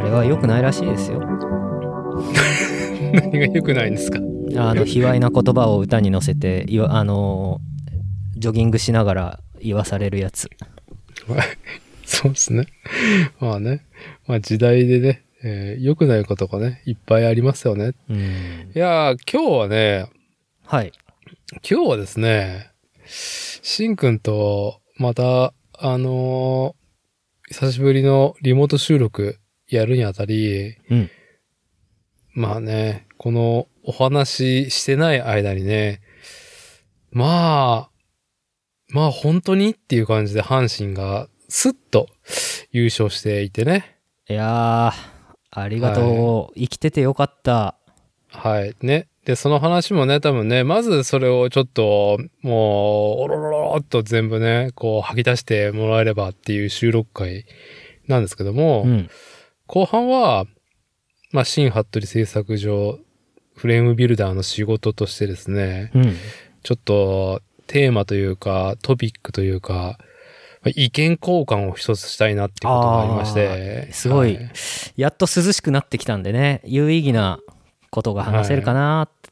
れは良くないらしいですよ。 何が良くないんですか？ 卑猥な言葉を歌に乗せてジョギングしながら言わされるやつ。 そうですね。まあね。まあ時代でね、良くないことがね、いっぱいありますよね。いやー、今日はね、 はい。 今日はですね、しんくんと、また、久しぶりのリモート収録やるにあたり、まあね、このお話ししてない間にね、まあ本当にっていう感じで阪神がスッと優勝していてね。 いやー、ありがとう。生きててよかった。 はい。ね。で、その話もね、多分ね、まずそれをちょっと、もう、おろろろっと全部ね、こう吐き出してもらえればっていう収録会なんですけども、後半は、まあ、新服部製作所、フレームビルダーの仕事としてですね、ちょっとテーマというか、トピックというか、意見交換を一つしたいなっていうことがありまして。 すごい、やっと涼しくなってきたんでね、有意義なことが話せるかなって、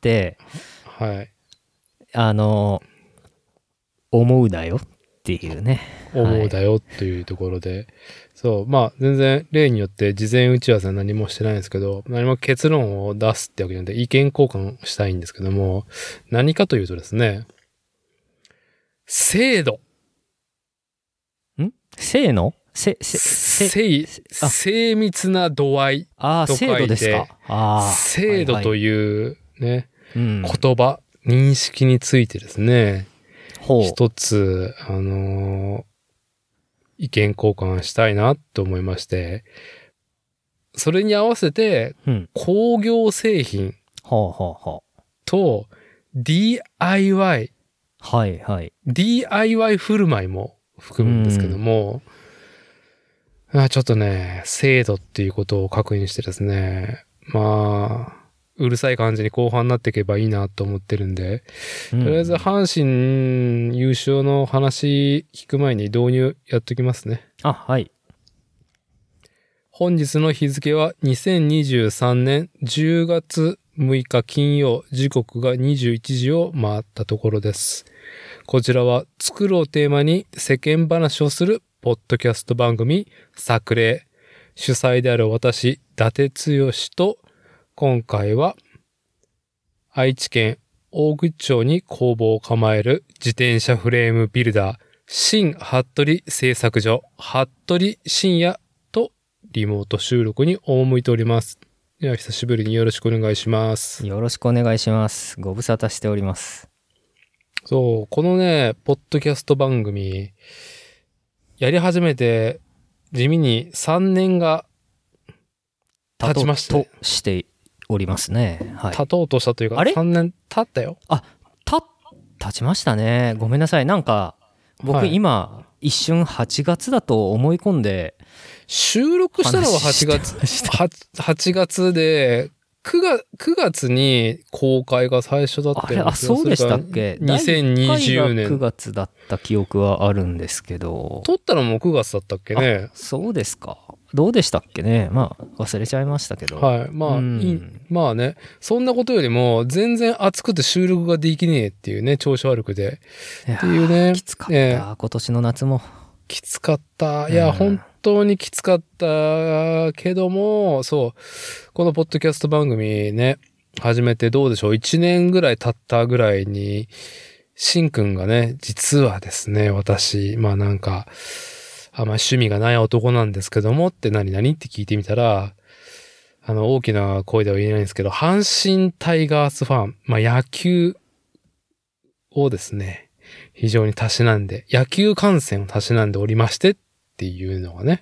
思うだよっていうね。 思うだよっていうところで。そう、まあ全然例によって事前打ち合わせは何もしてないんですけど、何も結論を出すってわけじゃなくて意見交換したいんですけども、何かというとですね、精度。 精の精密な度合いと書いて、 精度ですか。 精度というね、言葉、認識についてですね、一つ、意見交換したいなと思いまして、それに合わせて、工業製品と DIY、DIY 振る舞いも含むんですけども、ちょっとね、精度っていうことを確認してですね、まあ、うるさい感じに後半になっていけばいいなと思ってるんで、とりあえず阪神優勝の話聞く前に導入やっときますね。 はい。 本日の日付は2023年10月6日金曜、時刻が21時を回ったところです。こちらは作るをテーマに世間話をするポッドキャスト番組作例。主催である私、伊達剛と今回は愛知県大口町に工房を構える自転車フレームビルダー新服部製作所服部深也とリモート収録に赴いております。では久しぶりによろしくお願いします。 よろしくお願いします。ご無沙汰しております。 そう、このね、ポッドキャスト番組やり始めて地味に3年が経ちましたね。 としておりますね。 経とうとしたというか、3年経ったよ。 経ちましたね。ごめんなさい。なんか、僕今、一瞬8月だと思い込んで。 収録したのは8月で、9月に公開が最初だったような気がする。 そうでしたっけ？ 2020年。 9月だった記憶はあるんですけど。 撮ったのも9月だったっけね。 そうですか。どうでしたっけね。まあ、忘れちゃいましたけど。 まあね、そんなことよりも、全然暑くて収録ができねえっていうね、調子悪くて。っていうね。 きつかった、今年の夏も。 きつかった。いや、本当にきつかったけども、そう、このポッドキャスト番組ね、始めてどうでしょう。1年ぐらい経ったぐらいに、しんくんがね、実はですね、私、まあなんか、あんま趣味がない男なんですけどもって何々って聞いてみたら、大きな声では言えないんですけど、阪神タイガースファン、まあ野球をですね、非常にたしなんで、野球観戦をたしなんでおりましてっていうのがね、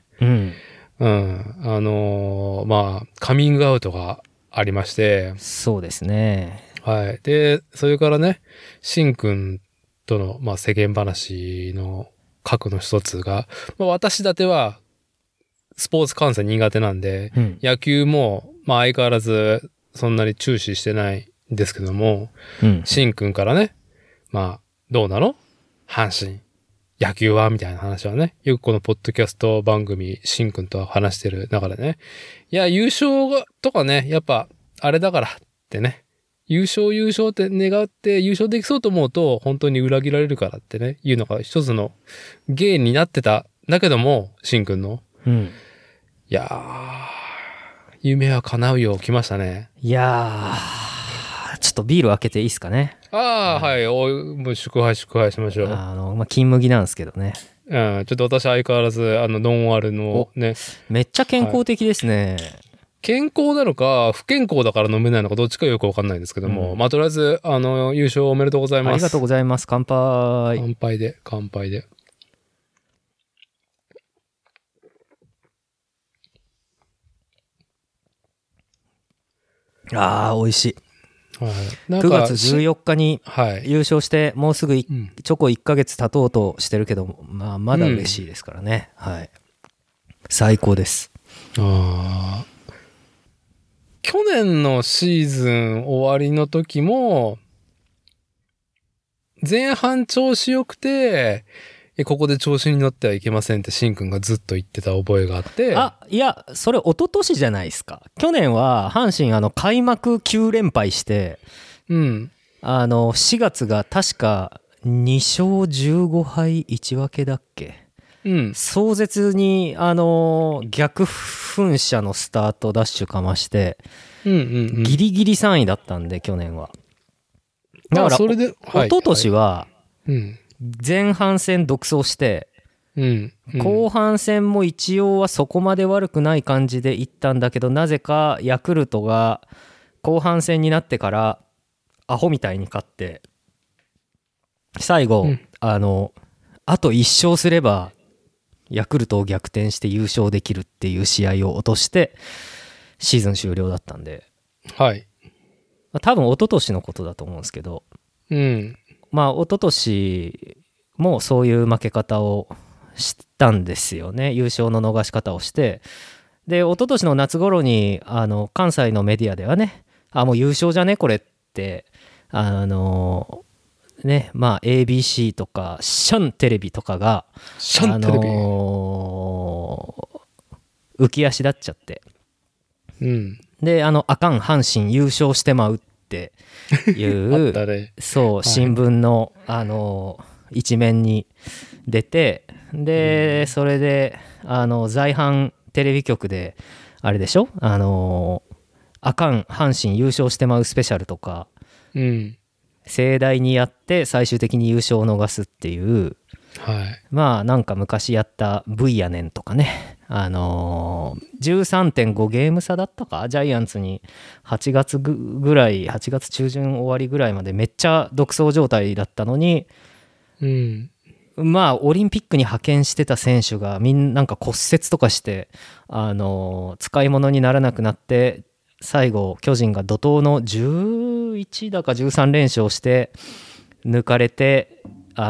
まあ、カミングアウトがありまして。 そうですね。 はい。で、それからね、しんくんとの、まあ、世間話の核の一つが、まあ、私だては、スポーツ観戦苦手なんで、野球も、まあ、相変わらず、そんなに注視してないんですけども、しんくんからね、まあ、どうなの？阪神。 野球はみたいな話はね、よくこのポッドキャスト番組、しんくんと話してる中でね、いや、優勝がとかね、やっぱ、あれだからってね、優勝って願って優勝できそうと思うと、本当に裏切られるからってね、いうのが一つの芸になってた。だけども、しんくんの。 うん。 いやー、夢は叶うよ、来ましたね。 いやー、ちょっとビール開けていいですかね。 ああ、はい、もう祝杯しましょう。 まあ、金麦なんですけどね。 うん、ちょっと私相変わらず、ノンアルのね。 めっちゃ健康的ですね。 健康なのか、不健康だから飲めないのか、どっちかよくわかんないんですけども、まあ、とりあえず、優勝おめでとうございます。 ありがとうございます。乾杯。 乾杯で。 ああ、美味しい。 はい、 9月14日にはい、 優勝して、もうすぐちょこ1ヶ月経とうとしてるけど、まあ、まだ嬉しいですからね。はい。最高です。 去年のシーズン終わりの時も、前半調子良くて、ここで調子に乗ってはいけませんってしんくんがずっと言ってた覚えがあって。 いや、それ一昨年じゃないですか。去年は阪神開幕9連敗して、 うん。 4月が確か2勝15敗1分けだっけ。 うん。 壮絶に逆噴射のスタートダッシュかまして、ギリギリ3位だったんで去年は。だからそれで、 一昨年は、 うん前半戦独走して、後半戦も一応はそこまで悪くない感じでいったんだけど、なぜかヤクルトが後半戦になってからアホみたいに勝って最後、あと1勝すればヤクルトを逆転して優勝できるっていう試合を落としてシーズン終了だったんで、 はい、 多分一昨年のことだと思うんですけど、まあ一昨年もそういう負け方をしたんですよね。優勝の逃し方をして、で一昨年の夏頃に関西のメディアではね、もう優勝じゃねこれってね、まあ ABC とかシャンテレビとかが浮き足立っちゃって、であかん阪神優勝してまうっていうそう新聞の一面に出て、でそれで在阪テレビ局であれでしょ、あかん阪神優勝してまうスペシャルとか、盛大にやって最終的に優勝を逃すっていう、まあなんか昔やった V やねんとかね、13.5 ゲーム差だったか、ジャイアンツに8月ぐらい、8月中旬終わりぐらいまでめっちゃ独走状態だったのに、まあオリンピックに派遣してた選手がみんななんか骨折とかして使い物にならなくなって、最後巨人が怒涛の11だか13連勝して抜かれて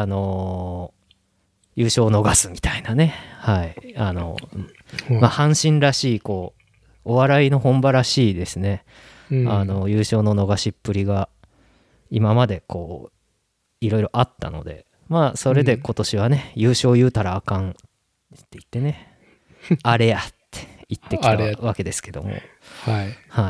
優勝を逃すみたいなね。はい。まあ、阪神らしい、こう、お笑いの本場らしいですね。優勝の逃しっぷりが、今までこう、いろいろあったので、まあ、それで今年はね、優勝言うたらあかんって言ってね、あれやって言ってきたわけですけども。はい。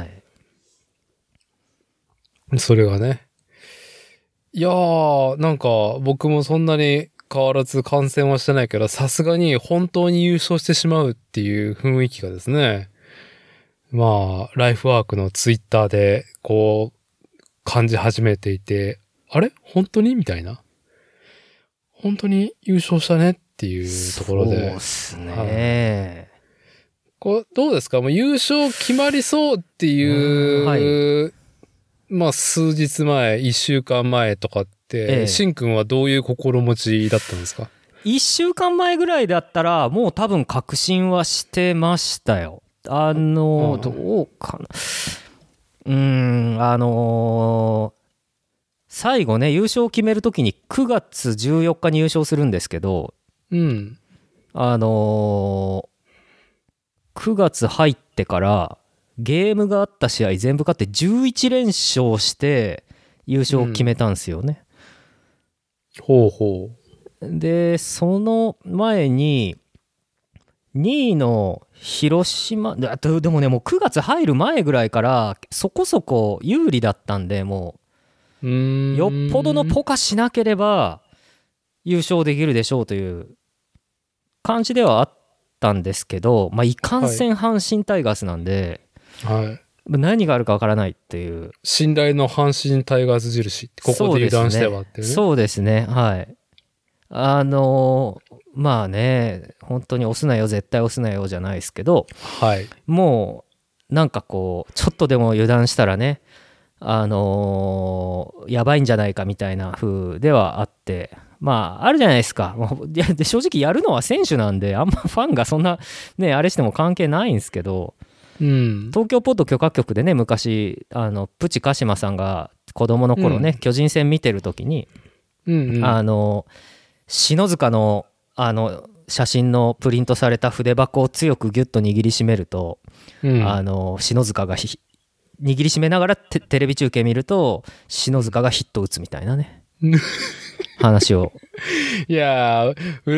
それがね。いやー、なんか、僕もそんなに、変わらず観戦はしてないけど、さすがに本当に優勝してしまうっていう雰囲気がですね、まあ、ライフワークのツイッターで、こう、感じ始めていて、あれ本当にみたいな。本当に優勝したねっていうところで。 そうっすね。 こうどうですか？もう優勝決まりそうっていう、まあ、数日前、1週間前とかって、しんくんはどういう心持ちだったんですか？1 週間前ぐらいだったらもう多分確信はしてましたよ。どうかな、最後ね優勝を決めるときに9月14日に優勝するんですけど、9月入ってからゲームがあった試合全部勝って11連勝して優勝を決めたんですよね。 ほうほう。 で、その前に、2位の広島、でもね、もう9月入る前ぐらいから、そこそこ有利だったんで、もう、よっぽどのポカしなければ、優勝できるでしょうという感じではあったんですけど、まあ、いかんせん阪神タイガースなんで、 はい。 何があるかわからないっていう。 信頼の阪神タイガース印、ここで油断してはってね。 そうですね、はい。まあね、本当に押すなよ、絶対押すなよじゃないですけど、 はい。 もう、なんかこう、ちょっとでも油断したらね、やばいんじゃないかみたいな風ではあって、まあ、あるじゃないですか。いやで正直やるのは選手なんで、あんまファンがそんな、ね、あれしても関係ないんですけど、 うん、 東京ポッド許可局でね、昔、プチ鹿島さんが子供の頃ね、巨人戦見てる時に、篠塚の、写真のプリントされた筆箱を強くギュッと握りしめると、篠塚が握りしめながらテレビ中継見ると篠塚がヒット打つみたいなね話をいや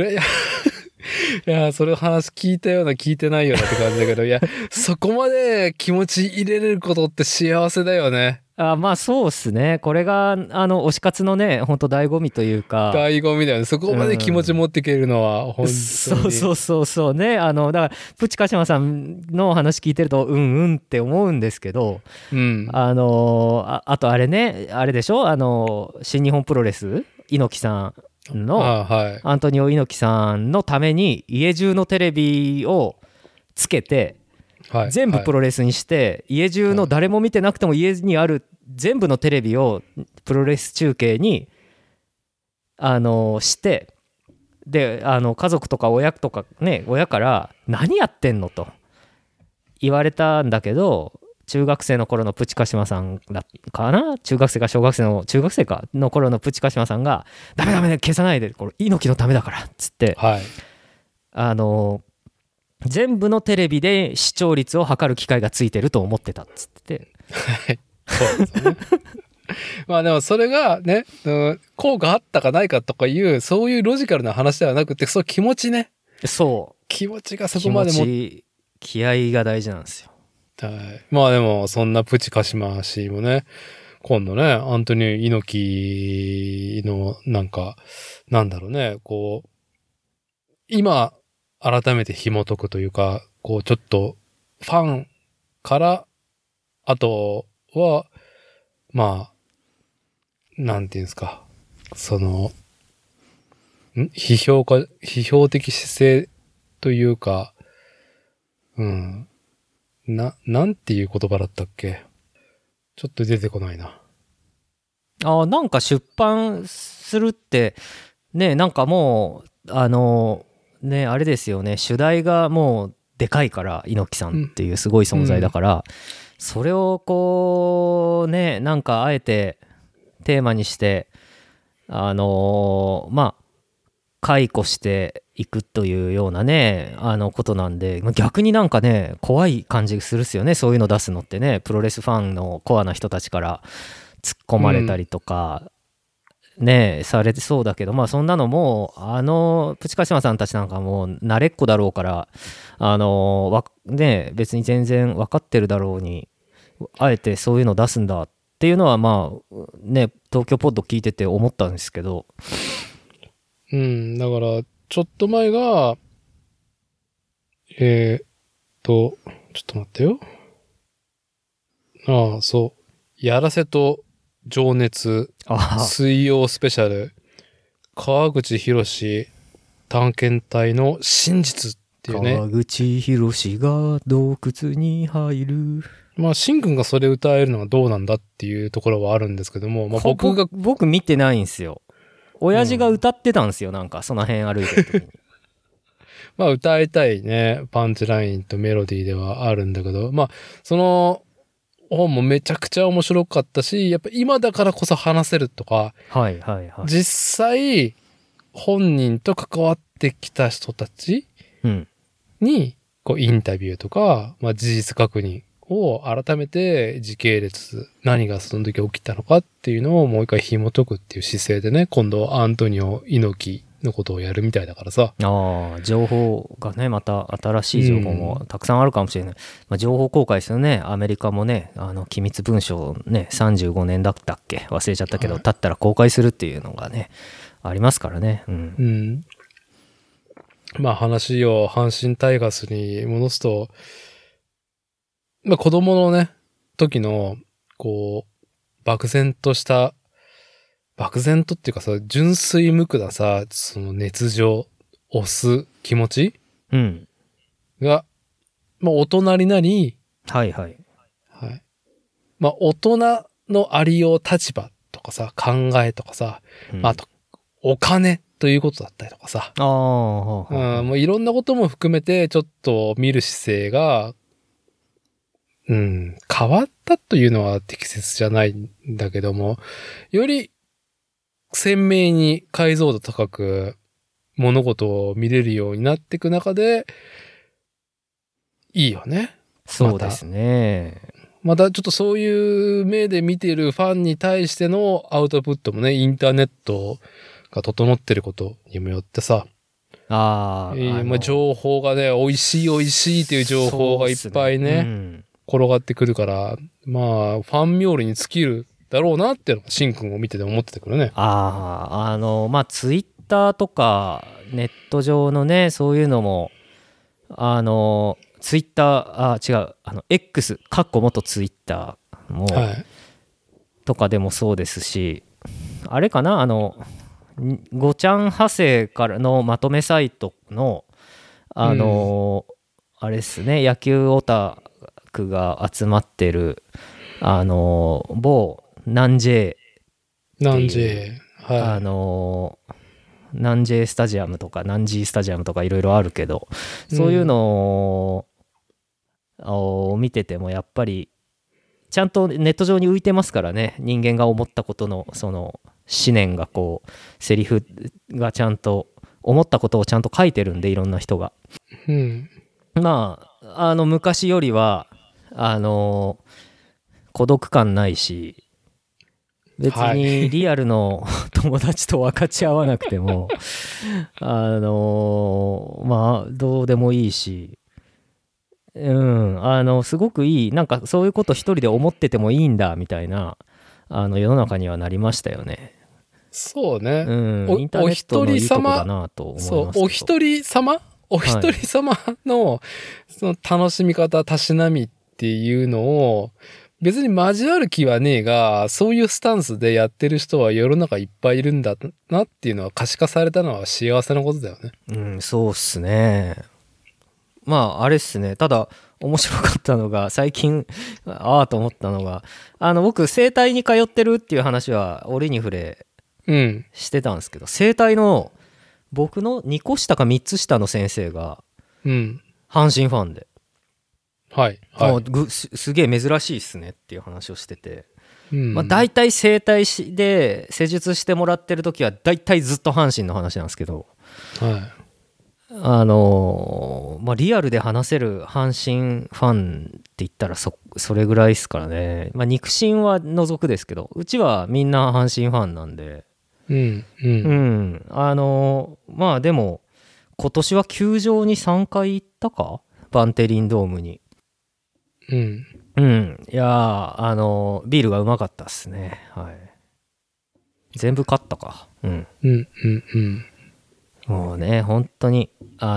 それ話聞いたような聞いてないようなって感じだけど、いや、そこまで気持ち入れれることって幸せだよね。 まあそうっすね。これが推し活のね、本当醍醐味というか。 醍醐味だよね。そこまで気持ち持っていけるのは、本当に。 そうね。だからプチカシマさんの話聞いてるとって思うんですけど、あとあれね、あれでしょ、新日本プロレス猪木さんの、アントニオ猪木さんのために家中のテレビをつけて。全部プロレスにして、家中の誰も見てなくても家にある全部のテレビをプロレス中継にしてで家族とか親とかね、親から何やってんのと言われたんだけど、中学生の頃のプチカシマさんだかな、中学生か小学生の中学生かの頃のプチカシマさんがダメ消さないで、これ猪木のためだからっつって、全部のテレビで視聴率を測る機械がついてると思ってたっつってて、 はい、そうですね。まあでもそれがね、効果あったかないかとかいうそういうロジカルな話ではなくて、そう気持ちね。 そう。 気持ちがそこまで気合が大事なんですよ。 はい。まあでもそんなプチカシマ氏もね、今度ね、アントニオ猪木のなんだろうね、こう今。改めて紐解くというか、こうちょっとファンから、あとは、まあ、なんていうんですか、批評的姿勢というか、なんていう言葉だったっけ？ちょっと出てこないな。 なんか出版するって、ね、なんかもう、ね、あれですよね、主題がもうでかいから、猪木さんっていうすごい存在だから、それをこうね、なんかあえてテーマにしてまあ解雇していくというようなね、ことなんで、逆になんかね、怖い感じするっすよね、そういうの出すのってね。プロレスファンのコアな人たちから突っ込まれたりとか、ねされてそうだけど、まあそんなのもプチカシマさんたちなんかもう慣れっこだろうから、別に全然分かってるだろうに、あえてそういうの出すんだっていうのは、まあね、東京ポッド聞いてて思ったんですけど、 だからちょっと前がちょっと待ってよ。そう、やらせと情熱水曜スペシャル川口博探検隊の真実っていうね。 川口博が洞窟に入る。 まあしんくんがそれ歌えるのはどうなんだっていうところはあるんですけども、まあ、 僕見てないんですよ。親父が歌ってたんですよ、なんかその辺歩いてる時に。 まあ歌いたいねパンチラインとメロディーではあるんだけど、まあその本もめちゃくちゃ面白かったし、やっぱ今だからこそ話せるとか、実際本人と関わってきた人たちにこうインタビューとか、まあ、事実確認を改めて時系列、何がその時起きたのかっていうのをもう一回紐解くっていう姿勢でね、今度アントニオ猪木のことをやるみたいだからさ。 ああ、情報がね、また新しい情報もたくさんあるかもしれない。まあ、情報公開ですよね。アメリカもね、機密文書ね、35年だったっけ忘れちゃったけど、経ったら公開するっていうのがね、ありますからね。うん。 まあ話を阪神タイガースに戻すと、まあ子供のね、時の、こう、漠然とっていうかさ、純粋無垢なさ、その熱情、押す気持ちが、まあ大人になり、 はいはい。 はい。まあ大人のありよう立場とかさ、考えとかさ、あと、お金ということだったりとかさ。もういろんなことも含めて、ちょっと見る姿勢が、変わったというのは適切じゃないんだけども、より鮮明に解像度高く物事を見れるようになっていく中で、いいよね。 そうですね。 またちょっとそういう目で見ているファンに対してのアウトプットもね、インターネットが整ってることにもよってさ、まあ、情報がね、美味しいっていう情報がいっぱいね、転がってくるから、まあ、ファン冥利に尽きるだろうなっていうのが、シンくんを見てて思っててくるね。 まあ、ツイッターとか、ネット上のね、そういうのも、ツイッター、X、元ツイッターも、とかでもそうですし、あれかな、ごちゃん派生からのまとめサイトの、あれですね、野球オタクが集まってる、某南 J 南 J、 南 J スタジアムとか南 G スタジアムとかいろいろあるけど、そういうのを見ててもやっぱりちゃんとネット上に浮いてますからね、人間が思ったことのその思念がこうセリフがちゃんと思ったことをちゃんと書いてるんで、いろんな人が、まあ昔よりは孤独感ないし、別にリアルの友達と分かち合わなくてもまあどうでもいいし、すごくいい、なんかそういうこと一人で思っててもいいんだみたいな世の中にはなりましたよね。 そうね。 インターネットのいいとこだなと思いますけど。 お一人様のその楽しみ方、たしなみっていうのを別に交わる気はねえが、そういうスタンスでやってる人は世の中いっぱいいるんだなっていうのは可視化されたのは幸せなことだよね。 そうっすね。まああれっすね。ただ面白かったのが、最近と思ったのが、僕整体に通ってるっていう話は折に触れしてたんですけど、整体の僕の2個下か3つ下の先生が阪神ファンで、すげえ珍しいっすねっていう話をしてて、まあ、大体整体で施術してもらってる時は大体ずっと阪神の話なんですけど、まあ、リアルで話せる阪神ファンって言ったらそれぐらいですからね。まあ、肉親は除くですけど、うちはみんな阪神ファンなんで、まあでも今年は球場に3回行ったか、バンテリンドームに。いやビールがうまかったっすね。全部勝ったか。もうね、本当に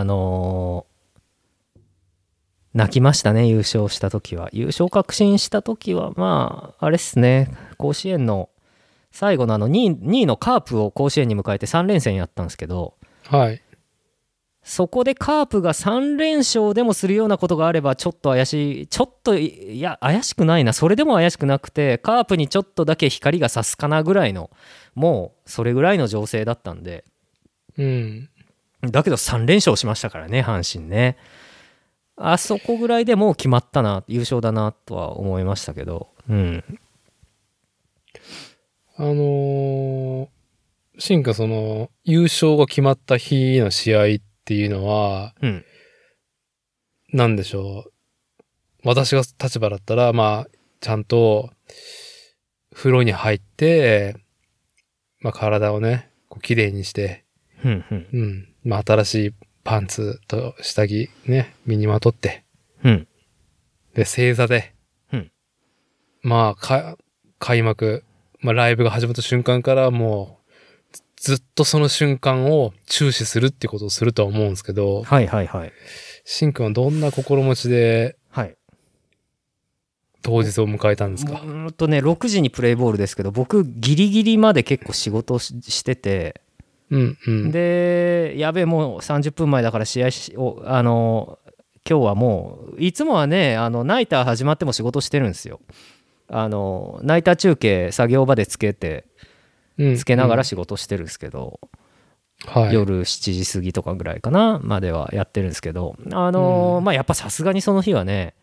泣きましたね、優勝した時は。優勝確信した時は、まああれっすね、甲子園の最後の2位のカープを甲子園に迎えて3連戦やったんですけど、そこでカープが3連勝でもするようなことがあればちょっと怪しい、いや怪しくないな、それでも怪しくなくて、カープにちょっとだけ光が差すかなぐらいの、もうそれぐらいの情勢だったんで、だけど3連勝しましたからね、阪神ね。あそこぐらいでもう決まったな、優勝だなとは思いましたけど、 シンがその優勝が決まった日の試合っていうのは、なんでしょう。私が立場だったら、まあ、ちゃんと風呂に入って、まあ体をね、こう綺麗にして、 うんうん。 うん。まあ、新しいパンツと下着ね、身にまとって。 うん。 で、正座で。 うん。 まあ、開幕、まあ、ライブが始まった瞬間からもう、ずっとその瞬間を注視するってことをするとは思うんですけど、 はいはいはい。 しんくんはどんな心持ちで、 はい。 当日を迎えたんですか？ 6時にプレイボールですけど、僕ギリギリまで結構仕事してて、 うんうん。 で、やべえ、もう30分前だから試合を、今日はもう、いつもはね、ナイター始まっても仕事してるんですよ。ナイター中継作業場でつけながら仕事してるんですけど、 はい、 夜7時過ぎとかぐらいかなまではやってるんですけど、まあやっぱさすがにその日はね、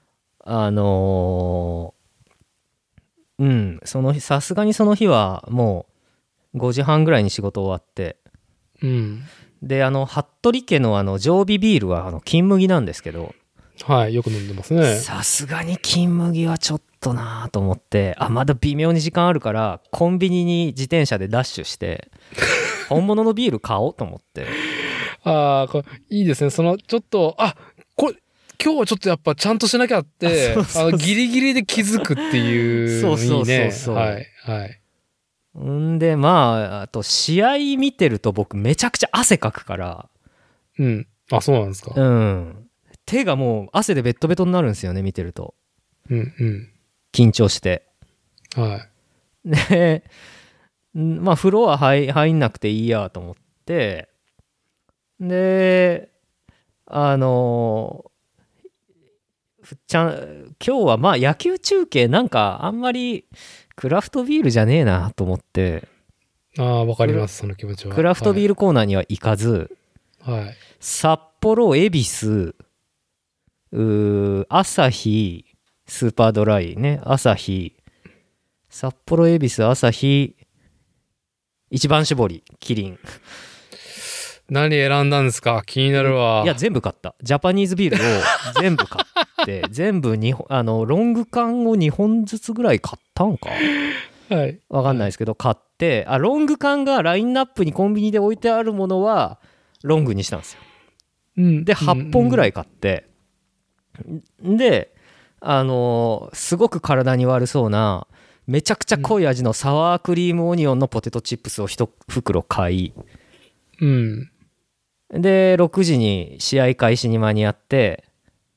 その日さすがにその日はもう5時半ぐらいに仕事終わって、 うん、 で服部家の常備ビールは金麦なんですけど、 はい、よく飲んでますね。 さすがに金麦はちょっとなと思って、まだ微妙に時間あるからコンビニに自転車でダッシュして本物のビール買おうと思って。 ああ、いいですね。ちょっと、これ、今日はちょっとやっぱちゃんとしなきゃって、ギリギリで気づくっていうのいいね。はい、はい。 んで、まあ、あと試合見てると僕めちゃくちゃ汗かくから。 うん。そうなんですか。 うん。手がもう汗でベッドベトになるんですよね、見てると。 うん、うん。 緊張して。 はい。 で、まあ、風呂は入んなくていいやと思って、で、今日はまあ野球中継なんかあんまりクラフトビールじゃねえなと思って、 わかります、その気持ちは。 クラフトビールコーナーには行かず、 はい。 札幌、恵比寿、アサヒ、スーパードライね、アサヒ、札幌、恵比寿、アサヒ、一番搾り、キリン。 何選んだんですか？気になるわ。 いや、全部買った。ジャパニーズビールを全部買って、全部ロング缶を2本ずつぐらい買ったんかはい。 わかんないですけど、買って、ロング缶がラインナップにコンビニで置いてあるものは、ロングにしたんですよ。 うん。 で、8本ぐらい買って、で、すごく体に悪そうな、めちゃくちゃ濃い味のサワークリームオニオンのポテトチップスを1袋買い、 うん。 で、6時に試合開始に間に合って、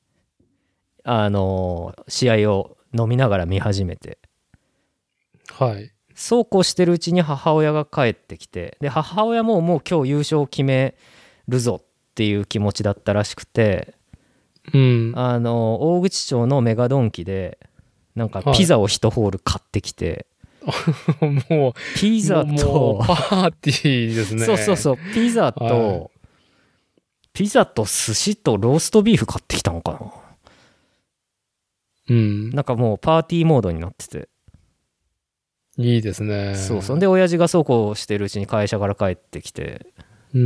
試合を飲みながら見始めて。 はい。 そうこうしてるうちに母親が帰ってきて、で、母親ももう今日優勝を決めるぞっていう気持ちだったらしくて、 うん。 大口町のメガドンキで、なんかピザを1ホール買ってきて、 もう、 ピザと、 パーティーですね。 そう、ピザと、ピザと寿司とローストビーフ買ってきたのかな。 うん。 なんかもうパーティーモードになってて。 いいですね。 そんで親父がそうこうしてるうちに会社から帰ってきて、 うん。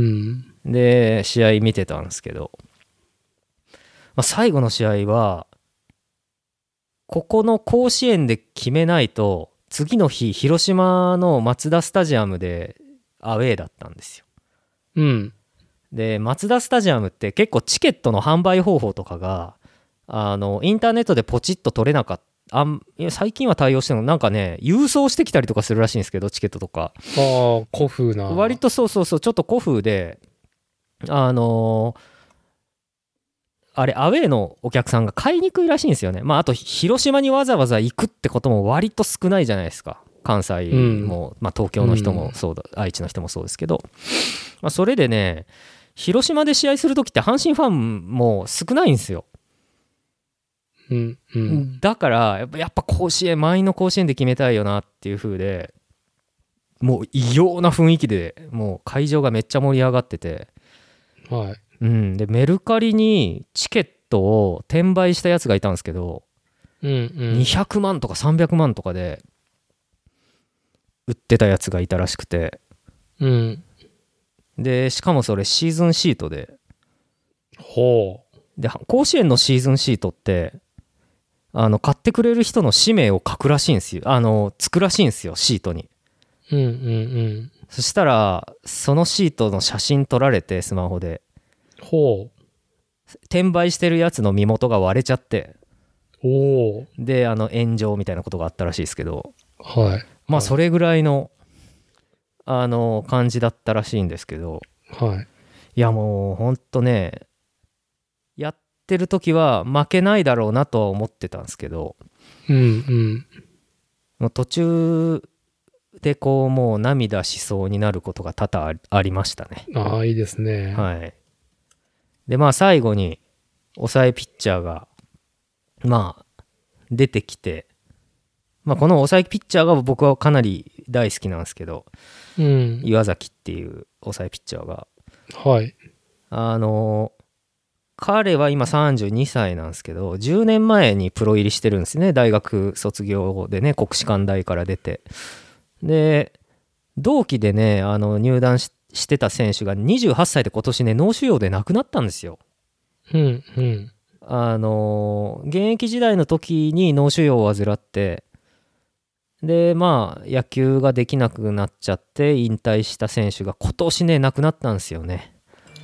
で、試合見てたんですけど、最後の試合は、ここの甲子園で決めないと、次の日、広島のマツダスタジアムでアウェーだったんですよ。 うん。 で、マツダスタジアムって結構チケットの販売方法とかが、インターネットでポチッと取れなかった。最近は対応してるの、なんかね、郵送してきたりとかするらしいんですけど、チケットとか。 古風な。 割とそう、ちょっと古風で、あれ、アウェーのお客さんが買いにくいらしいんですよね。あと、広島にわざわざ行くってことも割と少ないじゃないですか。関西も、東京の人もそうだ、愛知の人もそうですけど。それでね、広島で試合するときって阪神ファンも少ないんですよ。 うんうん、 だからやっぱ甲子園、満員の甲子園で決めたいよなっていう風で、もう異様な雰囲気で、もう会場がめっちゃ盛り上がってて、 はい、 でメルカリにチケットを転売したやつがいたんですけど、200万とか300万とかで売ってたやつがいたらしくて、でしかもそれシーズンシートで、で甲子園のシーズンシートって買ってくれる人の氏名を書くらしいんですよ。作らしいんですよ、シートに。 そしたらそのシートの写真撮られて、スマホで転売してるやつの身元が割れちゃって、で炎上みたいなことがあったらしいですけど、まあそれぐらいの感じだったらしいんですけど、いやもうほんとね、やってる時は負けないだろうなとは思ってたんですけど、もう途中でこうもう涙しそうになることが多々ありましたね。 いいですね。 でまあ最後に抑えピッチャーがまあ出てきて、まあこの抑えピッチャーが僕はかなり大好きなんですけど、岩崎っていう抑えピッチャーが、彼は今32歳なんですけど、10年前にプロ入りしてるんですね。大学卒業でね、国士舘大から出て、で同期でね入団してた選手が28歳で今年ね脳腫瘍で亡くなったんですよ。現役時代の時に脳腫瘍を患って、でまあ野球ができなくなっちゃって引退した選手が今年ね亡くなったんですよね。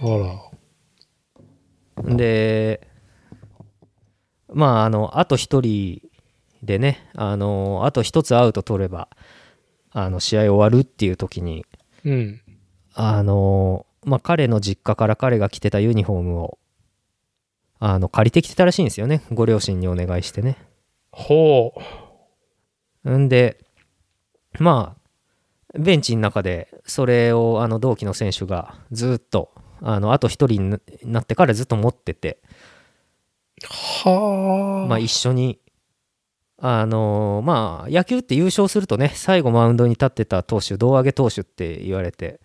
でまああと一人でねあと一つアウト取れば試合終わるっていう時に、まあ彼の実家から彼が着てたユニフォームを借りてきてたらしいんですよね、ご両親にお願いしてね。んでまあベンチの中でそれを同期の選手がずっとあと一人になってからずっと持ってて、まあ一緒にまあ野球って優勝するとね、最後マウンドに立ってた投手胴上げ投手って言われて、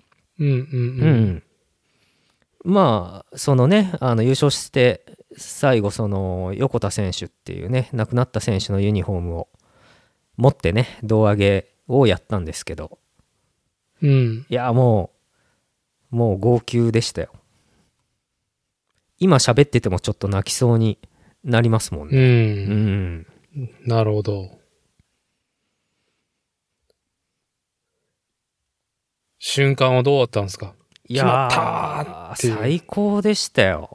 まあそのね優勝して最後その横田選手っていうね亡くなった選手のユニフォームを持ってね胴上げをやったんですけど、いやもう号泣でしたよ。今喋っててもちょっと泣きそうになりますもんね。 なるほど。瞬間はどうだったんですか？ いや最高でしたよ。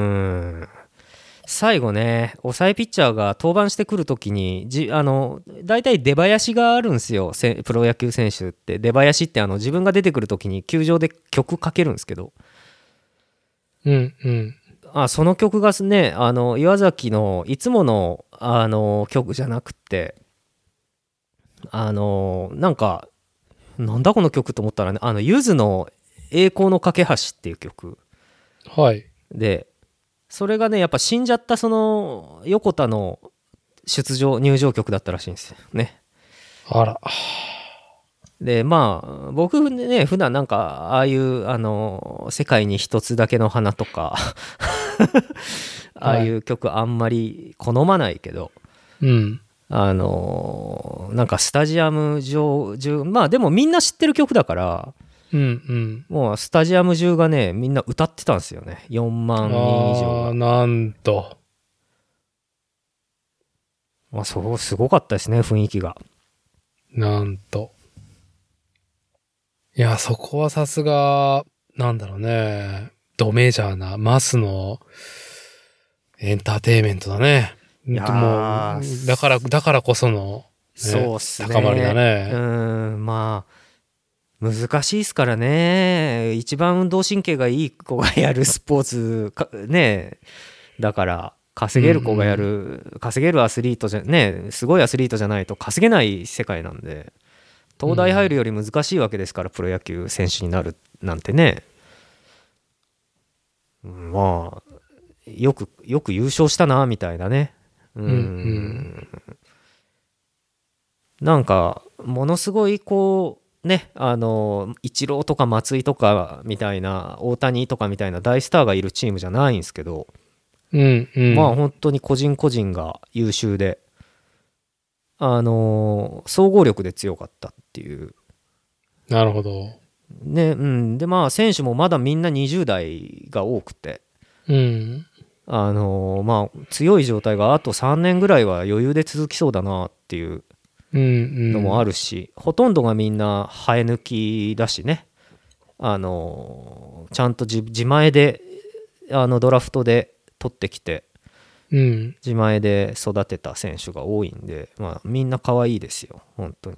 最後ね抑えピッチャーが登板してくるときに大体出囃子があるんですよ。プロ野球選手って出囃子って自分が出てくるときに球場で曲かけるんですけど、その曲がね岩崎のいつもの曲じゃなくてなんかなんだこの曲と思ったらねゆずの栄光の架け橋っていう曲で、それがねやっぱ死んじゃったその横田の入場曲だったらしいんですよね。でまあ僕ね普段なんかああいう世界に一つだけの花とかああいう曲あんまり好まないけど、なんかスタジアム上まあでもみんな知ってる曲だから、もうスタジアム中がねみんな歌ってたんですよね。4万人以上が。 なんとそうすごかったですね、雰囲気が。 なんといやそこはさすがなんだろうね、ドメジャーなマスのエンターテインメントだね。もうだからこその、 そうっすね、 高まりだね。 まあ難しいですからね。一番運動神経がいい子がやるスポーツね、だから稼げる子がやる、稼げるアスリートじゃね、すごいアスリートじゃないと稼げない世界なんで、東大入るより難しいわけですから、プロ野球選手になるなんてね。まあよく優勝したなみたいなね。なんかものすごいこうねイチローとか松井とかみたいな、大谷とかみたいな大スターがいるチームじゃないんですけど、まあ本当に個人個人が優秀で総合力で強かったっていう。 なるほどね。でまあ選手もまだみんな20代が多くて、まあ強い状態があと3年ぐらいは余裕で続きそうだなっていうのもあるし、ほとんどがみんな生え抜きだしね、ちゃんと自前でドラフトで取ってきて、自前で育てた選手が多いんで、まあ、みんな可愛いですよ本当に。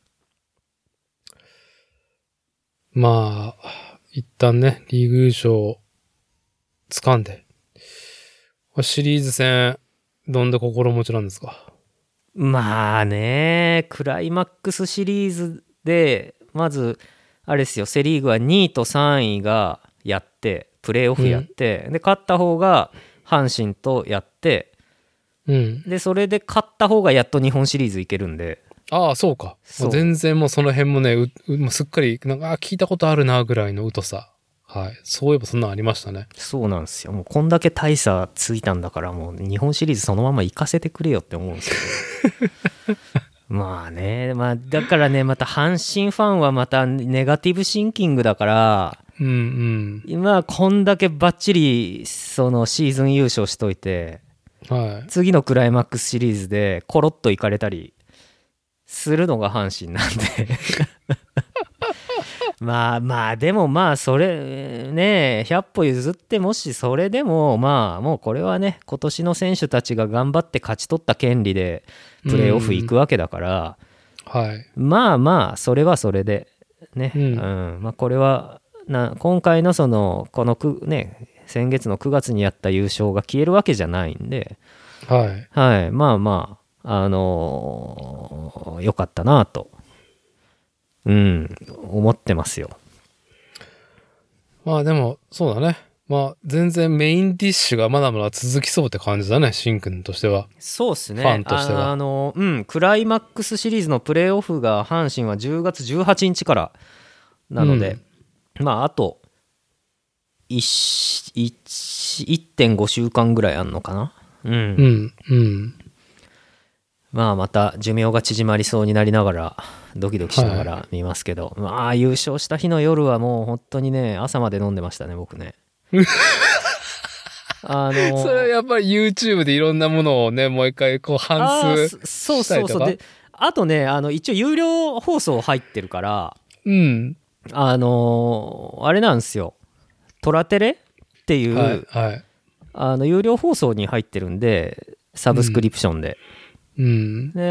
まあ一旦ねリーグ優勝掴んでシリーズ戦どんな心持ちなんですか？ まあね、クライマックスシリーズでまずあれですよ、セ・リーグは2位と3位がやってプレーオフやって、で勝った方が阪神とやって、でそれで勝った方がやっと日本シリーズいけるんで。 ああそうか。もう全然もうその辺もねもうすっかりなんか聞いたことあるなぐらいの疎さ。はい、そういえばそんなのありましたね。 そうなんですよ。もうこんだけ大差ついたんだから、もう日本シリーズそのまま行かせてくれよって思うんですけどまあね、まあだからね、また阪神ファンはまたネガティブシンキングだから、今こんだけバッチリそのシーズン優勝しといて、次のクライマックスシリーズでコロッと行かれたりするのが阪神なんでまあでもまあそれね、100歩譲ってもしそれでもまあもうこれはね、今年の選手たちが頑張って勝ち取った権利でプレーオフ行くわけだから、まあそれはそれでね、まあこれは今回のこの先月の9月にやった優勝が消えるわけじゃないんで、まあ良かったなと思ってますよ。 まあでもそうだね、まあ全然メインディッシュがまだまだ続きそうって感じだね、しんくんとしては。 そうっすね、 ファンとしては。 クライマックスシリーズのプレーオフが阪神は10月18日からなので、まああと1.5 週間ぐらいあんのかな。まあまた寿命が縮まりそうになりながらドキドキしながら見ますけど、まあ優勝した日の夜はもう本当にね、朝まで飲んでましたね僕ねそれはやっぱり YouTube でいろんなものをねもう一回こう反数したりとか。 そうで、あとね一応有料放送入ってるから、あれなんですよ、トラテレっていう、有料放送に入ってるんで、サブスクリプションで、で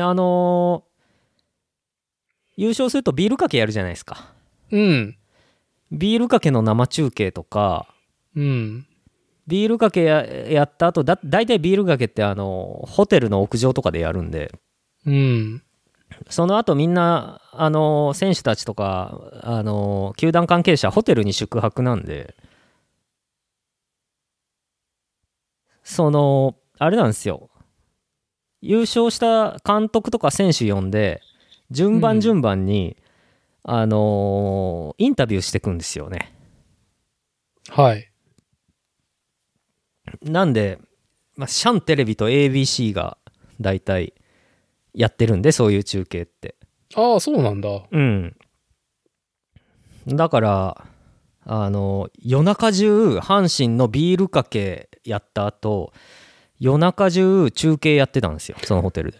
優勝するとビールかけやるじゃないですか。ビールかけの生中継とか、ビールかけやった後だいたいビールかけってホテルの屋上とかでやるんで、その後みんな選手たちとか球団関係者ホテルに宿泊なんで、あれなんですよ、優勝した監督とか選手呼んで順番に、インタビューしていくんですよね。なんで、シャンテレビと ABC がだいたいやってるんで、そういう中継って。 ああそうなんだ。 だから夜中中阪神のビールかけやった後、夜中中中継やってたんですよ、そのホテルで。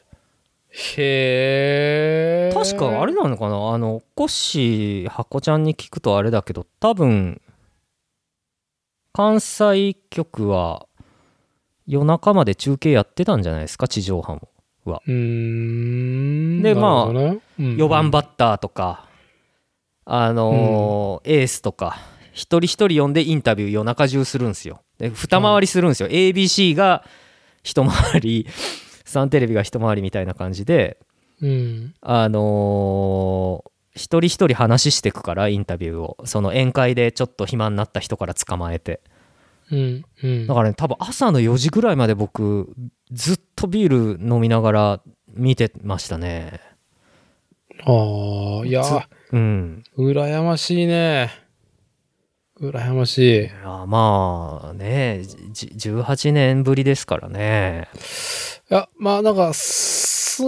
へえ。 確かあれなのかな、コッシーハコちゃんに聞くとあれだけど、多分関西局は夜中まで中継やってたんじゃないですか、地上波は。でまあ、4番バッターとかエースとか一人一人呼んでインタビュー夜中中するんですよ。で二回りするんですよ、ABC が一回りサンテレビが一回りみたいな感じで、一人一人話していくから、インタビューをその宴会でちょっと暇になった人から捕まえて、だからね、多分朝の4時ぐらいまで僕ずっとビール飲みながら見てましたね。 いや羨ましいね。羨ましい。 いやまあね、18年ぶりですからね。 いやまあなんか自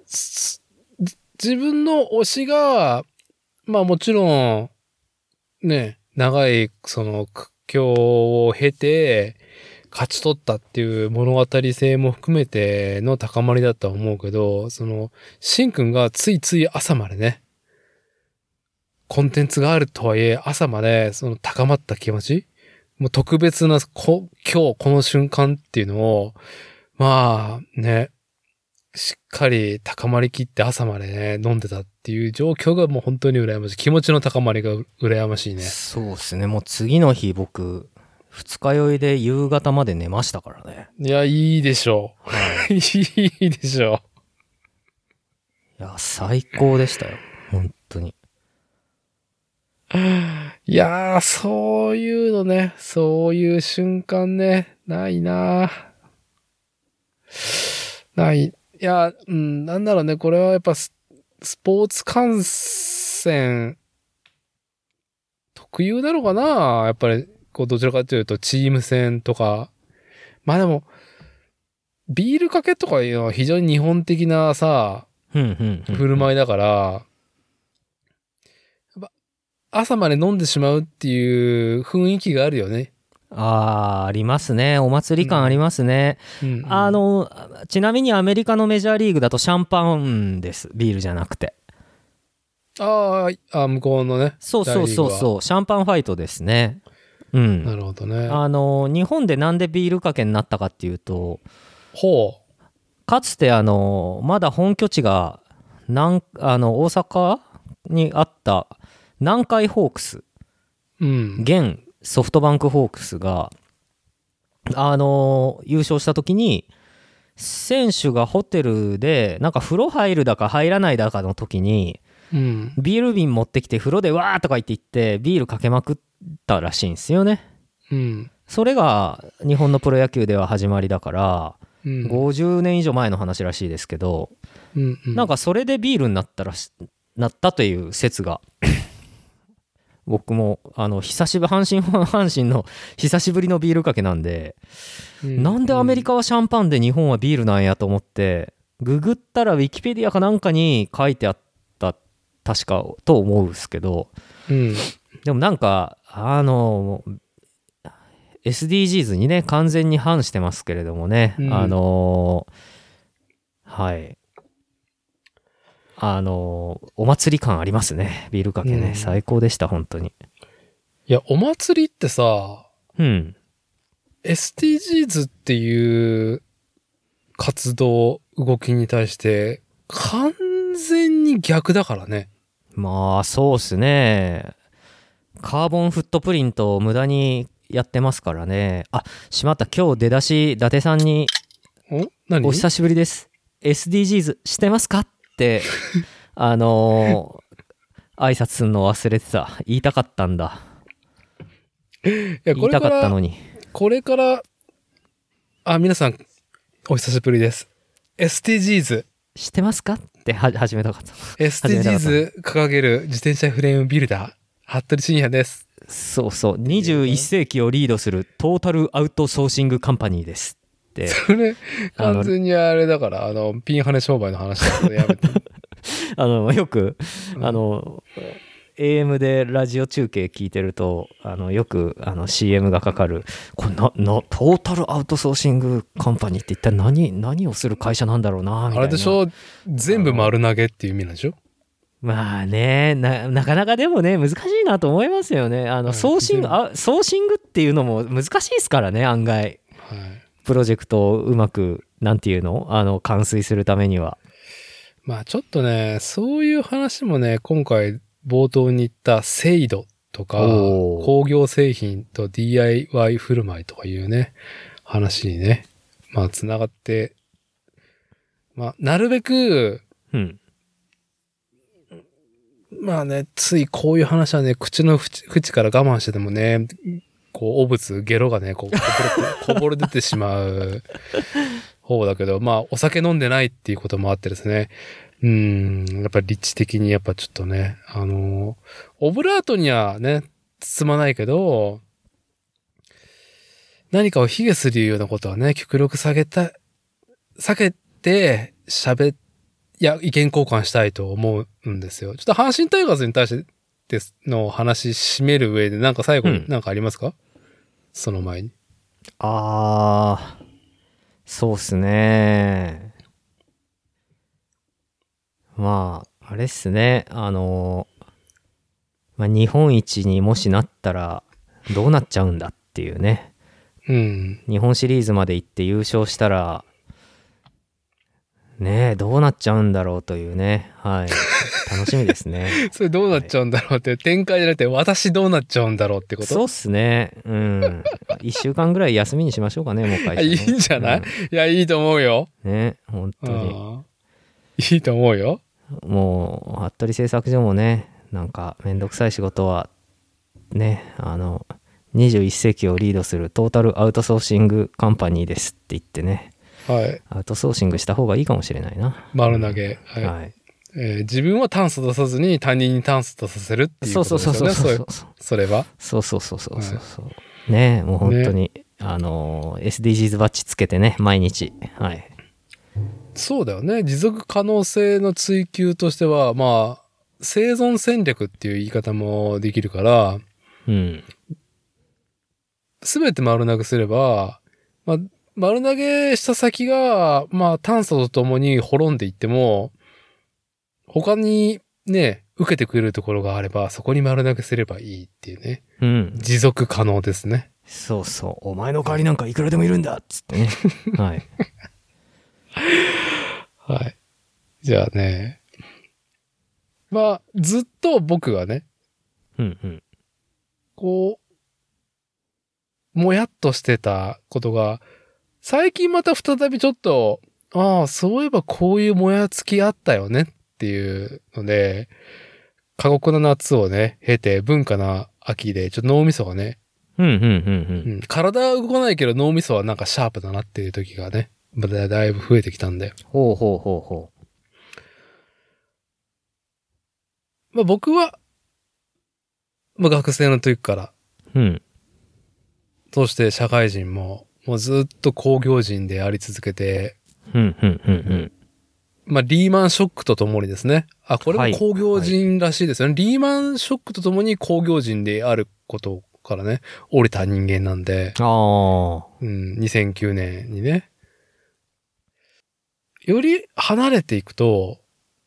分の推しがまあもちろんね長いその苦境を経て勝ち取ったっていう物語性も含めての高まりだとは思うけど、シンくんがついつい朝までね、コンテンツがあるとはいえ、朝まで高まった気持ち、もう特別な今日この瞬間っていうのを、まあね、しっかり高まりきって朝までね、飲んでたっていう状況がもう本当に羨ましい。気持ちの高まりが羨ましいね。 そうですね。もう次の日僕、二日酔いで夕方まで寝ましたからね。 いや、いいでしょう。はい、いいでしょう。いや、最高でしたよ。本当に。 いやー、そういうのね、そういう瞬間ね、ないなない。いや、なんだろうね、これはやっぱスポーツ観戦特有なのかな、やっぱり、どちらかというとチーム戦とか。まあでも、ビールかけとかいうのは非常に日本的なさ、振る舞いだから、朝まで飲んでしまうっていう雰囲気があるよね。 ありますね。お祭り感ありますね。ちなみにアメリカのメジャーリーグだとシャンパンです。ビールじゃなくて。 向こうのね。 そう。シャンパンファイトですね。 なるほどね。 日本でなんでビールかけになったかっていうと、かつてまだ本拠地が大阪にあった南海ホークス、現ソフトバンクホークスが優勝した時に選手がホテルでなんか風呂入るだか入らないだかの時に、ビール瓶持ってきて風呂でわーとか言ってビールかけまくったらしいんですよね。それが日本のプロ野球では始まりだから、50年以上前の話らしいですけど、なんかそれでビールになったという説が僕も阪神の久しぶりのビールかけなんで、なんでアメリカはシャンパンで日本はビールなんやと思ってググったらウィキペディアかなんかに書いてあった確かと思うんですけど、でもなんかSDGs にね完全に反してますけれどもね、はいお祭り感ありますね、ビールかけね。最高でした本当に。 いや、お祭りってさ、SDGs っていう活動動きに対して完全に逆だからね。 まあそうっすね。カーボンフットプリントを無駄にやってますからね。しまった。今日出だし伊達さんにお久しぶりです、 SDGs してますかって挨拶するの忘れてた。言いたかったんだ。言いたかったのに。 これから皆さんお久しぶりです、 SDGs してますかって始めたかった。 SDGs 掲げる自転車フレームビルダー服部慎也です。 そう21世紀をリードするトータルアウトソーシングカンパニーですって。 それ完全にあれだから、ピンハネ商売の話だからやめてよくAM でラジオ中継聞いてるとよくCM がかかる、これトータルアウトソーシングカンパニーって一体何をする会社なんだろうなみたいな。 あれでしょ、全部丸投げっていう意味なんでしょ。 まあね、なかなかでもね難しいなと思いますよね。ソーシングっていうのも難しいですからね、案外。プロジェクトをうまく完遂するためには。 まあちょっとね、そういう話もね、今回冒頭に言った制度とか工業製品と DIY 振る舞いとかいうね話にね、まあつながって、まあなるべく、まあね、ついこういう話はね、口の縁から我慢しててもね、汚物、ゲロがね、こぼれ出てしまう方だけど、まあ、お酒飲んでないっていうこともあってですね、やっぱり立地的にやっぱちょっとね、オブラートにはね、包まないけど、何かを卑下するようなことはね、極力避けて意見交換したいと思うんですよ。ちょっと阪神タイガースに対しての話締める上で、なんか最後になんかありますか？その前に。 そうっすね。まあ、あれっすね。日本一にもしなったらどうなっちゃうんだっていうね。 うん。 日本シリーズまで行って優勝したら、ねえ、どうなっちゃうんだろうというね。はい。楽しみですね。 それどうなっちゃうんだろうって、展開じゃなくて私どうなっちゃうんだろうってこと？ そうっすね。うん。1週間ぐらい休みにしましょうかね、もう会社、ね。 いいんじゃない？いや、いいと思うよ。 ね、本当に。 いいと思うよ。 もう、服部製作所もね、なんかめんどくさい仕事は、ね、21世紀をリードするトータルアウトソーシングカンパニーですって言ってね。 はい。 アウトソーシングした方がいいかもしれないな。 丸投げ。はい。はい、自分は炭素出さずに他人に炭素出させるっていうことですよね。それは。 そう、はい、ね、もう本当に、ね、SDGs バッジつけてね、毎日。はい。 そうだよね。持続可能性の追求としては、まあ、生存戦略っていう言い方もできるから、 うん。 すべて丸投げすれば、まあ、丸投げした先が、まあ、炭素とともに滅んでいっても、他にね、受けてくれるところがあれば、そこに丸投げすればいいっていうね。 うん。 持続可能ですね。 そうそう。お前の代わりなんかいくらでもいるんだっつってね。はい。 はい。じゃあね。まあ、ずっと僕がね、 うんうん。 こう、もやっとしてたことが、最近また再びちょっと、ああ、そういえばこういうもやつきあったよねっていうので、過酷な夏をね、経て文化な秋で、ちょっと脳みそがね、体は動かないけど脳みそはなんかシャープだなっていう時がね、だいぶ増えてきたんで。 ほう。 まあ僕は、まあ学生の時から、 うん。 そして社会人も、もうずっと工業人であり続けて、まあリーマンショックとともにですね。あ、これも工業人らしいですよね。リーマンショックとともに工業人であることからね、降りた人間なんで。2009年にね。より離れていくと、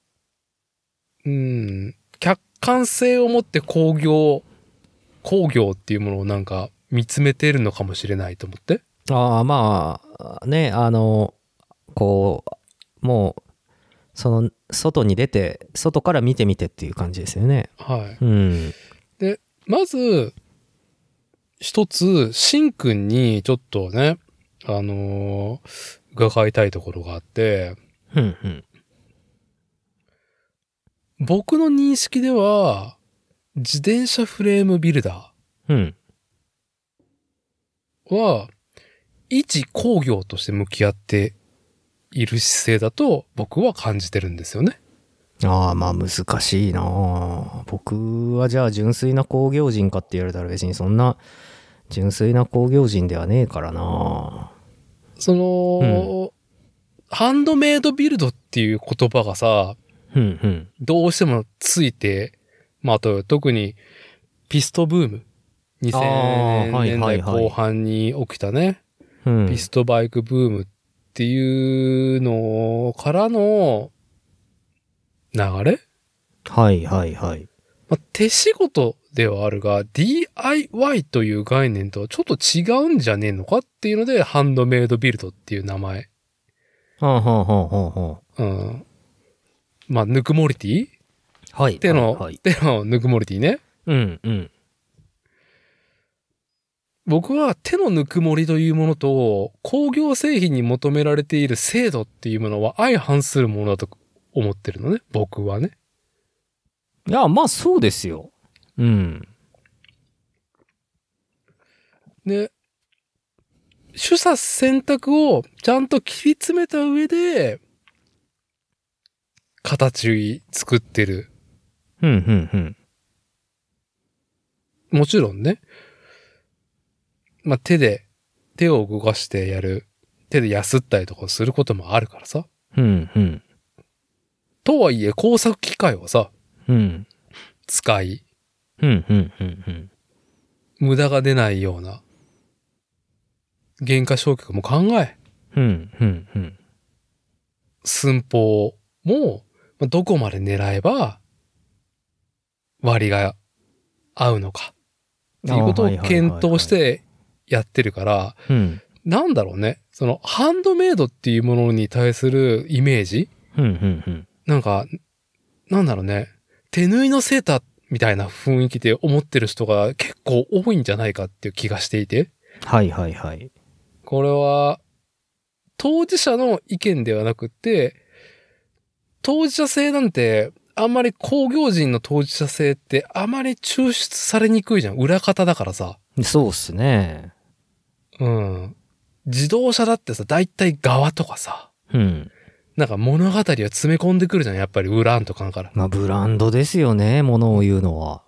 客観性を持って工業っていうものをなんか見つめているのかもしれないと思って。 まあ、ね、こう、もう、その、外に出て、外から見てみてっていう感じですよね。 はい。 うん。 で、まず、一つ、しんくんにちょっとね、伺いたいところがあって、僕の認識では、自転車フレームビルダーは、一工業として向き合っている姿勢だと僕は感じてるんですよね。 まあ難しいな。僕はじゃあ純粋な工業人かって言われたら別にそんな純粋な工業人ではねえからな。 ハンドメイドビルドっていう言葉がさ、どうしてもついて、まあ、あと特にピストブーム。2000年代後半に起きたね。ピストバイクブームっていうのからの流れ？ はい。 まあ、手仕事ではあるが DIY という概念とはちょっと違うんじゃねえのかっていうのでハンドメイドビルドっていう名前。まあ、ぬくもりティ？ はい。 手のぬくもりティね。僕は手のぬくもりというものと工業製品に求められている精度っていうものは相反するものだと思ってるのね。僕はね。 いや、まあそうですよ。 で、取捨選択をちゃんと切り詰めた上で、形作ってる。もちろんね。まあ、手を動かしてやる。手で休ったりとかすることもあるからさ。とはいえ、工作機械をさ、使い、無駄が出ないような減価償却も考え、寸法もどこまで狙えば割が合うのかっていうことを検討してやってるから、なんだろうね、そのハンドメイドっていうものに対するイメージ、なんか、なんだろうね、手縫いのセーターみたいな雰囲気で思ってる人が結構多いんじゃないかっていう気がしていて。これは、当事者の意見ではなくて、当事者性なんて、あんまり工業人の当事者性ってあまり抽出されにくいじゃん。裏方だからさ。 そうっすね。 自動車だってさ、大体側とかさ。なんか物語を詰め込んでくるじゃん。やっぱりウランとかから。 まあブランドですよね。ものを言うのは。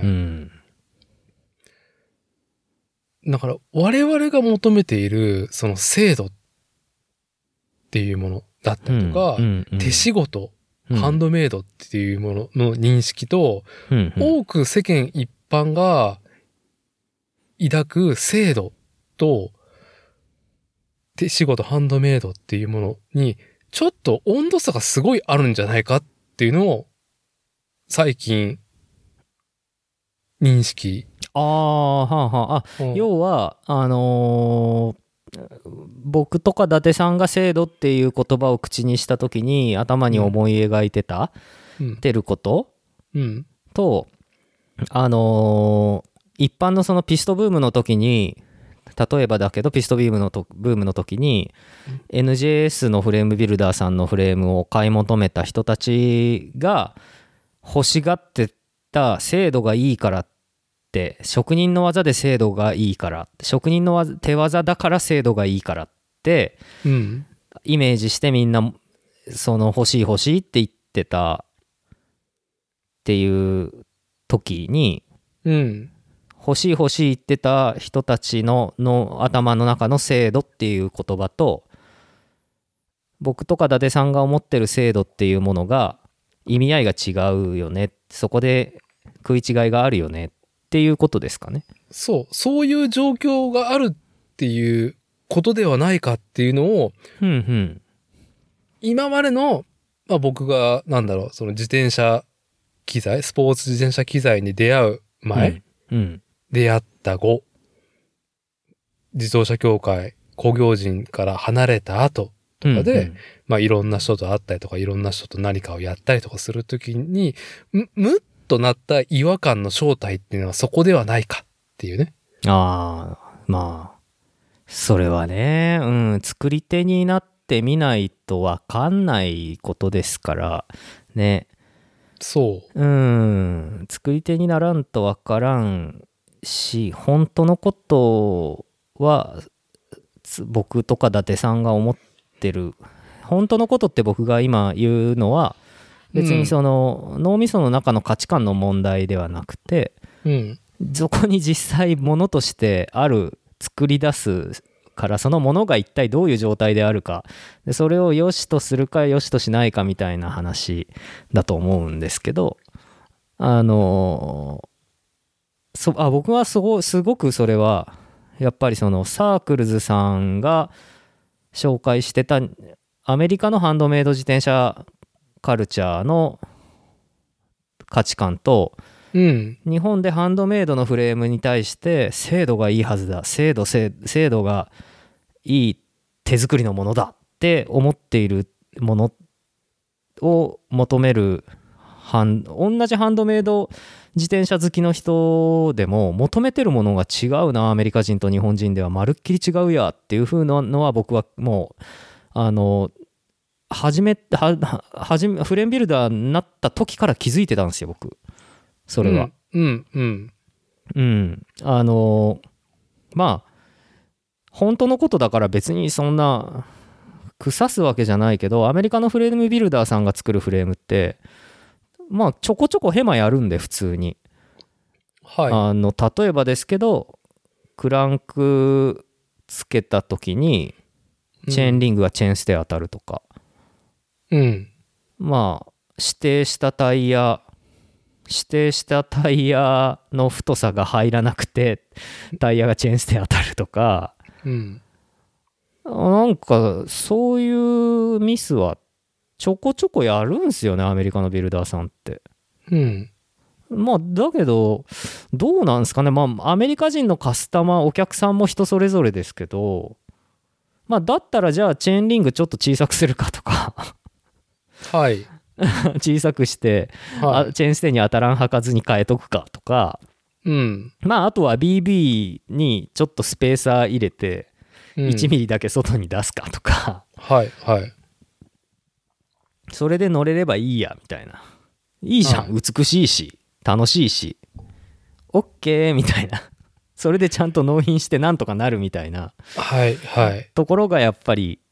だから我々が求めているその精度っていうものだったりとか、手仕事、ハンドメイドっていうものの認識と、多く世間一般が抱く精度と手仕事、ハンドメイドっていうものにちょっと温度差がすごいあるんじゃないかっていうのを最近認識。 要は僕とか伊達さんが制度っていう言葉を口にした時に頭に思い描いてた、てること、と一般のそのピストブームの時に、例えばだけどピストブームの時に NJS のフレームビルダーさんのフレームを買い求めた人たちが欲しがってた精度がいいからって、職人の技で精度がいいから、職人の手技だから精度がいいからって、イメージしてみんなその欲しいって言ってたっていう時に、欲しい言ってた人たちの頭の中の精度っていう言葉と、僕とか伊達さんが思ってる精度っていうものが意味合いが違うよね、そこで食い違いがあるよねっていうことですかね。 そういう状況があるっていうことではないかっていうのを、今までの、僕がその自転車機材、スポーツ自転車機材に出会う前、出会った後、自動車協会、工業人から離れた後とかで、いろんな人と会ったりとか、いろんな人と何かをやったりとかするときに、むっとなった違和感の正体っていうのはそこではないかっていうね。 それはね、作り手になってみないとわかんないことですからね。作り手にならんとわからんし、本当のことは僕とか伊達さんが思ってる本当のことって、僕が今言うのは別にその脳みその中の価値観の問題ではなくて、そこに実際ものとしてある、作り出すから、そのものが一体どういう状態であるか、でそれを良しとするか良しとしないかみたいな話だと思うんですけど、僕はすごくそれはやっぱりそのサークルズさんが紹介してたアメリカのハンドメイド自転車カルチャーの価値観と、日本でハンドメイドのフレームに対して精度がいいはずだ、精度がいい手作りのものだって思っているものを求める、同じハンドメイド自転車好きの人でも求めてるものが違うな、アメリカ人と日本人ではまるっきり違うやっていう風なのは、僕はもうフレームビルダーになった時から気づいてたんですよ、僕。それは。本当のことだから別にそんな腐すわけじゃないけど、アメリカのフレームビルダーさんが作るフレームってちょこちょこヘマやるんで、普通に。例えばですけど、クランクつけた時にチェーンリングがチェーンステ当たるとか、指定したタイヤの太さが入らなくてタイヤがチェーンステ当たるとか、 なんかそういうミスはちょこちょこやるんすよね、アメリカのビルダーさんって。 うん。 まあだけどどうなんですかね。まあアメリカ人のカスタマーお客さんも人それぞれですけど、まあだったらじゃあチェーンリングちょっと小さくするかとかはい小さくして、 はい、 チェーンステーに当たらん履かずに変えとくかとか、 うん。 まああとは BB にちょっとスペーサー入れて1 うんミリだけ外に出すかとか、 はいはい。 それで乗れればいいやみたいな。いいじゃん、 はい美しいし楽しいし OK みたいな。それでちゃんと納品してなんとかなるみたいなはいはい。 ところがやっぱり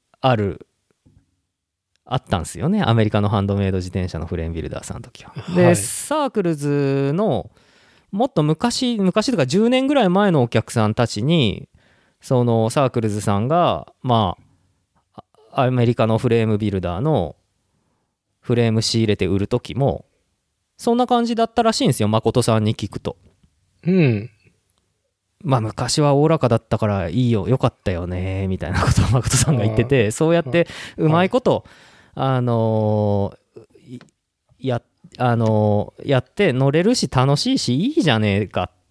あったんですよね、アメリカのハンドメイド自転車のフレームビルダーさんの時は。ではい。 サークルズのもっと昔とか10年ぐらい前のお客さんたちに、そのサークルズさんがまあアメリカのフレームビルダーのフレーム仕入れて売る時もそんな感じだったらしいんですよ、誠さんに聞くと。 うん。 まあ昔はおおらかだったからいいよよかったよねみたいなことを誠さんが言ってあて、そうやってうはい。 まいことあのーややって乗れるし楽しいしいいじゃねえかって、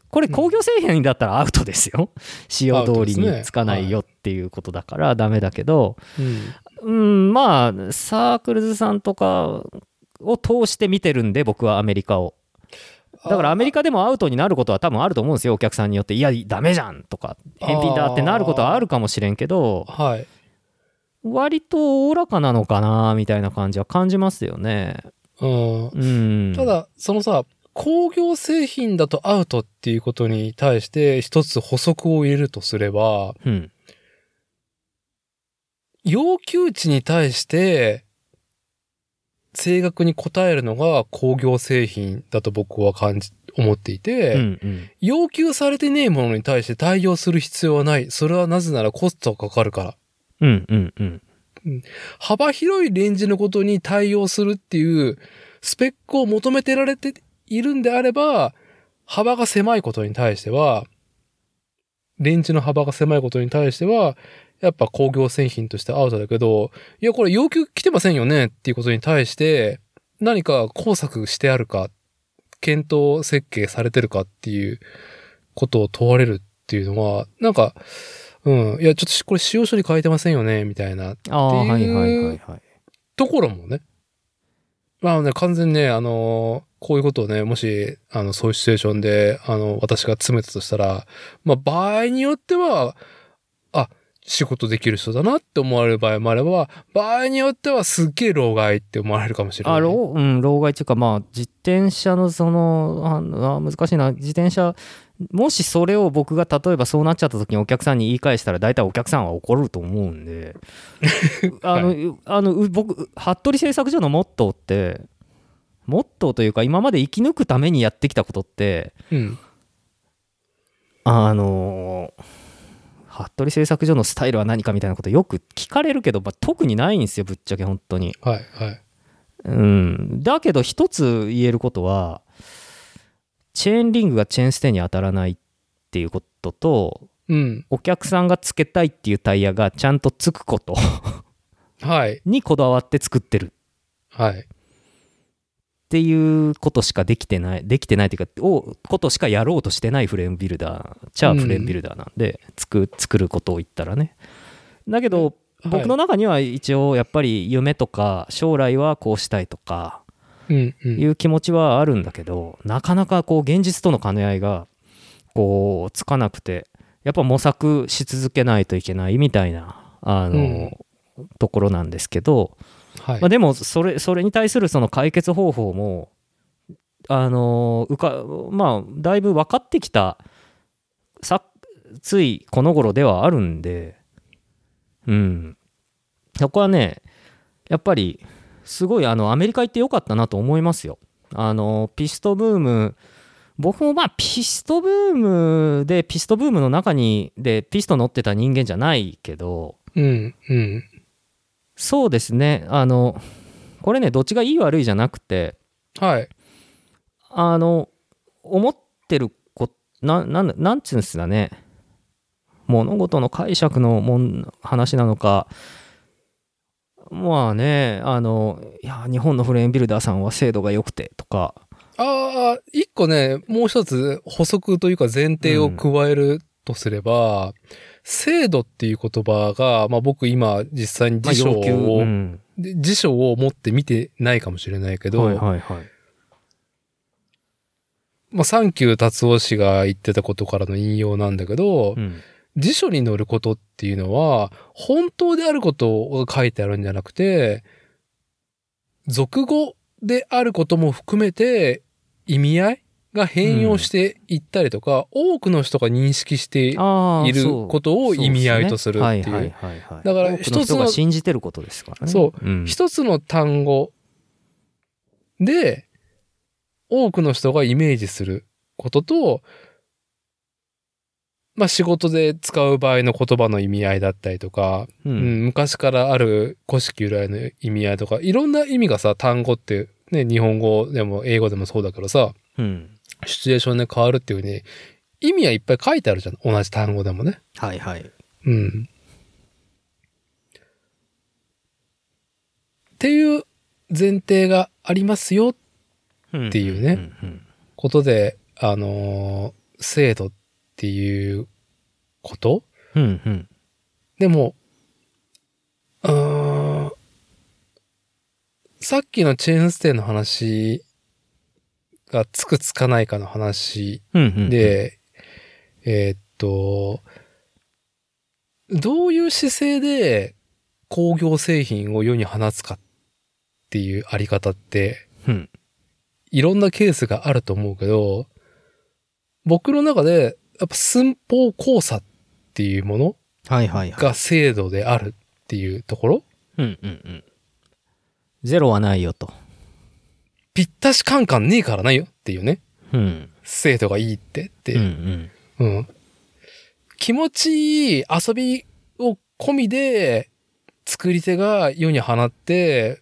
これうん。 工業製品だったらアウトですよ仕様アウト通りにですね。 つかないよはっていうことだからダメだけど、 い。うん。 うん、まあサークルズさんとかを通して見てるんで僕はアメリカを。だからアメリあ、 カでもアウトになることは多分あると思うんですよ、お客さんによって。いやダメじゃんとか返品だってなることはあるかもしれんけど、 はい。 割とおおらかなのかなみたいな感じは感じますよね。 うん。 うん。 ただ、そのさ、工業製品だとアウトっていうことに対して一つ補足を入れるとすれば、 うん。 要求値に対して正確に応えるのが工業製品だと僕は思っていうんうて、 ん。 要求されてねえものに対して対応する必要はない。それはなぜならコストがかかるから。 うんうんうん。 幅広いレンジのことに対応するっていうスペックを求めてられているんであれば、幅が狭いことに対しては、レンジの幅が狭いことに対しては、やっぱ工業製品としてアウトだけど、いや、これ要求来てませんよねっていうことに対して、何か工作してあるか、検討設計されてるかっていうことを問われるっていうのは、なんか、うん、いや、ちょっとこれ使用書に書いてませんよね、みたいなってああ、はいはいはいういはい。 ところもね、まあね、完全にね、こういうことをね、もし、そういうシチュエーションで、私が詰めたとしたら、まあ、場合によっては、あ、仕事できる人だなって思われる場合もあれば、場合によってはすっげえ老害って思われるかもしれない。 老害っていうか、まあ、自転車の難しいな、自転車、もしそれを僕が例えばそうなっちゃった時にお客さんに言い返したら、大体お客さんは怒ると思うんで、 はい。 僕、服部製作所のモットーというか、今まで生き抜くためにやってきたことって、 うん。 あの服部製作所のスタイルは何かみたいなことよく聞かれるけど、まあ、特にないんですよ、ぶっちゃけ本当に。 はい、はい。 うん。だけど一つ言えることは、チェーンリングがチェーンステに当たらないっていうことと、 うん。 お客さんがつけたいっていうタイヤがちゃんとつくことはい。 にこだわって作ってるっはい。 ていうことしかできてないというか、ことしかやろうとしてないフレームビルダー、 うフレームビん。 ルダーなんで、作ることを言ったらね。だけど、 はい。 僕の中には一応やっぱり夢とか将来はこうしたいとかうん、うん。 いう気持ちはあるんだけど、なかなかこう現実との兼ね合いがこうつかなくて、やっぱ模索し続けないといけないみたいなうん。 ところなんですけど、 はい。 まあ、でもそれに対するその解決方法もまあだいぶ分かってきたさついこの頃ではあるんで、うん、そこはねやっぱりすごいアメリカ行ってよかったなと思いますよ。ピストブーム、僕もまあピストブームでピストブームの中にでピスト乗ってた人間じゃないけど、 うん、うん。 そうですね、これねどっちがいい悪いじゃなくて、 はい。 思ってるなんつうんですかね、 物事の解釈の話なのか、まあね、いや、日本のフレームビルダーさんは精度が良くてとか。 一個ね、もう一つ補足というか前提を加えるとすれば、精度っていう言葉が、まあ僕今実際に辞書を持って見てないかもしれないけど、 はいはいはい。 まあサンキュー達夫氏が言ってたことからの引用なんだけど、辞書に載ることっていうのは、本当であることを書いてあるんじゃなくて、俗語であることも含めて、意味合いが変容していったりとか、多くの人が認識していることを意味合いとするっていう。だから一つの信じてることですからね。 そう。一つの単語で、多くの人がイメージすることと、まあ仕事で使う場合の言葉の意味合いだったりとか、昔からある古式由来の意味合いとか、いろんな意味がさ、単語ってね、日本語でも英語でもそうだけどさ、シチュエーションで変わるっていうね、意味はいっぱい書いてあるじゃん。同じ単語でもね。 はいはい。 っていう前提がありますよっていうね、ことで、制度っていうこと、でも、さっきのチェーンステイの話がつくつかないかの話で、どういう姿勢で工業製品を世に放つかっていうあり方って、いろんなケースがあると思うけど、僕の中でやっぱ寸法交差っていうものが制度であるっていうところ、 ゼロはないよと。 ぴったしカンカンねえからないよっていうね。制度がいいって気持ちいい遊びを込みで作り手が世に放って、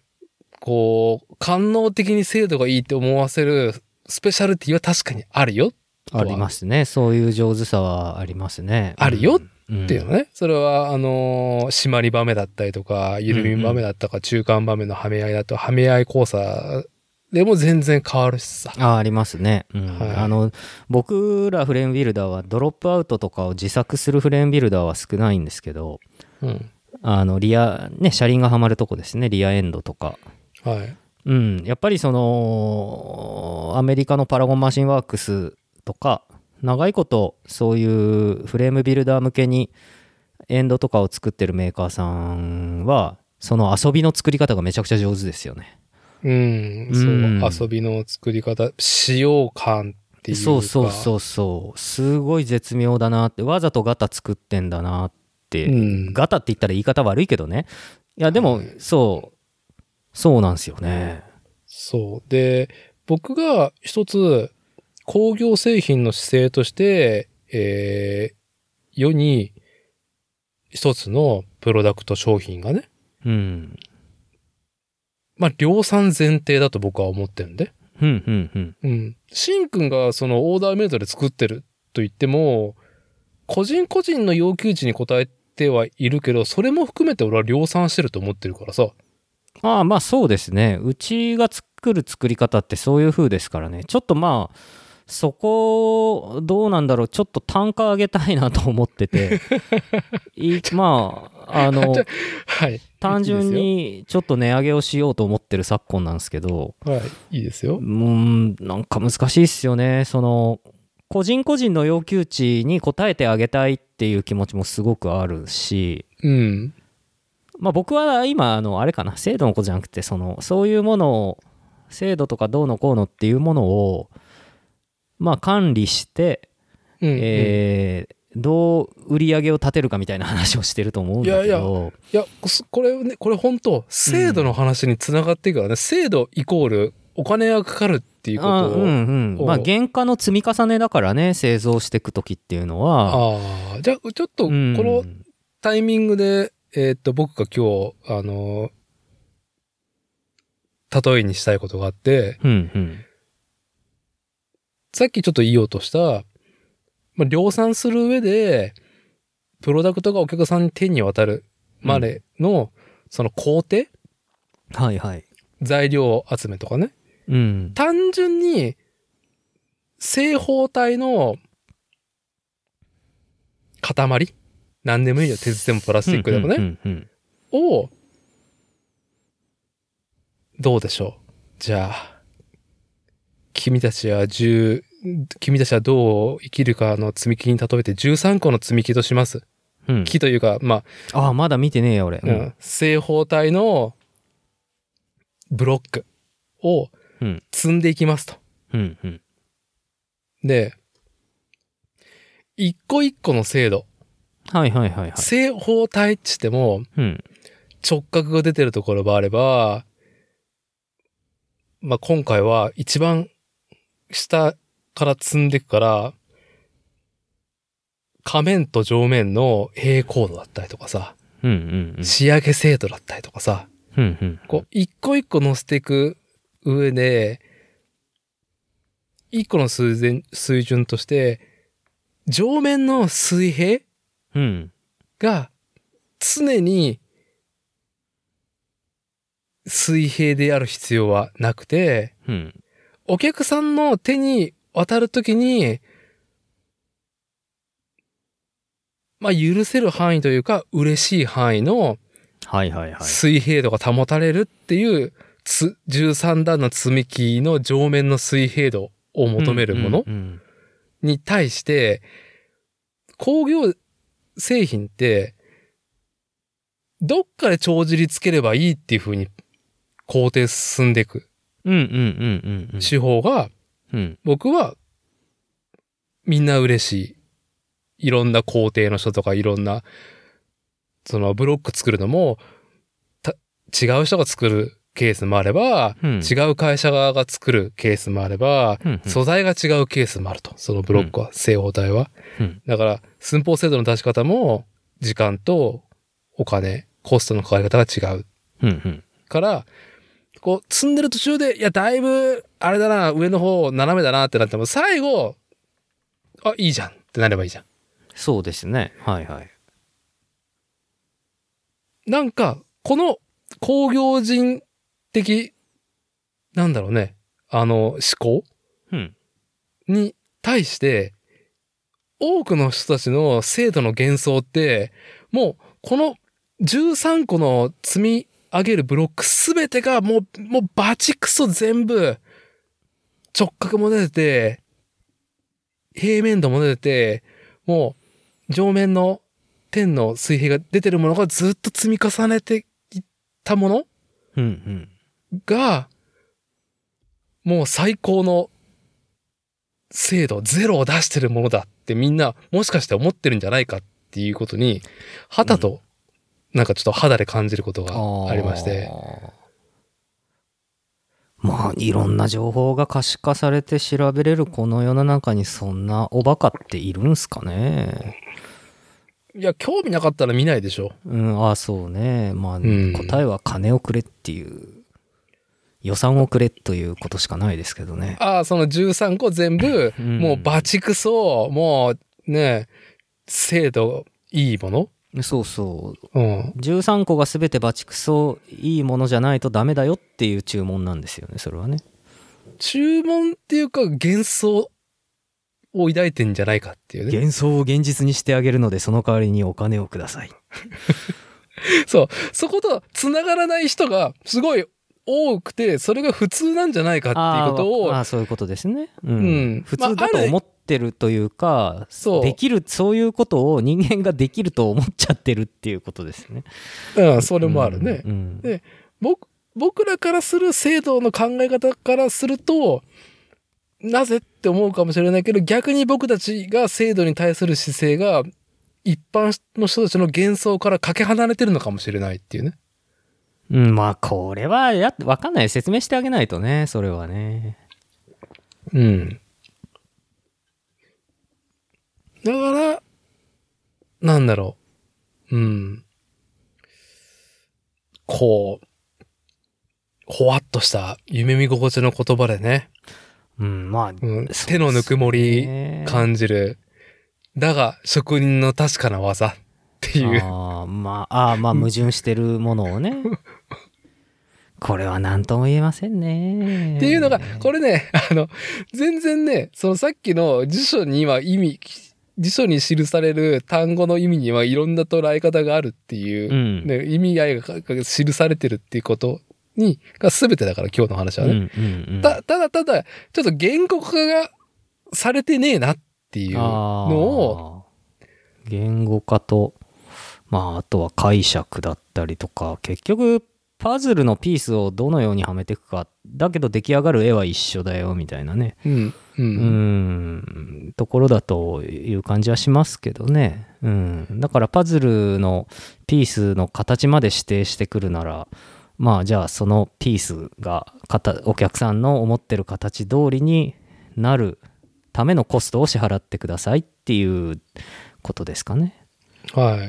こう、官能的に制度がいいって思わせるスペシャルティは確かにあるよ。 ありますね。そういう上手さはありますね。 あるよっていうのね。それは、締まり場目だったりとか、緩み場目だったか、中間場目のはめ合いだと、はめ合い交差でも全然変わるしさ。 ありますね。僕らフレームビルダーはドロップアウトとかを自作するフレームビルダーは少ないんですけど、リア、ね、車輪がはまるとこですね。リアエンドとか。やっぱりその、アメリカのパラゴンマシンワークスとか、長いことそういうフレームビルダー向けにエンドとかを作ってるメーカーさんは、その遊びの作り方がめちゃくちゃ上手ですよね。 そう、遊びの作り方、使用感っていうか。 そう。すごい絶妙だなって、わざとガタ作ってんだなって、ガタって言ったら言い方悪いけどね。いや、でも、そうなんですよね。 そう。で、僕が一つ工業製品の姿勢として、世に一つのプロダクト商品がね。まあ、量産前提だと僕は思ってるんで。シンくんがそのオーダーメイドで作ってると言っても、個人個人の要求値に応えてはいるけど、それも含めて俺は量産してると思ってるからさ。 まあそうですね。うちが作る作り方ってそういう風ですからね。ちょっとまあ、そこ、どうなんだろう。ちょっと単価上げたいなと思ってて。まあ、単純にちょっと値上げをしようと思ってる昨今なんですけど。 いいですよ。 なんか難しいっすよね。その、個人個人の要求値に応えてあげたいっていう気持ちもすごくあるし。まあ僕は今、あれかな、制度のことじゃなくて、そういうものを、制度とかどうのこうのっていうものを、まあ管理して、どう売り上げを立てるかみたいな話をしてると思うんだけど。 いや、これ本当制度の話につながっていくからね、制度イコールお金がかかるっていうことを。 まあ原価の積み重ねだからね、製造していくときっていうのは。 じゃあちょっとこのタイミングで、僕が今日、例えにしたいことがあって、さっきちょっと言おうとした、まあ、量産する上で、 プロダクトがお客さんに手に渡るまでの、その工程、 はいはい。 材料集めとかね。 うん。 単純に、正方体の塊、何でもいいよ。鉄でもプラスチックでもね。を、どうでしょう。じゃあ、君たちはどう生きるかの積み木に例えて13個の積み木とします。 うん、 木というか、まあ。 まだ見てねえよ、俺。 うん。正方体のブロックを積んでいきますと。 うんうん、 で、一個一個の精度。 はいはいはいはい。 正方体ってしても、直角が出てるところもあれば、まあ、今回は一番下から積んでいくから、下面と上面の平行度だったりとかさ、仕上げ精度だったりとかさ、こう一個一個乗せていく上で、一個の水準として、上面の水平が常に水平である必要はなくて、お客さんの手に渡るときに、まあ許せる範囲というか嬉しい範囲の水平度が保たれるっていう13段の積み木の上面の水平度を求めるものに対して、工業製品ってどっかで帳尻つければいいっていう風に工程進んでいく手法が、僕はみんな嬉しい。いろんな工程の人とかいろんなそのブロック作るのも違う人が作るケースもあれば、違う会社が作るケースもあれば、素材が違うケースもあると。そのブロックは、正方体は。だから寸法精度の出し方も時間とお金、コストのかかり方が違う。から、こう、積んでる途中で、いや、だいぶ、あれだな、上の方、斜めだなってなっても、最後、いいじゃんってなればいいじゃん。 そうですね。はいはい。 なんか、この工業人的、なんだろうね、思考、に対して、多くの人たちの精度の幻想って、もう、この13個の積み上げるブロックすべてがもうバチクソ全部直角も出てて、平面度も出てて、もう上面の点の水平が出てるものがずっと積み重ねていったものが、もう最高の精度、ゼロを出してるものだってみんなもしかして思ってるんじゃないかっていうことに、肌と、なんかちょっと肌で感じることがありまして。 まあ、いろんな情報が可視化されて調べれるこの世の中にそんなおバカっているんすかね。 いや、興味なかったら見ないでしょ。 そうね。まあ、答えは金をくれっていう、予算をくれということしかないですけどね。 その13個全部、もうバチクソ、もうね、精度いいもの？ そうそう。13個が全てバチクソいいものじゃないとダメだよっていう注文なんですよね、それはね。 注文っていうか幻想を抱いてんじゃないかっていうね。 幻想を現実にしてあげるのでその代わりにお金をください。 そう。そこと繋がらない人がすごい多くて、それが普通なんじゃないかっていうことを。 そういうことですね。普通だと思ってるというか、できる、そういうことを人間ができると思っちゃってるっていうことですね。 それもあるね。で、僕らからする制度の考え方からすると、なぜって思うかもしれないけど、逆に僕たちが制度に対する姿勢が、一般の人たちの幻想からかけ離れてるのかもしれないっていうね。 まあ、これはわかんない。説明してあげないとね、それはね。 だから、なんだろう。こう、ほわっとした夢見心地の言葉でね。 まあ、 手のぬくもり感じる。だが、職人の確かな技っっていう。 まあ矛盾してるものをね。これは何とも言えませんね。 っていうのが、これね、全然ね、そのさっきの辞書には辞書に記される単語の意味にはいろんな捉え方があるっていう、ね、意味合いが記されてるっていうことが全てだから今日の話はね。ただ、ちょっと言語化がされてねえなっていうのを。 言語化と、あとは解釈だったりとか、結局、パズルのピースをどのようにはめていくか、だけど出来上がる絵は一緒だよみたいなね、ところだという感じはしますけどね。だからパズルのピースの形まで指定してくるなら、じゃあそのピースがお客さんの思ってる形通りになるためのコストを支払ってくださいっていうことですかね。 はい。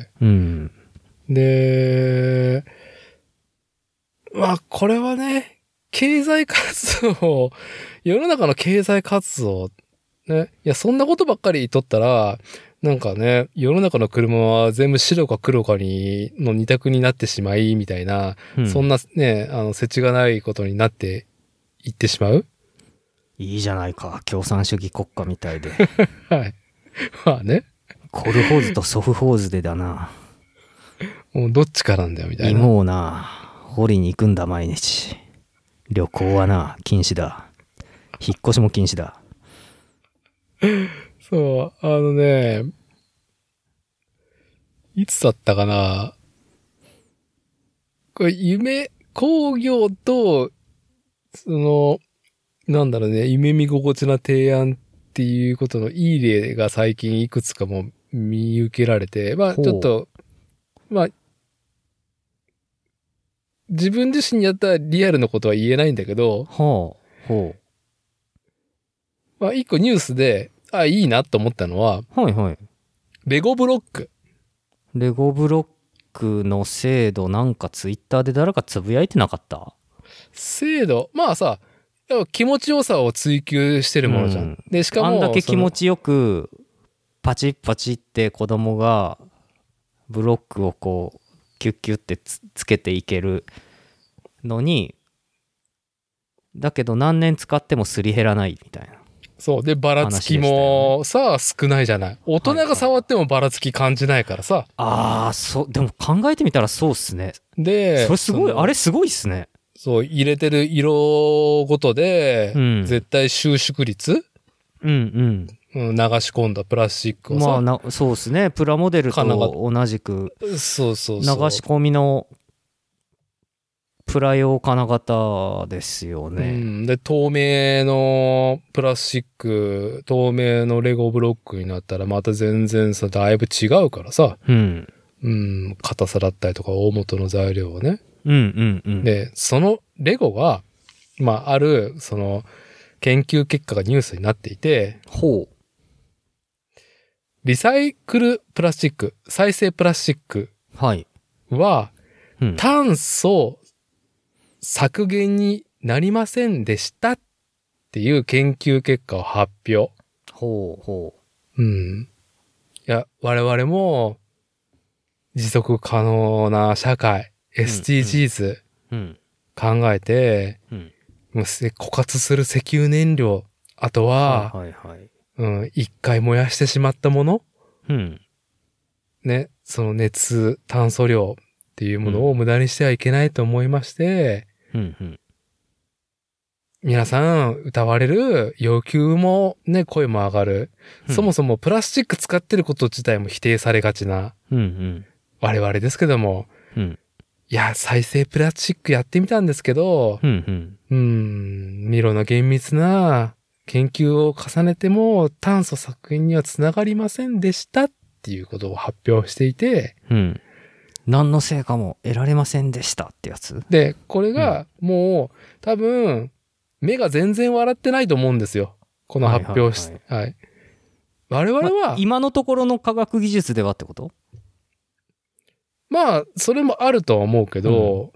で、これはね、経済活動、世の中の経済活動、ね、いや、そんなことばっかり言っとったら、なんかね、世の中の車は全部白か黒かの二択になってしまい、みたいな、そんなね、世知がないことになっていってしまう？ いいじゃないか、共産主義国家みたいで。 はい。まあね。 コルホーズとソフホーズでだな。 もうどっちかなんだよ、みたいな。 もうな、掘りに行くんだ毎日。旅行はな、禁止だ。引っ越しも禁止だ。 そう、いつだったかな。これ工業と、なんだろうね、夢見心地な提案っていうことのいい例が最近いくつかも見受けられて、ちょっと、自分自身にやったリアルなことは言えないんだけど、一個ニュースで、いいなと思ったのは、レゴブロック。 レゴブロックの精度なんかツイッターで誰かつぶやいてなかった？ 精度、気持ちよさを追求してるものじゃん。で、しかも。 あんだけ気持ちよく、パチッパチって子供がブロックをこう、キュッキュッってつけていけるのに、だけど何年使ってもすり減らないみたいな。 そう。で、ばらつきもさ、少ないじゃない。大人が触ってもばらつき感じないからさ。 でも考えてみたらそうっすね。 で、 それすごい、あれすごいっすね。 そう、入れてる色ごとで、絶対収縮率流し込んだプラスチックをさ。 そうっすね。プラモデルと同じく、流し込みのプラ用金型ですよね。 で、透明のプラスチック、透明のレゴブロックになったらまた全然さ、だいぶ違うからさ。硬さだったりとか大元の材料をね。で、そのレゴが、ある、その、研究結果がニュースになっていて、リサイクルプラスチック、再生プラスチックは、炭素削減になりませんでしたっていう研究結果を発表。いや、我々も持続可能な社会、SDGs 考えて、枯渇する石油燃料、あとは、一回燃やしてしまったもの、ね、その炭素量っていうものを無駄にしてはいけないと思いまして、皆さん歌われる要求もね、声も上がる。そもそもプラスチック使ってること自体も否定されがちな、我々ですけども、いや、再生プラスチックやってみたんですけど、ミロの厳密な研究を重ねても炭素削減にはつながりませんでしたっていうことを発表していて、 何の成果も得られませんでしたってやつで、これがもう多分目が全然笑ってないと思うんですよ。この発表し、我々は、 今のところの科学技術ではってこと？ それもあるとは思うけど、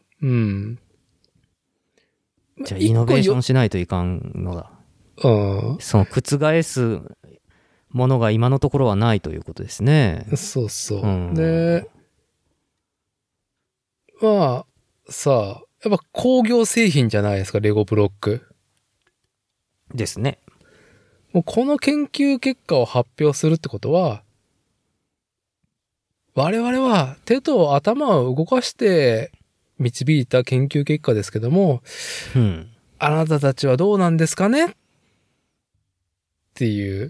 じゃあ、イノベーションしないといかんのだ。その覆すものが今のところはないということですね。 そうそう。で、まあ、さ、やっぱ工業製品じゃないですか、レゴブロック。 ですね。 もうこの研究結果を発表するってことは、我々は手と頭を動かして導いた研究結果ですけども、あなたたちはどうなんですかねっていう。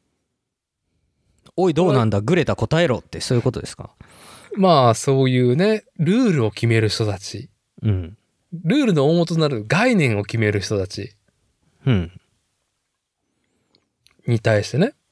おいどうなんだグレタ答えろってそういうことですか。 まあそういうね、ルールを決める人たち。ルールの大元となる概念を決める人たち。に対してね。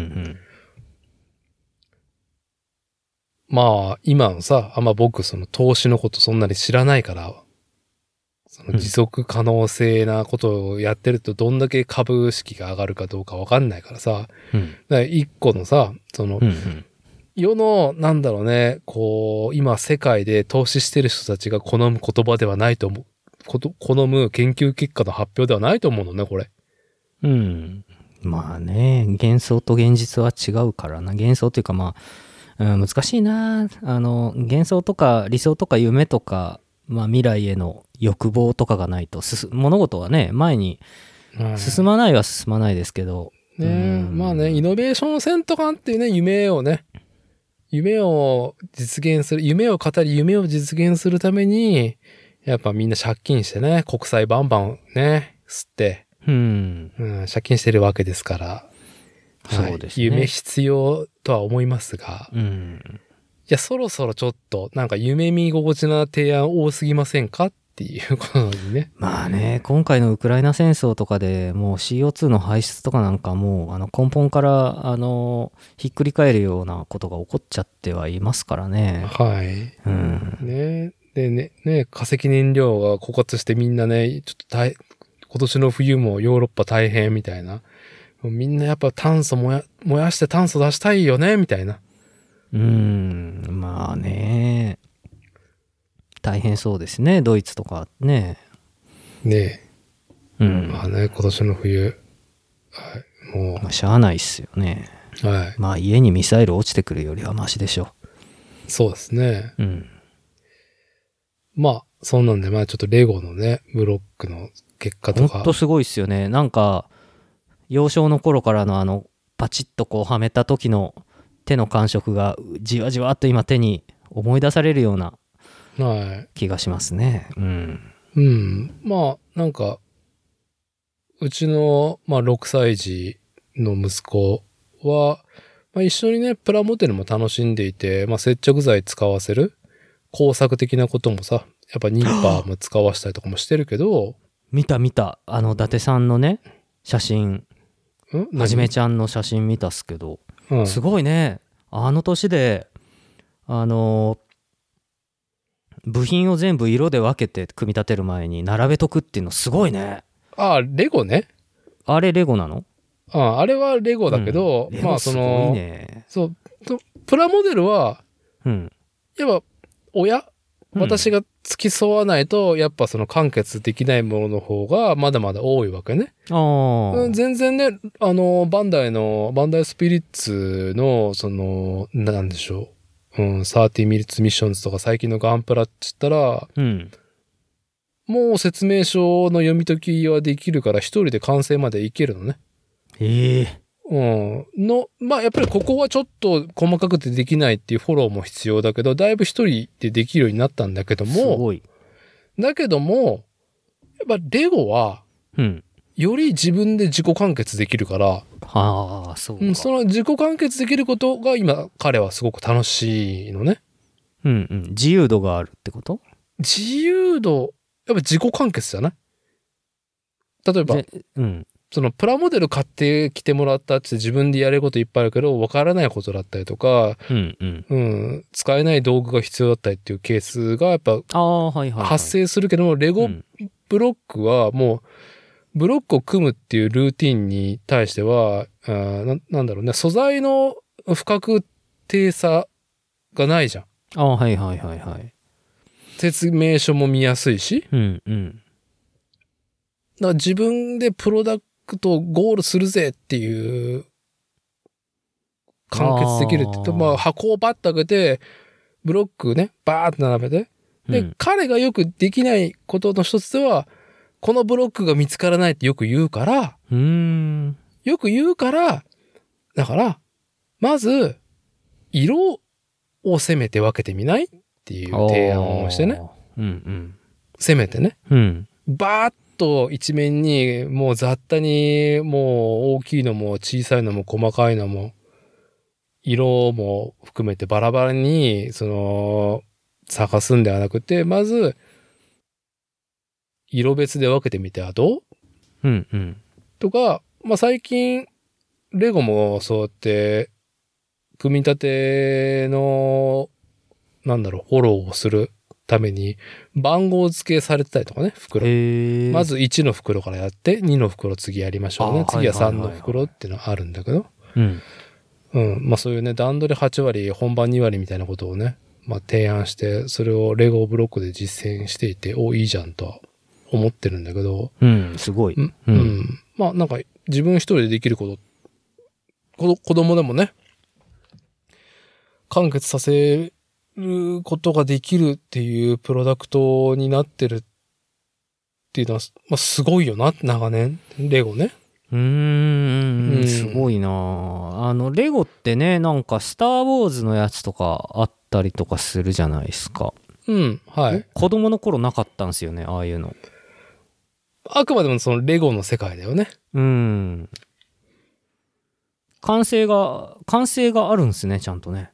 まあ今のさ、あんま僕その投資のことそんなに知らないから、その持続可能性なことをやってるとどんだけ株式が上がるかどうかわかんないからさ、だから一個のさ、その、世の、なんだろうね、こう、今世界で投資してる人たちが好む言葉ではないと思う、好む研究結果の発表ではないと思うのね、これ。 まあね、幻想と現実は違うからな。幻想というかまあ、難しいな。幻想とか理想とか夢とか、まあ未来への欲望とかがないと、物事はね、前に進まないは進まないですけど。 まあね、イノベーションセント感っていうね、夢を実現する、夢を語り、夢を実現するために、やっぱみんな借金してね、国債バンバンね、吸って、借金してるわけですから。 そうですね。 夢必要とは思いますが、いや、そろそろちょっと、なんか夢見心地な提案多すぎませんかっていうことにね。 まあね、今回のウクライナ戦争とかでもう CO2 の排出とかなんかもう根本からひっくり返るようなことが起こっちゃってはいますからね。 ね。でね、化石燃料が枯渇してみんなね、ちょっと今年の冬もヨーロッパ大変みたいな。みんなやっぱ炭素燃やして炭素出したいよねみたいな。 まあね。大変そうですね、ドイツとかね。 まあね、今年の冬。もう。 まあ、しゃあないっすよね。まあ家にミサイル落ちてくるよりはマシでしょ。 そうですね。まあ、そんなんで、まあちょっとレゴのね、ブロックの結果とか。 ほんとすごいっすよね。なんか、幼少の頃からのパチッとこうはめた時の手の感触がじわじわっと今手に思い出されるような気がしますね。 まあ、なんか、うちの、まあ、6歳児の息子は、まあ、一緒にね、プラモデルも楽しんでいて、まあ、接着剤使わせる工作的なこともさ、やっぱニッパーも使わしたりとかもしてるけど、 見た。伊達さんのね、写真、はじめちゃんの写真見たっすけど、すごいね。あの年で、部品を全部色で分けて組み立てる前に並べとくっていうのすごいね。 ああ、レゴね。 あれレゴなの？ あれはレゴだけど、まあすごいね。 そう、プラモデルは、やっぱ、私が付き添わないと、やっぱその完結できないものの方がまだまだ多いわけね。全然ね、バンダイスピリッツの、なんでしょう。30 minutes missions とか最近のガンプラって言ったら、もう説明書の読み解きはできるから一人で完成までいけるのね。まあやっぱりここはちょっと細かくてできないっていうフォローも必要だけど、だいぶ一人でできるようになったんだけども、すごい。 だけども、やっぱレゴは、より自分で自己完結できるから、その自己完結できることが今彼はすごく楽しいのね。 自由度があるってこと？ 自由度、やっぱ自己完結じゃない？例えば、そのプラモデル買ってきてもらったって自分でやれることいっぱいあるけど、わからないことだったりとか、使えない道具が必要だったりっていうケースがやっぱ発生するけども、レゴブロックはもう、ブロックを組むっていうルーティンに対しては、なんだろうね、素材の不確定さがないじゃん。説明書も見やすいし、だから自分でプロダクトをゴールするぜっていう完結できるって言うと、まあ箱をバッと開けて、ブロックね、バーって並べて。で、彼がよくできないことの一つでは、このブロックが見つからないってよく言うから、だから、まず、色をせめて分けてみないっていう提案をしてね。せめてね。バーッと一面にもう雑多にもう大きいのも小さいのも細かいのも色も含めてバラバラに探すんではなくて、まず色別で分けてみてはどう？とか、まあ、最近レゴもそうやって組み立てのフォローをするために番号付けされてたりとかね、袋。まず1の袋からやって、2の袋次やりましょうね。次は3の袋っていうのはあるんだけど。まあそういうね、段取り8割、本番2割みたいなことをね、まあ提案して、それをレゴブロックで実践していて、いいじゃんとは思ってるんだけど。 すごい。 まあなんか自分一人でできること、子供でもね、完結させることができるっていうプロダクトになってるっていうのは、まあ、すごいよな、長年。レゴね。 すごいな。レゴってね、なんかスターウォーズのやつとかあったりとかするじゃないですか。 はい。 子供の頃なかったんですよね、ああいうの。 あくまでもそのレゴの世界だよね。 完成があるんですね、ちゃんとね。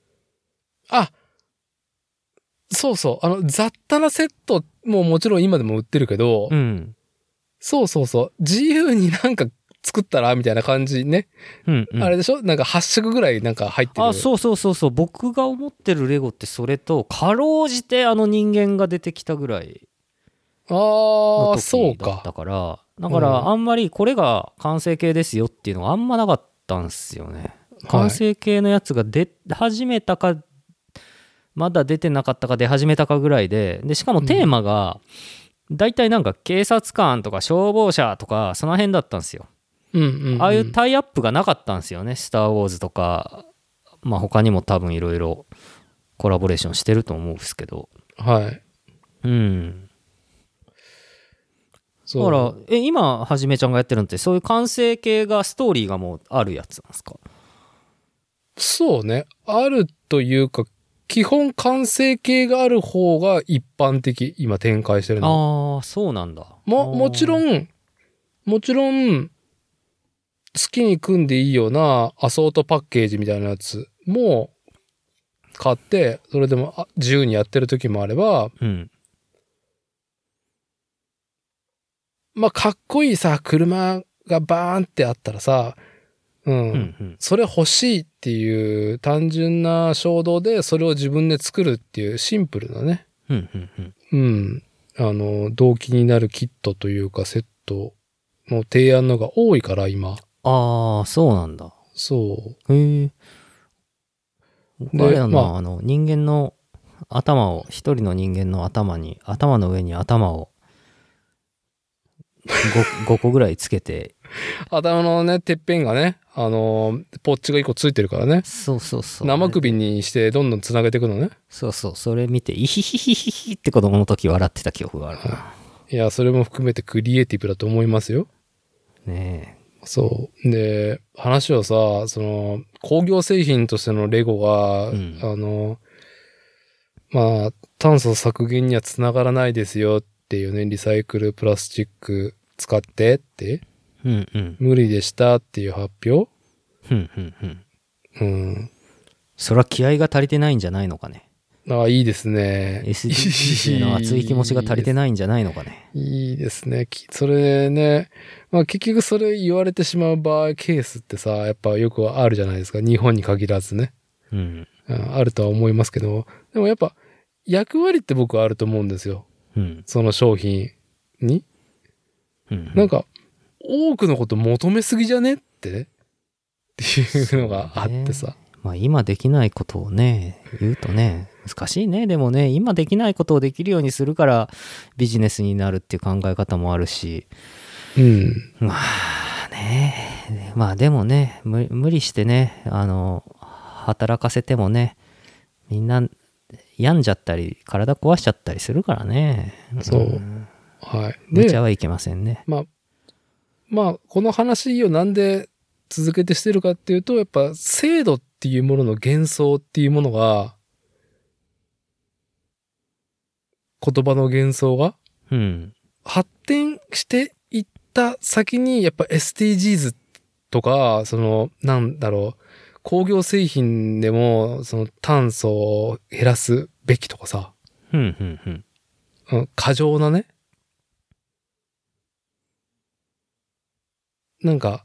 そうそう。雑多なセットももちろん今でも売ってるけど、そう。自由になんか作ったらみたいな感じね。あれでしょ？なんか8色ぐらいなんか入ってる。 そう。僕が思ってるレゴってそれと、かろうじて人間が出てきたぐらいの時だったから、だからあんまりこれが完成形ですよっていうのがあんまなかったんですよね。完成形のやつが出始めたか、まだ出てなかったか出始めたかぐらいで、しかもテーマがだいたいなんか警察官とか消防車とかその辺だったんですよ。ああいうタイアップがなかったんですよね。スター・ウォーズとか、まあ他にも多分いろいろコラボレーションしてると思うんですけど。 はい。 だから今はじめちゃんがやってるのってそういう完成形がストーリーがもうあるやつなんですか？ そうね。あるというか、基本完成形がある方が一般的、今展開してるの。 そうなんだ。 もちろん、好きに組んでいいようなアソートパッケージみたいなやつも買って、それでも自由にやってる時もあれば、まあ、かっこいいさ、車がバーンってあったらさ、それ欲しいっていう単純な衝動でそれを自分で作るっていうシンプルなね。動機になるキットというかセットの提案のが多いから今。 そうなんだ。 そう。 へえ。あれだな、人間の頭を、一人の人間の頭の上に頭を5個ぐらいつけて。 頭のね、てっぺんがね、ポッチが1個ついてるからね。 そう。 生首にしてどんどん繋げていくのね。 そう。それ見て、イヒヒヒヒヒって子供の時笑ってた記憶があるな。 いや、それも含めてクリエイティブだと思いますよ。 ねえ。 そう。で、話をさ、工業製品としてのレゴが、まあ、炭素削減にはつながらないですよっていうね、リサイクルプラスチック使ってって、無理でしたっていう発表。 それは気合が足りてないんじゃないのかね。 いいですね。 SDGs の熱い気持ちが足りてないんじゃないのかね。 いいですね。それね、まあ結局それ言われてしまう場合、ケースってさ、やっぱよくあるじゃないですか。日本に限らずね。あるとは思いますけど、でもやっぱ役割って僕はあると思うんですよ。その商品に。なんか、多くのこと求めすぎじゃねってね。っていうのがあってさ。 まあ今できないことをね、言うとね、難しいね。でもね、今できないことをできるようにするからビジネスになるっていう考え方もあるし。まあね、 まあでもね、無理してね、働かせてもね、みんな病んじゃったり、体壊しちゃったりするからね。 そう。はい。 無茶はいけませんね。 まあ、この話をなんで続けてしてるかっていうと、やっぱ制度っていうものの幻想っていうものが、言葉の幻想が、発展していった先に、やっぱ SDGs とか、なんだろう、工業製品でも、炭素を減らすべきとかさ、過剰なね、なんか、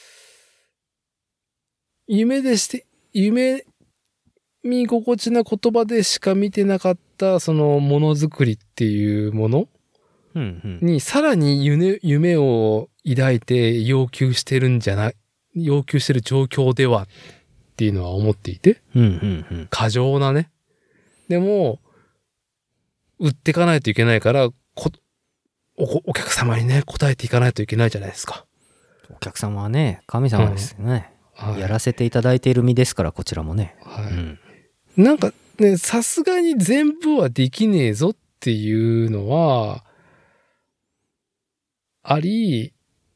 夢見心地な言葉でしか見てなかった、ものづくりっていうものに、さらに夢を抱いて要求してる状況ではっていうのは思っていて、過剰なね。でも、売っていかないといけないから、お客様にね、答えていかないといけないじゃないですか。 お客様はね、神様ですよね。やらせていただいている身ですから、こちらもね。 なんかね、さすがに全部はできねえぞっていうのは、い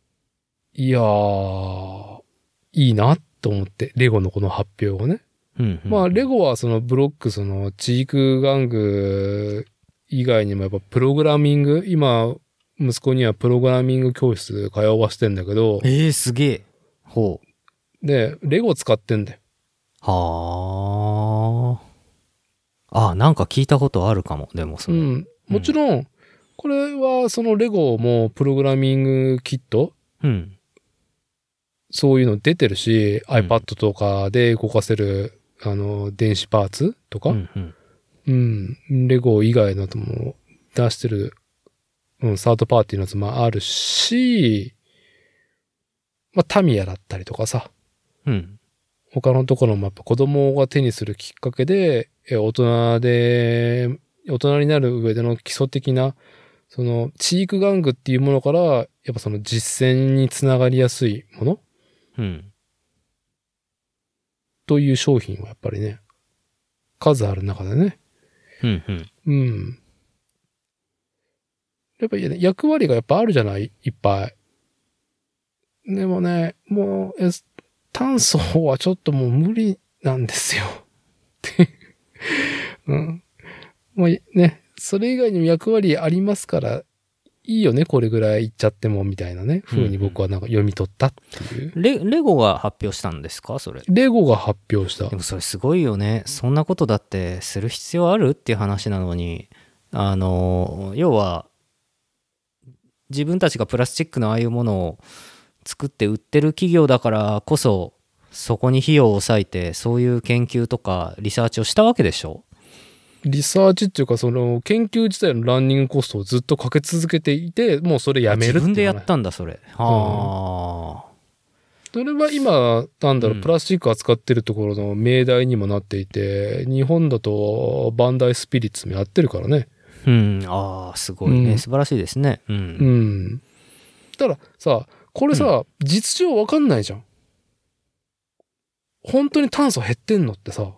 いなと思って、レゴのこの発表をね。まあ、レゴはブロック、知育玩具以外にもやっぱプログラミング、今、息子にはプログラミング教室通わしてんだけど。 すげえ。ほう。で、レゴ使ってんだよ。 はあ。なんか聞いたことあるかも、でもそれ。 もちろん、これはレゴもプログラミングキット、そういうの出てるし、iPad とかで動かせる、電子パーツとか、レゴ以外のやつも出してる、サードパーティーのやつもあるし、まあ、タミヤだったりとかさ、他のところもやっぱ子供が手にするきっかけで、大人になる上での基礎的な、知育玩具っていうものから、やっぱ実践につながりやすいもの、という商品はやっぱりね、数ある中でね。やっぱり、ね、役割がやっぱあるじゃない、いっぱい。でもね、もう、炭素はちょっともう無理なんですよ。もうね、それ以外にも役割ありますから、いいよね、これぐらい言っちゃっても、みたいなね、風に僕はなんか読み取ったっていう。 レゴが発表したんですか、それ。 レゴが発表した。 でもそれすごいよね。そんなことだってする必要あるっていう話なのに、要は、自分たちがプラスチックのああいうものを作って売ってる企業だからこそ、そこに費用を割いて、そういう研究とかリサーチをしたわけでしょ。 リサーチっていうか、研究自体のランニングコストをずっとかけ続けていて、もうそれやめるっていう、ね。 自分でやったんだ、それ。はあ。 それは今、プラスチック扱ってるところの命題にもなっていて、日本だとバンダイスピリッツもやってるからね。 すごいね。素晴らしいですね。 たださ、これさ、実情わかんないじゃん。本当に炭素減ってんのってさ、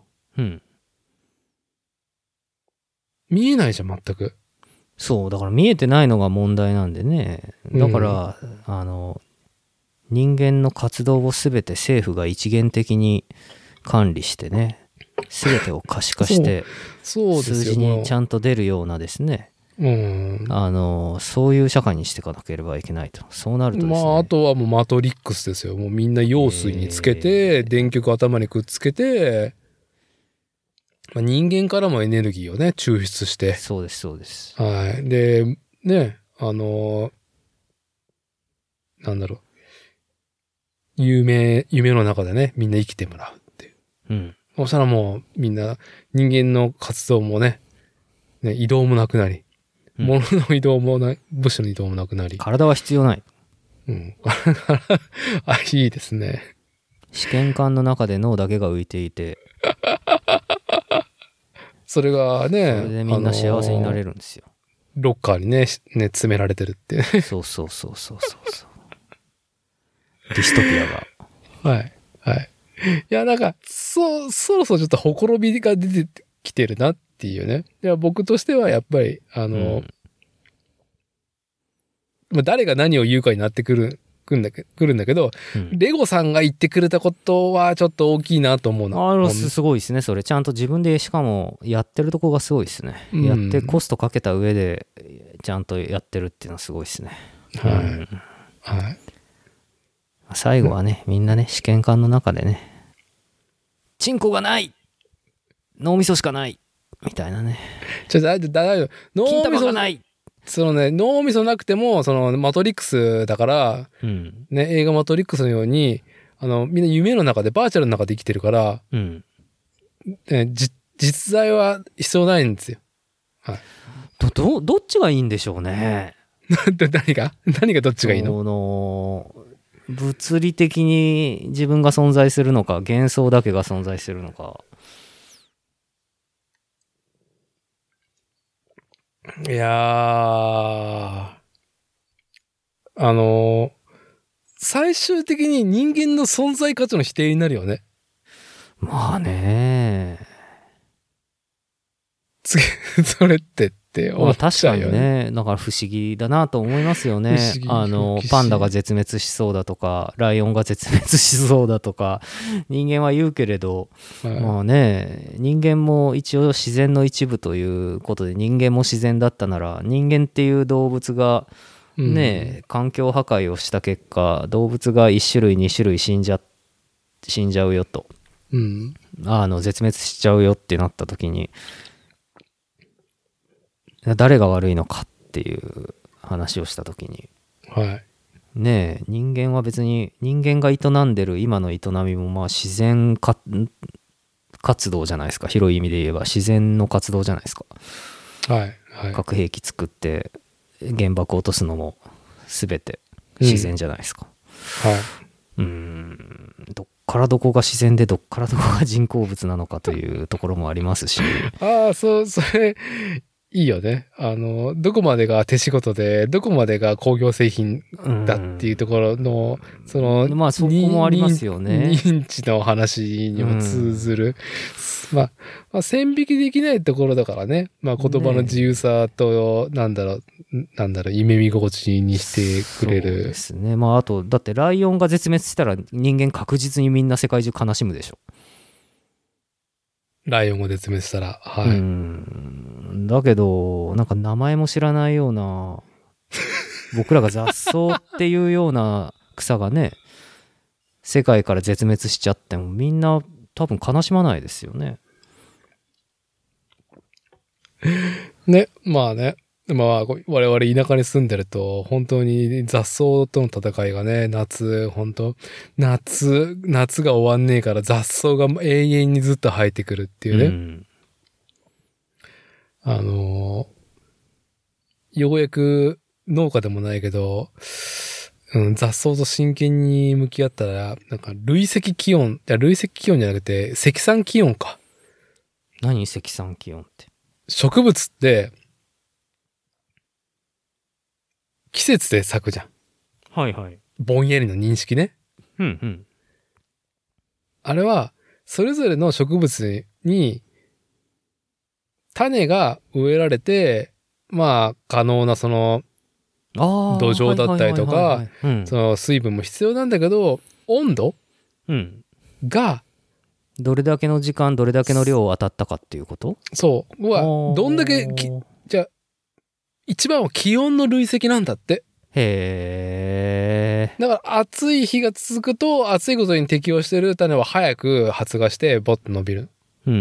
見えないじゃん、全く。 そう、だから見えてないのが問題なんでね。だから、人間の活動をすべて政府が一元的に管理してね、すべてを可視化して、数字にちゃんと出るようなですね、そういう社会にしていかなければいけないと。そうなるとですね。 あとはもうマトリックスですよ。もうみんな陽水につけて、電極頭にくっつけて、人間からもエネルギーをね、抽出して。 そうです、そうです。 はい。で、ね、なんだろう。夢の中でね、みんな生きてもらうっていう。そしたらもう、みんな、人間の活動もね、移動もなくなり、物の移動も物資の移動もなくなり。 体は必要ない。 いいですね。 試験管の中で脳だけが浮いていて、 それがね、 それでみんな幸せになれるんですよ。 ロッカーにね、詰められてるって。 そう。 ディストピアが。はい。はい。いや、なんか、そろそろちょっとほころびが出てきてるなっていうね。いや、僕としてはやっぱり、まあ、誰が何を言うかになってくるんだけど、レゴさんが言ってくれたことはちょっと大きいなと思うな。 すごいですね。それちゃんと自分でしかもやってるとこがすごいですね。やってコストかけた上でちゃんとやってるっていうのはすごいですね。 はい。はい。 最後はね、みんなね、試験管の中でね、チンコがない脳みそしかないみたいなね。 だいぶ金玉がない。 そのね、脳みそなくても、そのマトリックスだから、ね、映画マトリックスのように、みんな夢の中で、バーチャルの中で生きてるから、実在は必要ないんですよ。はい。 どっちがいいんでしょうね。 何がどっちがいいの？ 物理的に自分が存在するのか、幻想だけが存在するのか。 いやー、最終的に人間の存在価値の否定になるよね。 まあね。 それって思っちゃうよね。 確かにね。だから不思議だなと思いますよね。パンダが絶滅しそうだとか、ライオンが絶滅しそうだとか、人間は言うけれど、まあね、人間も一応自然の一部ということで、人間も自然だったなら、人間っていう動物が、ね、環境破壊をした結果、動物が1種類2種類死んじゃうよと、絶滅しちゃうよってなった時に、誰が悪いのかっていう話をした時に、ねえ、人間は別に人間が営んでる今の営みもまあ自然活動じゃないですか。広い意味で言えば自然の活動じゃないですか。核兵器作って原爆落とすのも全て自然じゃないですか。どっからどこが自然でどっからどこが人工物なのかというところもありますし。 それいいよね。どこまでが手仕事で、どこまでが工業製品だっていうところの、 まあそこもありますよね。 認知の話にも通ずる。まあ、線引きできないところだからね。まあ言葉の自由さと、夢見心地にしてくれる。 そうですね。まああと、だってライオンが絶滅したら人間確実にみんな世界中悲しむでしょ。 ライオンが絶滅したら。 だけど、なんか名前も知らないような、僕らが雑草っていうような草がね、世界から絶滅しちゃってもみんな多分悲しまないですよね。 ね、まあね。まあ、我々田舎に住んでると、本当に雑草との戦いがね、夏が終わんねえから雑草が永遠にずっと生えてくるっていうね。ようやく農家でもないけど、雑草と真剣に向き合ったら、なんか累積気温じゃなくて、積算気温か。 何積算気温って。 植物って、季節で咲くじゃん。ぼんやりの認識ね。あれは、それぞれの植物に、種が植えられて、まあ、可能な土壌だったりとか、その水分も必要なんだけど、温度が、 どれだけの時間、どれだけの量を当たったかっていうこと？ そう。どんだけ、じゃあ、一番は気温の累積なんだって。 へー。 だから暑い日が続くと、暑いことに適応してる種は早く発芽してボッと伸びる。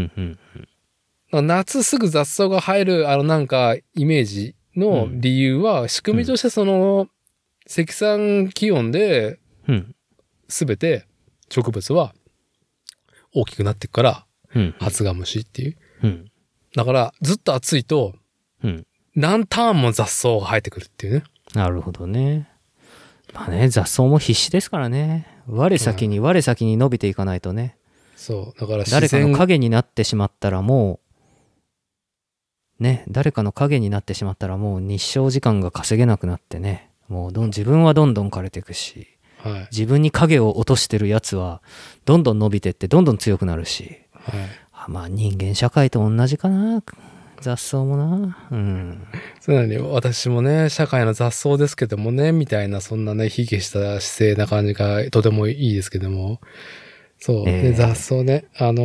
夏すぐ雑草が生える、なんかイメージの理由は、仕組みとして積算気温で、すべて植物は大きくなっていくから、発芽虫っていう。だから、ずっと暑いと、何ターンも雑草が生えてくるっていうね。 なるほどね。まあね、雑草も必死ですからね。我先に伸びていかないとね。 そう。だから誰かの影になってしまったらもう、ね、誰かの影になってしまったらもう日照時間が稼げなくなってね。もう自分はどんどん枯れていくし、 はい、 自分に影を落としてるやつはどんどん伸びてってどんどん強くなるし、 はい、 まあ人間社会と同じかな、雑草もな。うん。 そうなのに、私もね、社会の雑草ですけどもね、みたいな、そんなね、卑下した姿勢な感じがとてもいいですけども。そう。で、雑草ね、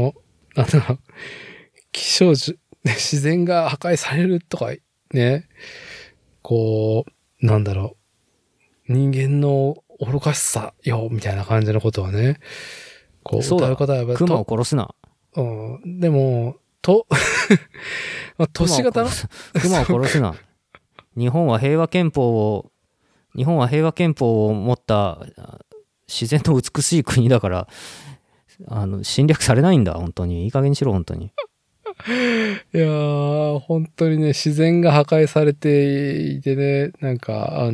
気象樹、自然が破壊されるとか、ね、こう、なんだろう、人間の愚かしさよ、みたいな感じのことはね、こう、歌う方はやっぱり。 熊を殺すな。 うん。でも、まあ、都市型の熊を殺すな。日本は平和憲法を持った自然の美しい国だから、侵略されないんだ、本当に。いい加減にしろ、本当に。 いやー、本当にね、自然が破壊されていてね、なんか、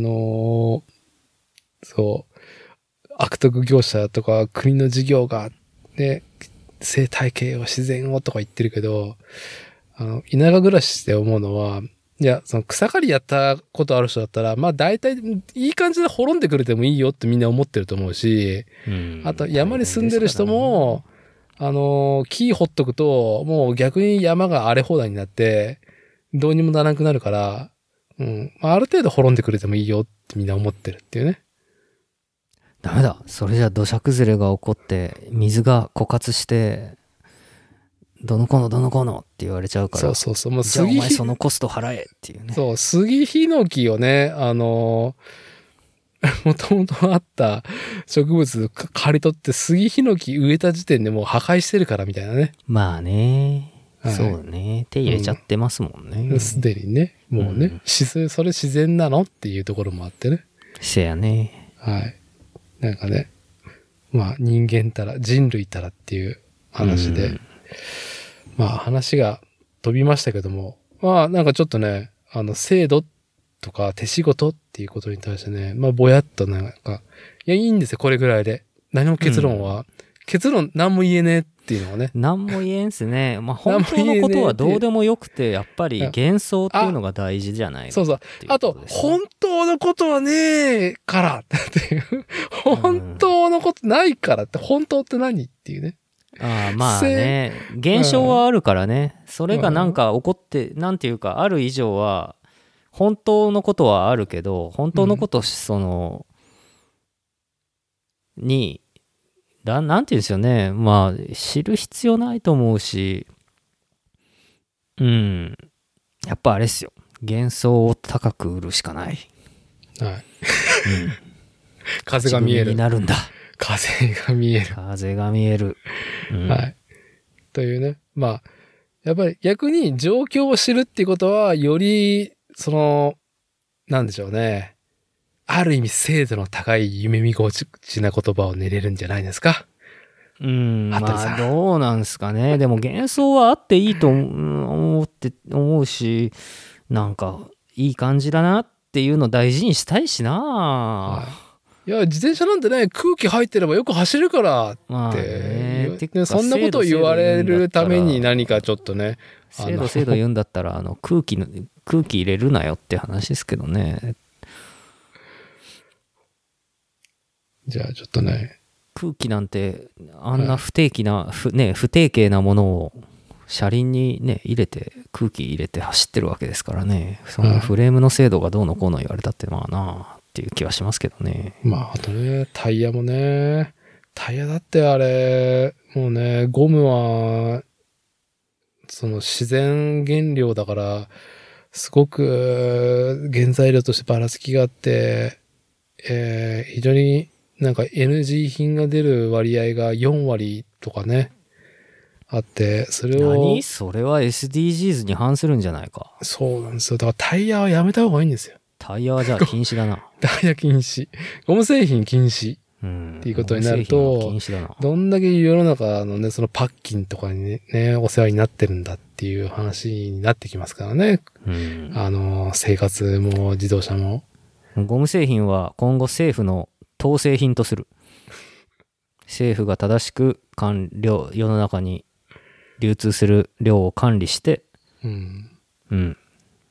そう、悪徳業者とか国の事業が、ね、生態系を自然をとか言ってるけど、田舎暮らしで思うのは、いや、その草刈りやったことある人だったら、まあ大体いい感じで滅んでくれてもいいよってみんな思ってると思うし、あと山に住んでる人も、木掘っとくと、もう逆に山が荒れ放題になって、どうにもならなくなるから、うん。まあ、ある程度滅んでくれてもいいよってみんな思ってるっていうね。 ダメだ。それじゃ土砂崩れが起こって、水が枯渇して、どの子のって言われちゃうから。 そう。もうじゃあお前そのコスト払えっていうね。 そう、杉ヒノキをね、もともとあった植物刈り取って杉ヒノキ植えた時点でもう破壊してるからみたいなね。 まあね。 はい、 そうね。手入れちゃってますもんね。 すでにね。もうね、それ自然なのっていうところもあってね。 せやね。 はい。なんかね、まあ人間たら、人類たらっていう話で、まあ話が飛びましたけども、まあなんかちょっとね、制度とか手仕事っていうことに対してね、まあぼやっとなんか、いやいいんですよ、これぐらいで。何も結論は、結論何も言えねえっていうのはね。 何も言えんすね。まあ本当のことはどうでもよくて、やっぱり幻想っていうのが大事じゃないの。 そうそう。あと、本当のことはねえからっていう。本当のことないからって、本当って何っていうね。 ああ、まあね。現象はあるからね。それがなんか起こって、なんていうか、ある以上は、本当のことはあるけど、本当のこと、なんていうんですよね。まあ、知る必要ないと思うし、やっぱあれっすよ。幻想を高く売るしかない。 はい。風が見える。 になるんだ。 風が見える。 風が見える。 はい。というね。まあ、やっぱり逆に状況を知るっていうことは、より、なんでしょうね。ある意味精度の高い夢見心地な言葉を練れるんじゃないですか。 まあどうなんすかね。でも幻想はあっていいと思うし、なんかいい感じだなっていうのを大事にしたいしな、 はい、いや、自転車なんてね、空気入ってればよく走るからって、まあね、そんなことを言われるために何かちょっとね。 制度言うんだったら、空気入れるなよって話ですけどね。 じゃあちょっとね。 空気なんてあんな不定形なものを車輪にね空気入れて走ってるわけですからね。そのフレームの精度がどうのこうの言われたってまあなっていう気はしますけどね。 まああとね、タイヤもね、タイヤだってあれもうね、ゴムはその自然原料だからすごく原材料としてばらつきがあって、非常になんか NG 品が出る割合が4割とかね、あって、それを。 それは SDGs に反するんじゃないか。 そうなんですよ。だからタイヤはやめた方がいいんですよ。 タイヤはじゃあ禁止だな。 タイヤ禁止。ゴム製品禁止。っていうことになると、どんだけ世の中のね、そのパッキンとかにね、お世話になってるんだっていう話になってきますからね。生活も自動車も。 ゴム製品は今後政府の統制品とする。政府が正しく世の中に流通する量を管理して、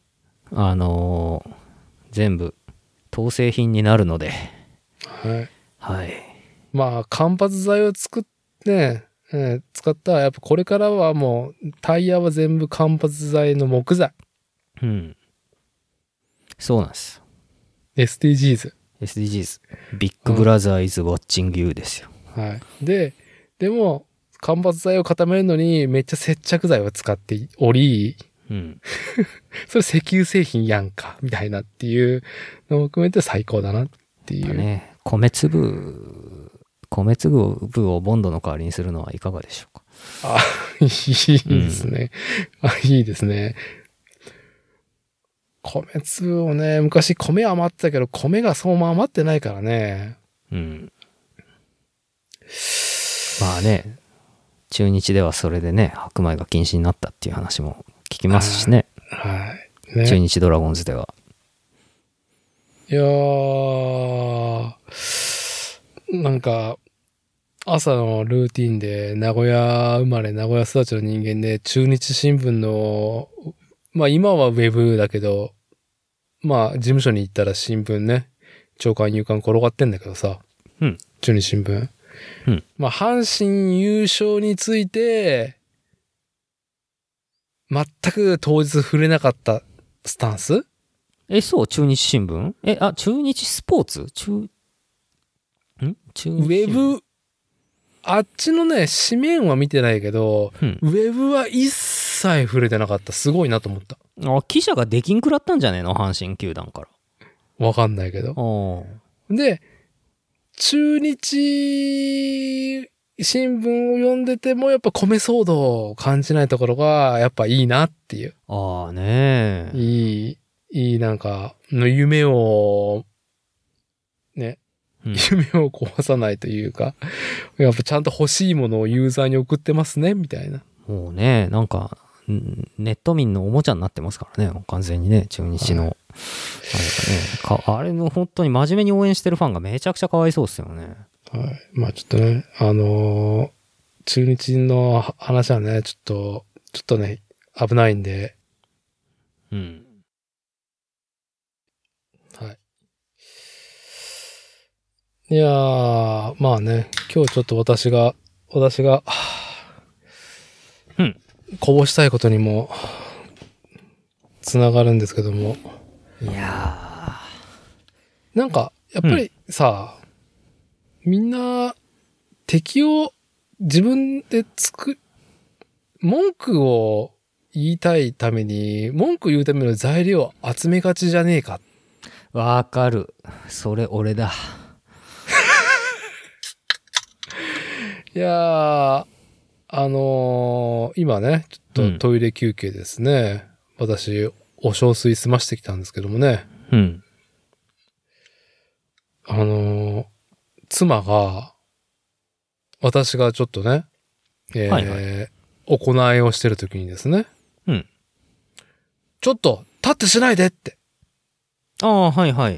全部統制品になるので、 はい。 はい。 まあ、間伐材を使ったら、やっぱこれからはもう、タイヤは全部間伐材の木材。 うん。そうなんです。 SDGs。 SDGs。ビッグブラザー is watching you ですよ。 はい。でも、間伐材を固めるのにめっちゃ接着剤を使っており、 うん。 それ石油製品やんか、みたいなっていうのを含めて最高だなっていう。 ね、米粒をボンドの代わりにするのはいかがでしょうか。 あ、いいですね。いいですね。米粒をね、昔米余ってたけど、米がそう余ってないからね。 うん。まあね、中日ではそれでね、白米が禁止になったっていう話も聞きますしね。 はい。ね、 中日ドラゴンズでは。 いやー、なんか、朝のルーティンで名古屋生まれ、名古屋育ちの人間で、中日新聞の、まあ今はウェブだけど、まあ事務所に行ったら新聞ね、朝刊夕刊転がってんだけどさ、 うん。 中日新聞。 うん。 まあ阪神優勝について、全く当日触れなかったスタンス？ そう、中日新聞？中日スポーツ？中日ウェブ、あっちのね、紙面は見てないけど、 うん、 ウェブは一切触れてなかった。すごいなと思った。 記者が出禁食らったんじゃねえの？阪神球団から。 わかんないけど。で、中日新聞を読んでてもやっぱ米騒動を感じないところがやっぱいいなっていう。 ああねいいなんか、の夢を、ね、夢を壊さないというか、やっぱちゃんと欲しいものをユーザーに送ってますね、みたいな。 もうね、なんか、ネット民のおもちゃになってますからね、完全にね、中日の。はい、あれの本当に真面目に応援してるファンがめちゃくちゃかわいそうですよね。 はい。まあちょっとね、中日の話はね、ちょっとね、危ないんで。 うん。 はい。いやー、まあね、今日ちょっと私が、 うん。 こぼしたいことにも、つながるんですけども。 いやー。なんか、やっぱりさ、みんな、敵を自分で文句を言いたいために、文句言うための材料を集めがちじゃねえか。 わかる。それ俺だ。 いやー、今ね、ちょっとトイレ休憩ですね。私、お小水済ましてきたんですけどもね。 うん。 妻が、私がちょっとね、 はいはい、 行いをしてるときにですね。 うん。 ちょっと、立ってしないでって。 ああ、はいはい。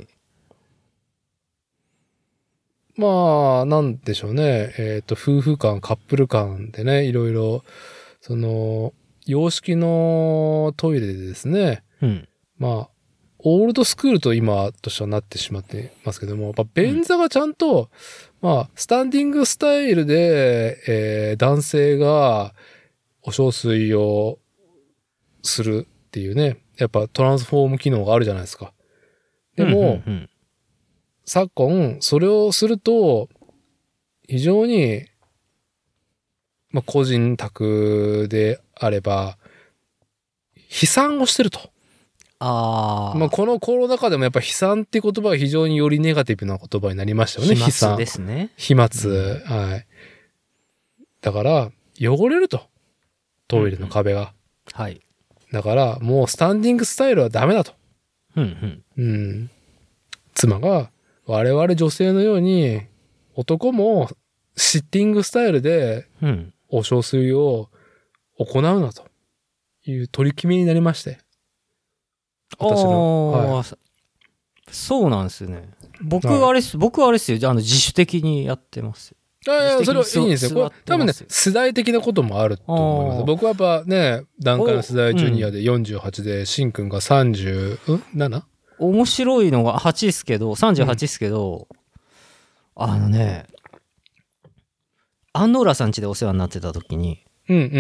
まあ、なんでしょうね。夫婦間、カップル間でね、いろいろ、洋式のトイレでですね。 うん。 まあ、オールドスクールと今としてはなってしまってますけども、やっぱ便座がちゃんと、まあ、スタンディングスタイルで、男性がお小水をするっていうね、やっぱトランスフォーム機能があるじゃないですか。でも、昨今、それをすると、非常に、まあ、個人宅であれば、悲惨をしてると。まあ、このコロナ禍でもやっぱ悲惨って言葉が非常によりネガティブな言葉になりましたよね。 悲惨ですね。 飛沫、はい。だから、汚れると。トイレの壁が。 はい。 だから、もうスタンディングスタイルはダメだと。妻が、我々女性のように、男もシッティングスタイルで、お小水を行うなという取り決めになりまして。 私の。はい、そうなんですね。僕はあれですよ。じゃあ自主的にやってます。 いや、それはいいんですよ。多分ね、世代的なこともあると思います。僕はやっぱね、段階の世代ジュニアで48で、シンくんが 37？ 面白いのが8ですけど、38ですけど、 アンノーラさん家でお世話になってた時に、 うんうん。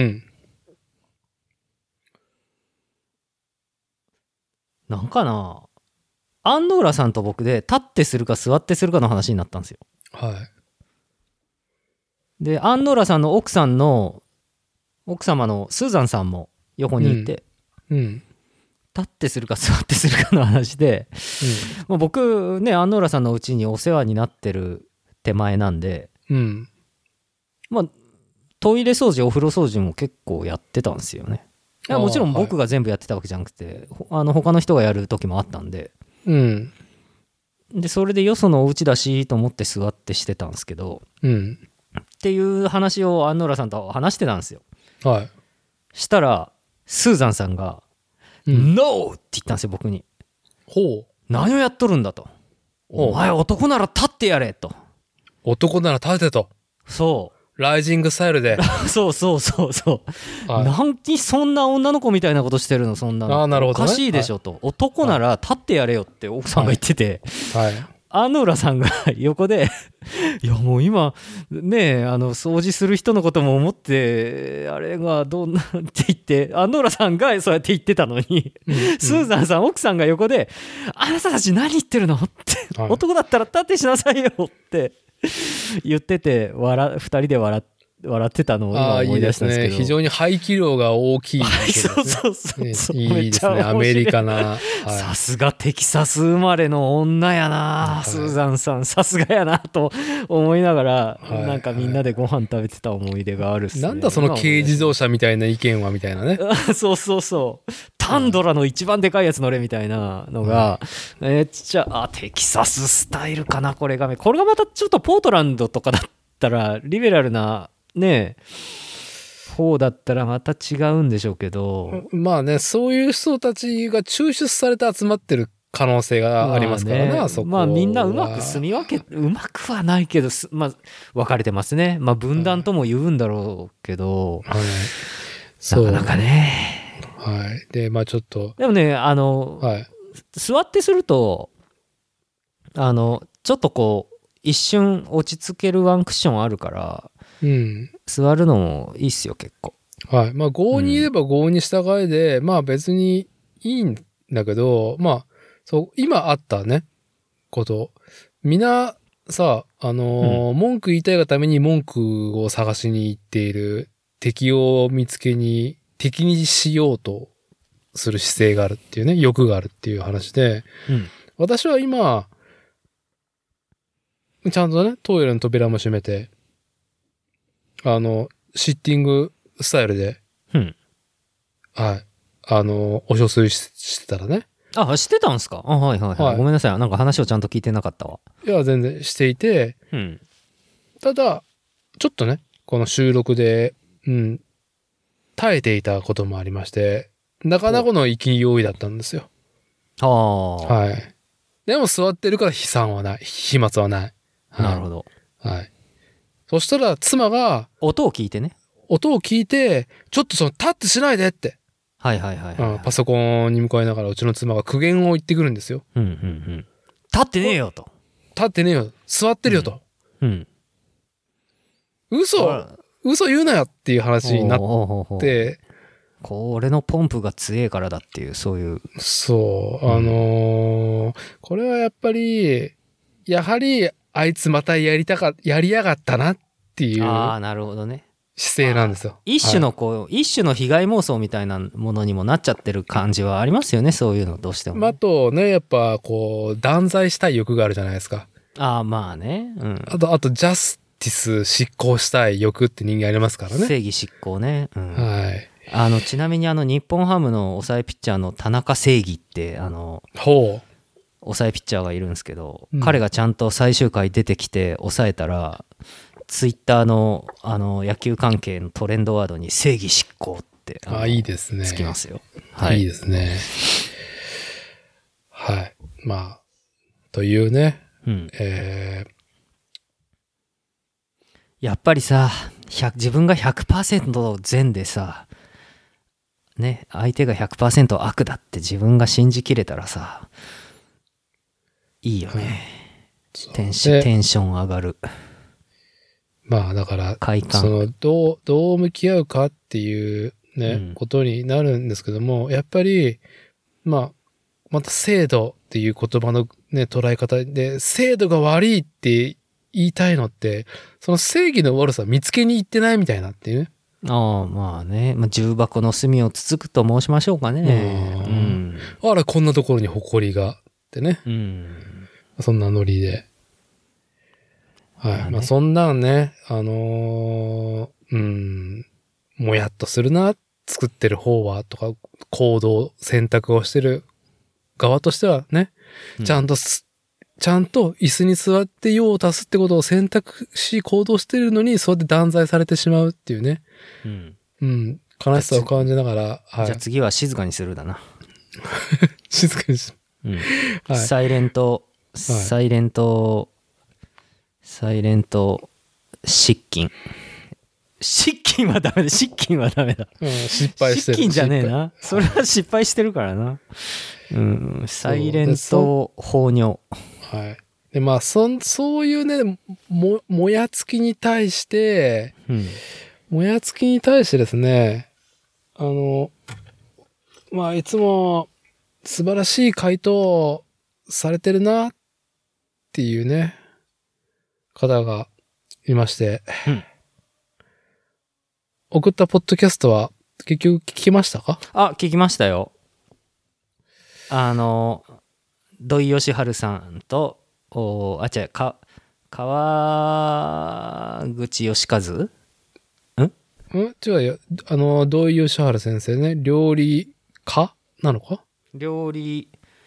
なんかな、アンノーラさんと僕で立ってするか座ってするかの話になったんですよ。 はい。 で、アンノーラさんの奥様のスーザンさんも横にいて、 うん。 立ってするか座ってするかの話で、もう僕ね、アンノーラさんのうちにお世話になってる手前なんで、 うん。 まあ、トイレ掃除、お風呂掃除も結構やってたんですよね。いやもちろん僕が全部やってたわけじゃなくて、他の人がやる時もあったんで、 うん。 で、それでよそのお家だしと思って座ってしてたんですけど、 うん。 っていう話をアンノーラさんと話してたんですよ。 はい。 したら、スーザンさんが、 うん、 ノーって言ったんですよ、僕に。 ほう。 何をやっとるんだと。お前男なら立ってやれと。 男なら立てと。 そう。 ライジングスタイルで。 そうそうそうそう。はい、何そんな女の子みたいなことしてるの、そんなの。 なるほどね、 おかしいでしょと、はい。男なら立ってやれよって奥さんが言ってて。 はい。 アンノーラさんが横でいやもう今ね掃除する人のことも思ってあれがどうなって言ってアンノーラさんがそうやって言ってたのに、うんうん、スーザンさん奥さんが横であなたたち何言ってるのって、はい、男だったら立ってしなさいよって言ってて2人で笑ってたのを今思い出したんですけど、 いいですね、非常に排気量が大きい、ね、 そうそうそう、 ね、いいですね、アメリカな、はい、 さすがテキサス生まれの女やな、はい、スーザンさんさすがやなと思いながら、はい、なんかみんなでご飯食べてた思い出があるっすね。 なんだその軽自動車みたいな意見はみたいなねそうそうそう、タンドラの一番でかいやつ乗れみたいなのが、めっちゃテキサススタイルかな、これがまたちょっとポートランドとかだったらリベラルなね方だったらまた違うんでしょうけど、 まあね、そういう人たちが抽出されて集まってる可能性がありますからね、あそこは。 まあみんなうまく住み分けうまくはないけどまあ分かれてますね。まあ分断とも言うんだろうけど、はい、なかなかね、 はい、でまあちょっとでもねはい、 座ってするとちょっとこう一瞬落ち着けるワンクッションあるから、うん、座るのもいいっすよ結構。 はい。まあ合にいれば合に従えで、まあ別にいいんだけど、まあそう今あったねことみんなさ文句言いたいがために文句を探しに行っている、敵を見つけに敵にしようとする姿勢があるっていうね、欲があるっていう話で、私は今ちゃんとねトイレの扉も閉めてシッティングスタイルで、はい。お処水してたらね。 あ、してたんすか？はいはいはい。ごめんなさい。なんか話をちゃんと聞いてなかったわ。 いや、全然していて、ただ、ちょっとね、この収録で、耐えていたこともありまして、なかなかの勢いだったんですよ。はい。でも座ってるから飛沫はない。 なるほど。 はい。そしたら妻が音を聞いてね。 音を聞いて、ちょっとタッチしないでって。 はいはいはい、はい、 パソコンに向かいながらうちの妻が苦言を言ってくるんですよ。 立ってねえよと。 立ってねえよ。座ってるよと。嘘言うなよっていう話になって。 これのポンプが強えからだっていう、そういう。 そう。これはやっぱり、やはりあいつまたやりやがったなっていう。 ああ、なるほどね。 姿勢なんですよ。 一種の一種の被害妄想みたいなものにもなっちゃってる感じはありますよね、そういうのどうしても、ね。 あとね、やっぱ断罪したい欲があるじゃないですか。 ああ、まあね。 あとジャスティス執行したい欲って人間ありますからね。 正義執行ね。 はい。 ちなみに日本ハムの抑えピッチャーの田中正義って抑えピッチャーがいるんですけど、彼がちゃんと最終回出てきて抑えたら、ツイッターの野球関係のトレンドワードに正義執行っていいですね。 つきますよ。 はい。いいですね。はい。まあというね。 やっぱりさ、自分が 100% 善でさ、ね、相手が 100% 悪だって自分が信じきれたらさ、いいよね。 テンション上がる。 まあだから、 快感。 どう向き合うかっていうね、ことになるんですけども、やっぱり、また制度っていう言葉のね、捉え方で、制度が悪いって言いたいのって、その正義の悪さ見つけに行ってないみたいなっていうね。 ああ、まあね。重箱の隅をつつくと申しましょうかね。 あら、こんなところに埃がってね。そんなノリで。はい。まあそんなんね、もやっとするな、作ってる方は、とか、行動、選択をしてる側としてはね、ちゃんと椅子に座って用を足すってことを選択し行動してるのに、そうやって断罪されてしまうっていうね。悲しさを感じながら。 はい、じゃあ次は静かにするだな。 静かにする。 はい、サイレント失禁。失禁はダメだ。 失敗してる。 失禁じゃねえな。それは失敗してるからな。サイレント放尿。 はい。で、まあ、そういうね、もやつきに対して、ですね、まあ、いつも素晴らしい回答されてるなっていうね、方がいまして、送ったポッドキャストは結局聞きましたか？ 聞きましたよ。土井善晴さんと、川口義和？ 違うよ。土井善晴先生ね、料理家なのか？ 料理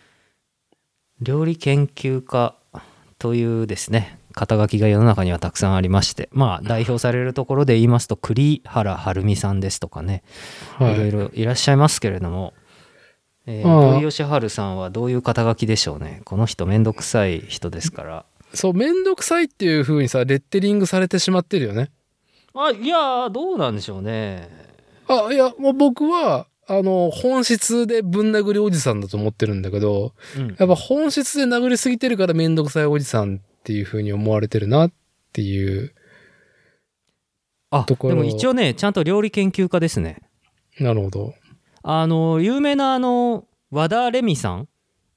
研究家というですね、肩書きが世の中にはたくさんありまして、まあ代表されるところで言いますと栗原はるみさんですとかね、いろいろいらっしゃいますけれども、土井善晴さんはどういう肩書きでしょうね。この人めんどくさい人ですから。 そう、めんどくさいっていう風にさ、レッテリングされてしまってるよね。 いやどうなんでしょうね。 いや、もう僕は本質でぶん殴りおじさんだと思ってるんだけど、やっぱ本質で殴りすぎてるからめんどくさいおじさんっていう風に思われてるなっていうところ。 でも一応ね、ちゃんと料理研究家ですね。 なるほど。 有名な和田レミさん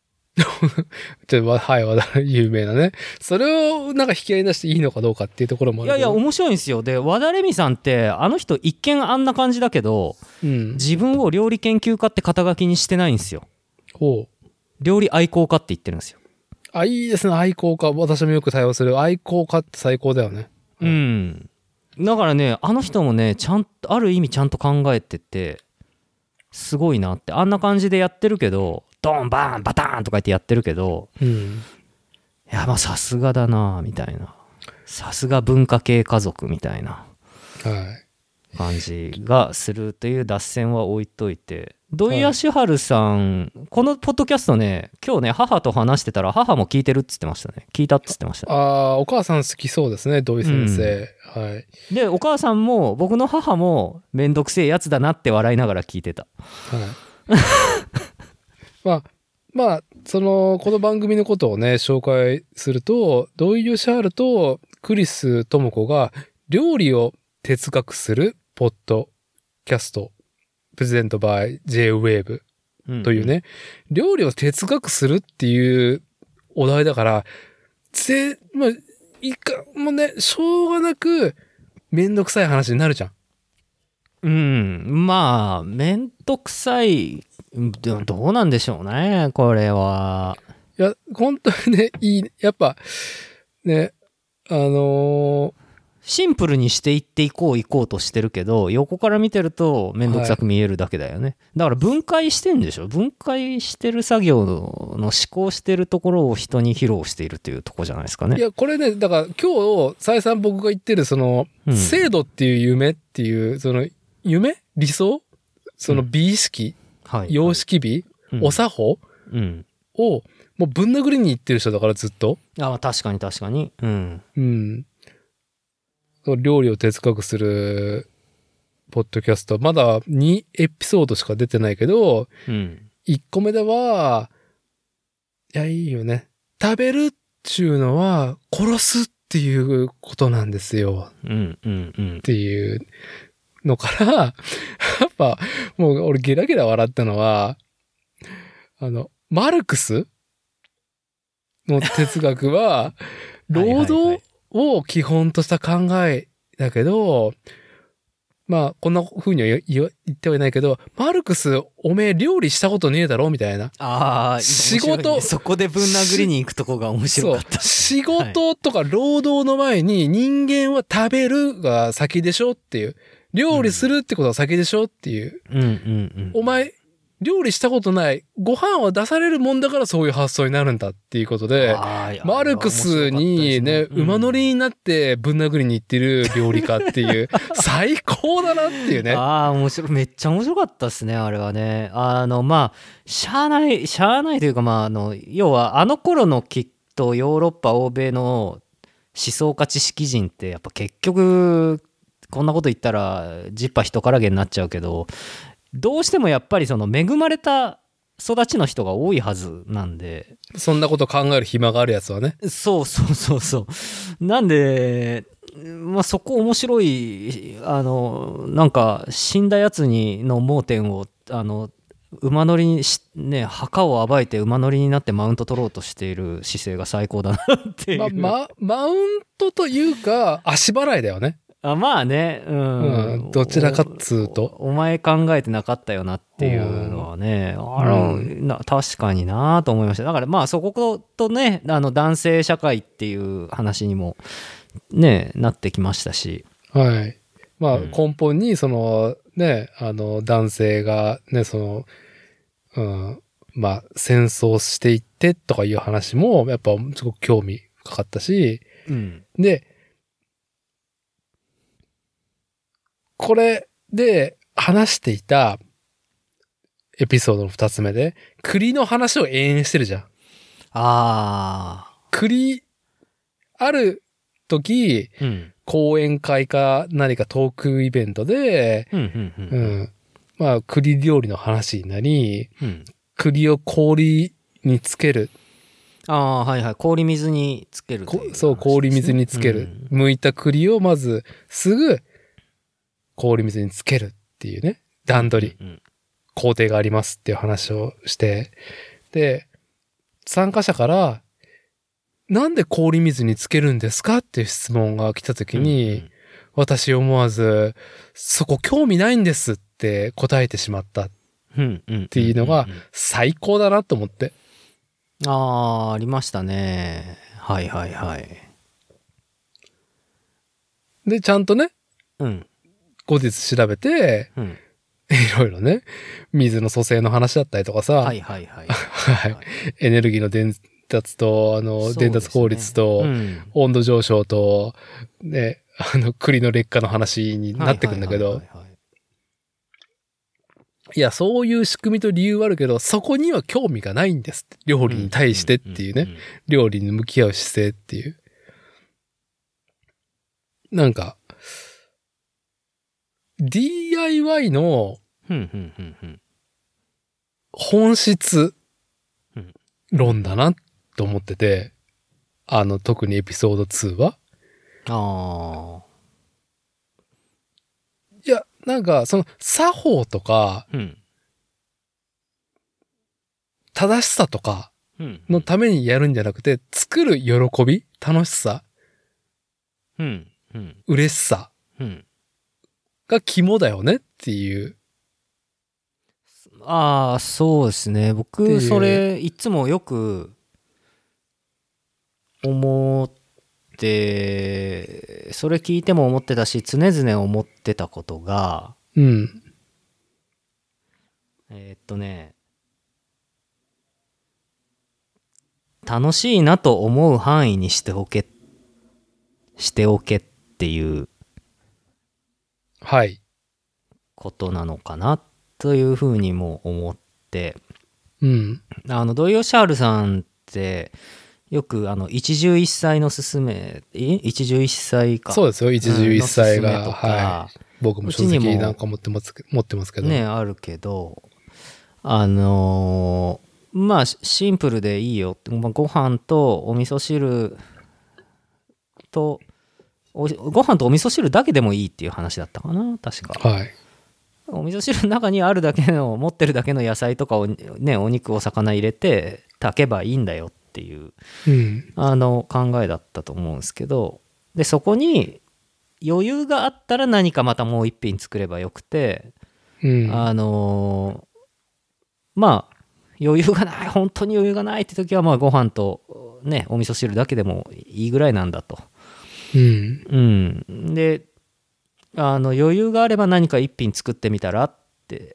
はい、和田有名なね。それをなんか引き合い出していいのかどうかっていうところもある。 いや面白いんですよ。で、和田レミさんってあの人一見あんな感じだけど、自分を料理研究家って肩書きにしてないんですよ。料理愛好家って言ってるんですよ。 いいですね、愛好家。私もよく対応する愛好家って最高だよね。 だからね、あの人もね、ある意味ちゃんと考えててすごいなって。あんな感じでやってるけど、ドンバーンバターンとか言ってやってるけど、いやまあさすがだなみたいな、さすが文化系家族みたいな感じがするという脱線は置いといて、土井善晴さん、このポッドキャストね、今日ね母と話してたら母も聞いてるっつってましたね。聞いたっつってました。 お母さん好きそうですね、土井先生。 でお母さんも僕の母もめんどくせえやつだなって笑いながら聞いてた。 まあ、この番組のことをね、紹介すると、土井善晴とクリス智子が料理を哲学するポッドキャスト、プレゼントバイ J-Wave というね、料理を哲学するっていうお題だから、もうね、しょうがなくめんどくさい話になるじゃん。 まあ、めんどくさい。でもどうなんでしょうね、これは。 いや、本当にね、やっぱ、ね、 シンプルにしていっていこうとしてるけど、横から見てるとめんどくさく見えるだけだよね。だから分解してんでしょ。分解してる作業の思考してるところを人に披露しているというところじゃないですかね。 いや、これね、だから今日、再三僕が言ってる制度っていう夢っていう、理想美意識、様式美、お作法を、もうぶん殴りに行ってる人だからずっと。 確かに。 料理を哲学するポッドキャスト、まだ2エピソードしか出てないけど、1個目では、いや、いいよね。食べるちゅうのは殺すっていうことなんですよ。 うんうんうん。 っていうのから、やっぱもう俺ゲラゲラ笑ったのは、マルクスの哲学は、労働を基本とした考えだけど、まあ、こんな風には言ってはいないけど、マルクス、おめえ料理したことねえだろみたいな。 ああ、 仕事、ね、 そこでぶん殴りに行くとこが面白かった。 仕事とか労働の前に人間は食べるが先でしょっていう。料理するってことが先でしょっていう。 うんうんうん、 お前、料理したことない。ご飯は出されるもんだからそういう発想になるんだっていうことで、マルクスにね、馬乗りになってぶん殴りに行ってる料理家っていう、最高だなっていうね。 めっちゃ面白かったですね、あれはね。まあ、しゃあないというか、まあ、要はあの頃のきっとヨーロッパ、欧米の思想家知識人ってやっぱ結局、こんなこと言ったらジッパ人からげになっちゃうけど、どうしてもやっぱりその恵まれた育ちの人が多いはずなんで、 そんなこと考える暇があるやつはね。 そうなんで、まあ、そこ面白い、なんか死んだやつの盲点を馬乗りにね、墓を暴いて馬乗りになってマウント取ろうとしている姿勢が最高だなっていう。 マウントというか足払いだよね。 まあね、 どちらかっつうとお前考えてなかったよなっていうのはね、確かになと思いました。だからまあそことね、男性社会っていう話にもねなってきましたし、 はい。まあ根本にそのね、男性がね、まあ戦争していってとかいう話もやっぱすごく興味深かったし、でこれで話していたエピソードの2つ目で、栗の話を延々してるじゃん。栗、ある時、講演会か何かトークイベントで、まあ栗料理の話になり、栗を氷につける。 氷水につける、ね。 そう、氷水につける。剥いた栗をまずすぐ氷水につけるっていうね、段取り、工程がありますっていう話をして、で、参加者から、なんで氷水につけるんですかっていう質問が来た時に、私思わず、そこ興味ないんですって答えてしまったっていうのが最高だなと思って。 ありましたね。はい。 で、ちゃんとね、後日調べて、いろいろね、水の組成の話だったりとかさ、エネルギーの伝達と、伝達効率と、温度上昇と、ね、栗の劣化の話になってくんだけど、いや、そういう仕組みと理由はあるけど、そこには興味がないんですって。料理に対してっていうね、料理に向き合う姿勢っていう。なんか、DIY の本質論だなと思ってて、特にエピソード2は。いや、なんか、その作法とか、正しさとかのためにやるんじゃなくて、作る喜び、楽しさ、嬉しさ、が肝だよねっていう。 そうですね。僕、それ、いつもよく思って、それ聞いても思ってたし、常々思ってたことが、楽しいなと思う範囲にしておけっていう、ことなのかなというふうにも思って、土井善晴さんってよく一汁一菜のすすめ、一汁一菜か、 そうですよ、一汁一菜が、僕も正直なんか持ってますけどね、あるけど、 まあシンプルでいいよって、まあ、ご飯とお味噌汁とご飯とお味噌汁だけでもいいっていう話だったかな、確か。 はい。 お味噌汁の中にあるだけの持ってるだけの野菜とかをね、お肉お魚入れて炊けばいいんだよっていう、 うん、 考えだったと思うんですけど、でそこに余裕があったら何かまたもう一品作ればよくて、 うん、 まあ余裕がない、本当に余裕がないって時はまあご飯とねお味噌汁だけでもいいぐらいなんだと。 うん、 うん、で余裕があれば何か一品作ってみたらって。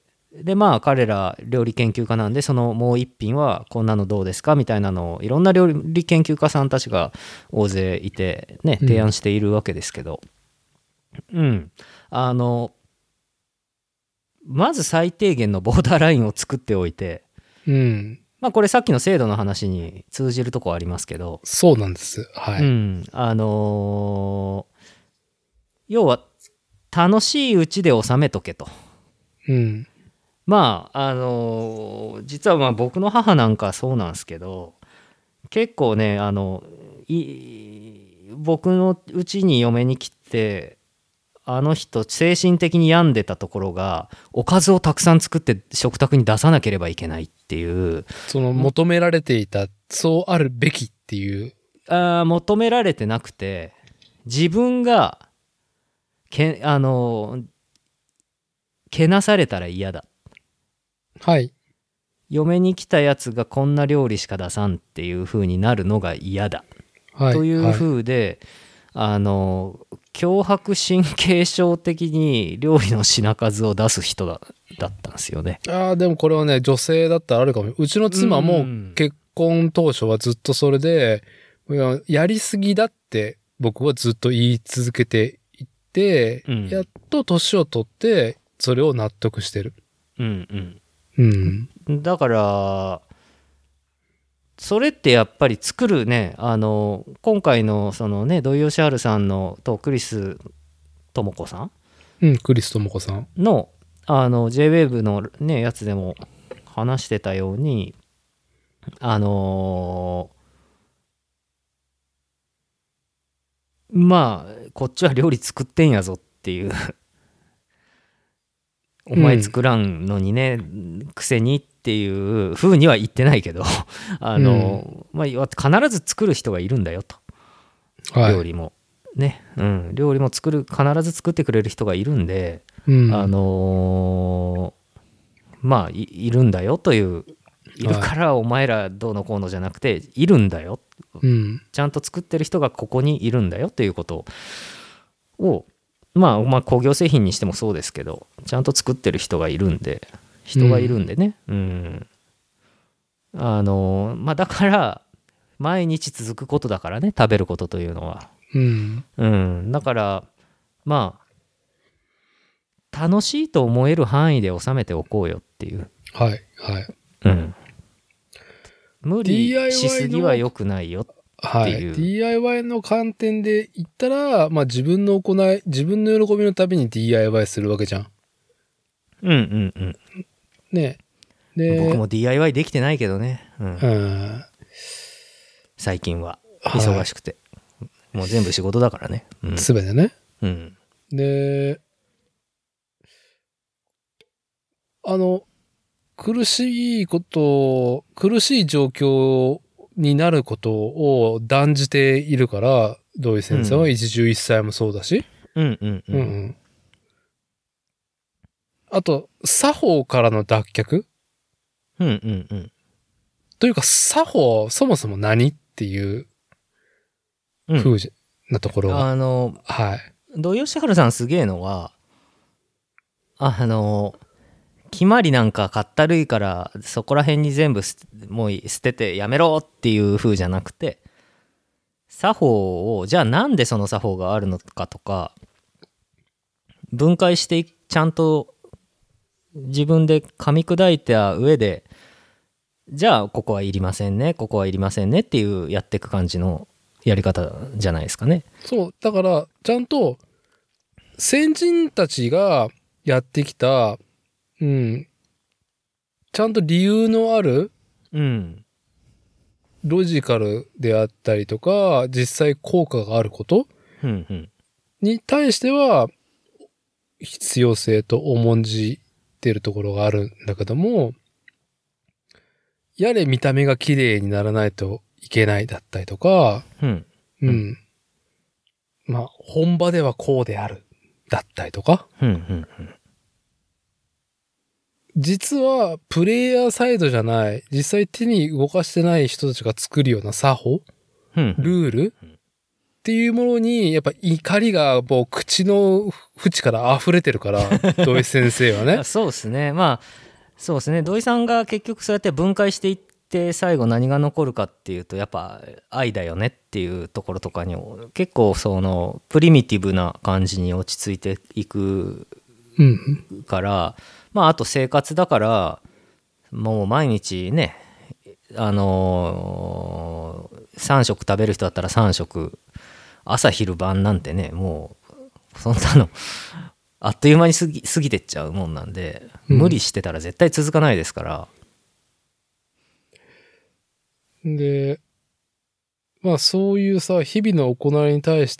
でまあ彼ら料理研究家なんで、そのもう一品はこんなのどうですかみたいなのをいろんな料理研究家さんたちが大勢いてね提案しているわけですけど、まず最低限のボーダーラインを作っておいて、まあこれさっきの制度の話に通じるとこありますけど、 そうなんです。はい。 要は楽しいうちで収めとけと。まあ実はまあ僕の母なんかそうなんですけど、結構ね僕のうちに嫁に来て、あの人精神的に病んでたところがおかずをたくさん作って食卓に出さなければいけないっていう、 その求められていた、そうあるべきっていう、 求められてなくて、自分がけなされたら嫌だ。 はい。 嫁に来たやつがこんな料理しか出さんっていう風になるのが嫌だ、はい、という風で、はい、強迫神経症的に料理の品数を出す人だったんですよね。 でもこれはね、女性だったらあるかも。うちの妻も結婚当初はずっとそれで、やりすぎだって僕はずっと言い続けていって、やっと年を取ってそれを納得してる。 だからそれってやっぱり作るね、今回のそのね土井善晴さんのとクリス智子さん、 クリス智子さんのJWAVE のねやつでも話してたように、まあこっちは料理作ってんやぞっていうお前作らんのにね、くせにっていう風には言ってないけどまあ、必ず作る人がいるんだよと、はい、料理もね、料理も必ず作ってくれる人がいるんで、まあ いるんだよという、いるからお前らどうのこうのじゃなくているんだよ、ちゃんと作ってる人がここにいるんだよということを、まあ工業製品にしてもそうですけど、ちゃんと作ってる人がいるんでね、まあだから毎日続くことだからね、食べることというのは、だからまあ楽しいと思える範囲で収めておこうよっていう、無理しすぎは良くないよっていう、 DIY の観点で言ったら、まあ自分の喜びのために DIY するわけじゃん。ね。 で僕も DIY できてないけどね、最近は忙しくて、もう全部仕事だからね、 すべてね。で、苦しい状況になることを断じているから、土井先生は一汁一菜もそうだし。あと、作法からの脱却、というか、作法、そもそも何っていう風なところが。はい。 土井善晴さんすげえのは、決まりなんかかったるいからそこら辺に全部もう捨ててやめろっていう風じゃなくて、作法をじゃあなんでその作法があるのかとか分解してちゃんと自分で噛み砕いた上で、じゃあここはいりませんね、ここはいりませんねっていうやっていく感じのやり方じゃないですかね。 そうだからちゃんと先人たちがやってきた、ちゃんと理由のあるうん。 ロジカルであったりとか、実際効果があることうんうん。 に対しては、必要性と重んじてるところがあるんだけども、やれ見た目が綺麗にならないといけないだったりとか、 うん。 うん。まあ、本場ではこうであるだったりとか、 うんうんうん。 実はプレイヤーサイドじゃない、実際手に動かしてない人たちが作るような作法、 うんうん、 ルールっていうものに、やっぱ怒りがもう口の縁から溢れてるから、土井先生はね。 そうですね。まあ、そうですね。土井さんが結局そうやって分解していって最後何が残るかっていうとやっぱ愛だよねっていうところとかに結構そのプリミティブな感じに落ち着いていくから、まああと生活だからもう毎日ね3食食べる人だったら3食朝昼晩なんてねもうそんなのあっという間に過ぎてっちゃうもんなんで、無理してたら絶対続かないですから。 で、まあそういうさ、日々の行いに対して、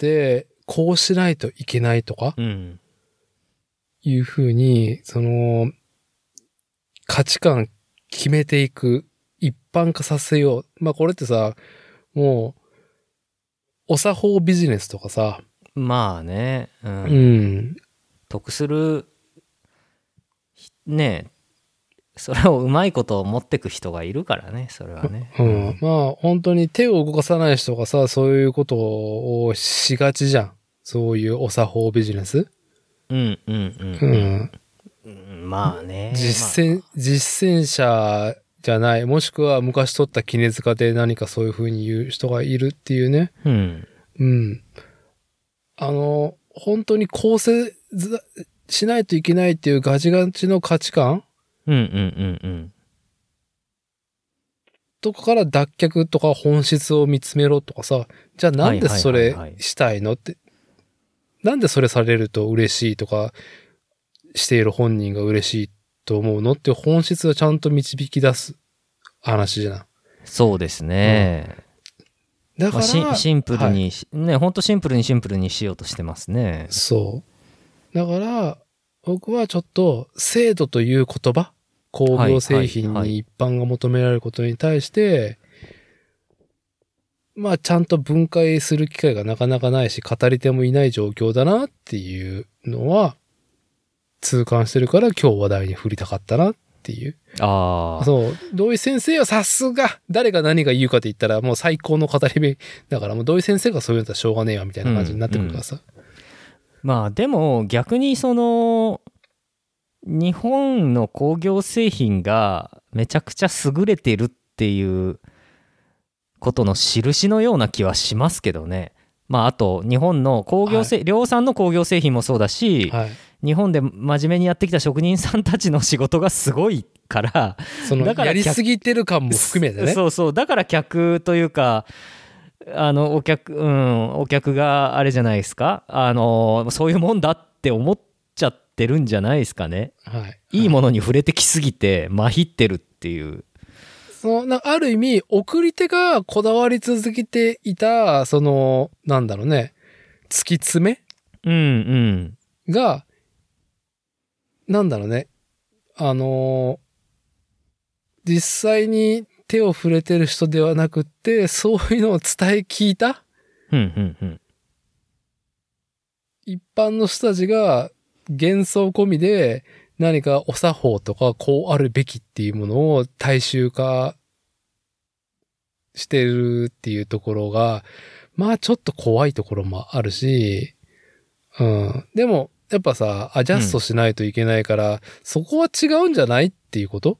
こうしないといけないとか、いうふうに、その、価値観決めていく、一般化させよう。まあこれってさ、もう、お作法ビジネスとかさ。 まあね、得する、ねそれをうまいことを持ってく人がいるからね、それはね。 まあ本当に手を動かさない人がさ、そういうことをしがちじゃん。そういうお作法ビジネス。 まあね。 実践者じゃない。もしくは昔取った絹塚で何かそういう風に言う人がいるっていうね。本当に構成しないといけないっていうガチガチの価値観とかから脱却とか本質を見つめろとかさ、じゃあなんでそれしたいのって、なんでそれされると嬉しいとか、している本人が嬉しいと思うのって本質をちゃんと導き出す話じゃん。 そうですね。だから、シンプルに、ね、ほんとシンプルにしようとしてますね。 そう。だから、僕はちょっと制度という言葉、工業製品に一般が求められることに対して、まあちゃんと分解する機会がなかなかないし、語り手もいない状況だなっていうのは、痛感してるから今日話題に振りたかったなっていう。そう。土井先生はさすが、誰が何が言うかって言ったらもう最高の語り部だからもう土井先生がそういうのはしょうがねえわみたいな感じになってくるからさ。 まあでも逆にその、日本の工業製品がめちゃくちゃ優れてるっていうことの印のような気はしますけどね。まああと日本の工業量産の工業製品もそうだし、日本で真面目にやってきた職人さんたちの仕事がすごいからだからやりすぎてる感も含めてね。 そうだから客というかお客があれじゃないですかそういうもんだって思っちゃってるんじゃないですかね。いいものに触れてきすぎてまひってるっていう。 ある意味送り手がこだわり続けていたそのなんだろうね突き詰めがなんだろうね。実際に手を触れてる人ではなくって、そういうのを伝え聞いた一般の人たちが幻想込みで何かお作法とかこうあるべきっていうものを大衆化してるっていうところが、まあちょっと怖いところもあるし、でも、やっぱさ、アジャストしないといけないから、そこは違うんじゃないっていうこと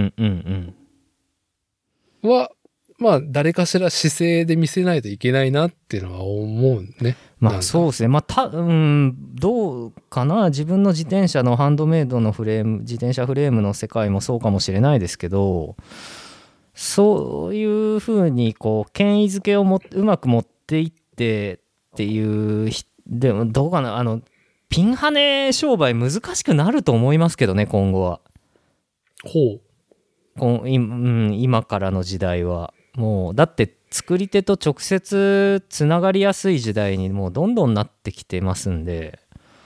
は、まあ、誰かしら姿勢で見せないといけないなっていうのは思うね。 まあ、そうですね。まあ、どうかな。自分の自転車のハンドメイドの自転車フレームの世界もそうかもしれないですけど、そういうふうに、こう、権威づけをうまく持っていってっていう、でも、どうかな。ピンハネ商売難しくなると思いますけどね、今後は。 今からの時代はもうだって作り手と直接つながりやすい時代にもうどんどんなってきてますんで。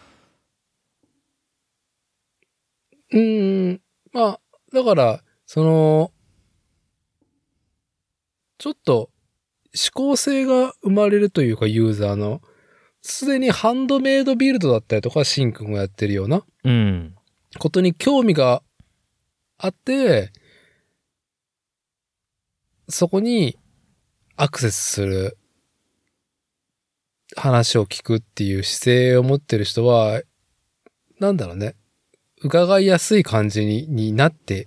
まあだからそのちょっと指向性が生まれるというか、ユーザーのすでにハンドメイドビルドだったりとか、シンくんがやってるようなことに興味があって、そこにアクセスする、話を聞くっていう姿勢を持ってる人は、なんだろうね、伺いやすい感じになって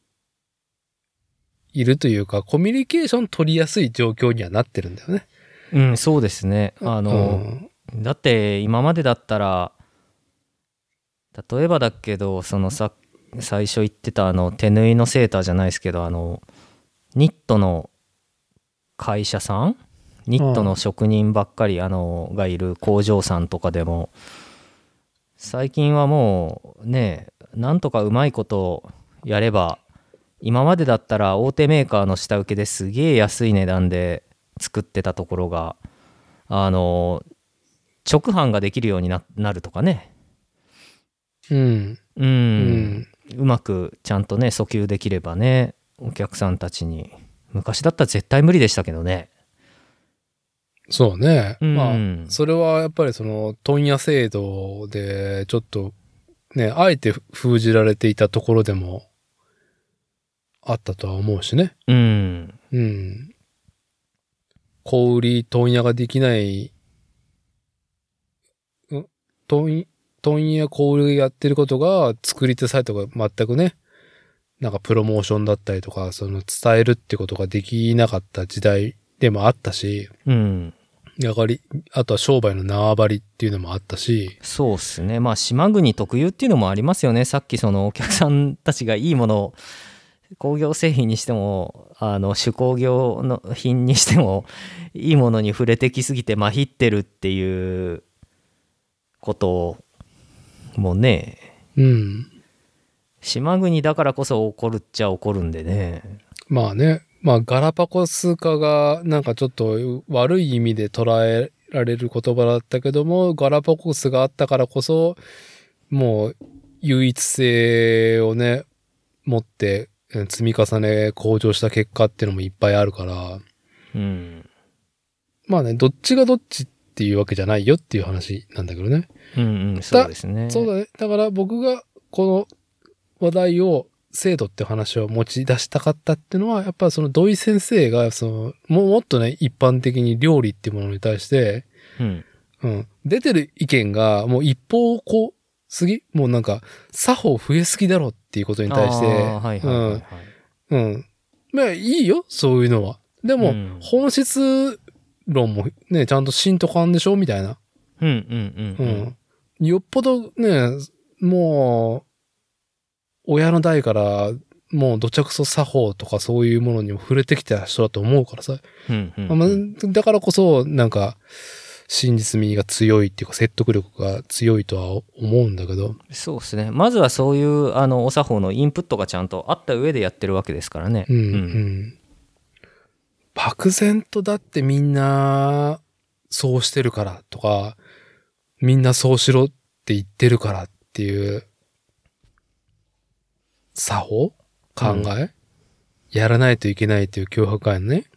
いるというか、コミュニケーション取りやすい状況にはなってるんだよね。 うん、そうですね。だって今までだったら、例えばだけど、その最初言ってた手縫いのセーターじゃないですけど、ニットの会社さん、ニットの職人ばっかりがいる工場さんとかでも、最近はもうね、なんとかうまいことやれば、今までだったら大手メーカーの下請けですげえ安い値段で作ってたところが直販ができるように なるとかね。うまくちゃんとね訴求できればね、お客さんたちに。昔だったら絶対無理でしたけどね。 そうね。まあそれはやっぱりその問屋制度でちょっとね、あえて封じられていたところでもあったとは思うしね。小売り問屋ができない、問屋小売りやってることが作り手サイトが全くね、なんかプロモーションだったりとか、その伝えるってことができなかった時代でもあったし、やはり、あとは商売の縄張りっていうのもあったし。 そうっすね。まあ島国特有っていうのもありますよね。さっきそのお客さんたちがいいものを、工業製品にしても手工業の品にしてもいいものに触れてきすぎてまひってるっていうこともね、島国だからこそ起こるっちゃ起こるんでね。 まあね、まあガラパゴス化がなんかちょっと悪い意味で捉えられる言葉だったけども、ガラパゴスがあったからこそもう唯一性をね持って積み重ね向上した結果っていうのもいっぱいあるから、まあね、どっちがどっちっていうわけじゃないよっていう話なんだけどね。 そうですね。 そうだね。だから僕がこの話題を制度って話を持ち出したかったっていうのは、やっぱその土井先生がもっとね一般的に料理っていうものに対して、出てる意見がもう一方すぎ、もうなんか作法増えすぎだろっていうことに対して、まあいいよそういうのは。でも、本質論もねちゃんとしんとかんでしょみたいな。よっぽどねもう親の代からもうどちゃくそ作法とかそういうものにも触れてきた人だと思うからさ。だからこそなんか真実味が強いっていうか説得力が強いとは思うんだけど。 そうですね。まずはそういうお作法のインプットがちゃんとあった上でやってるわけですからね。 漠然とだってみんなそうしてるからとか、みんなそうしろって言ってるからっていう作法考え、やらないといけないという脅迫感ね。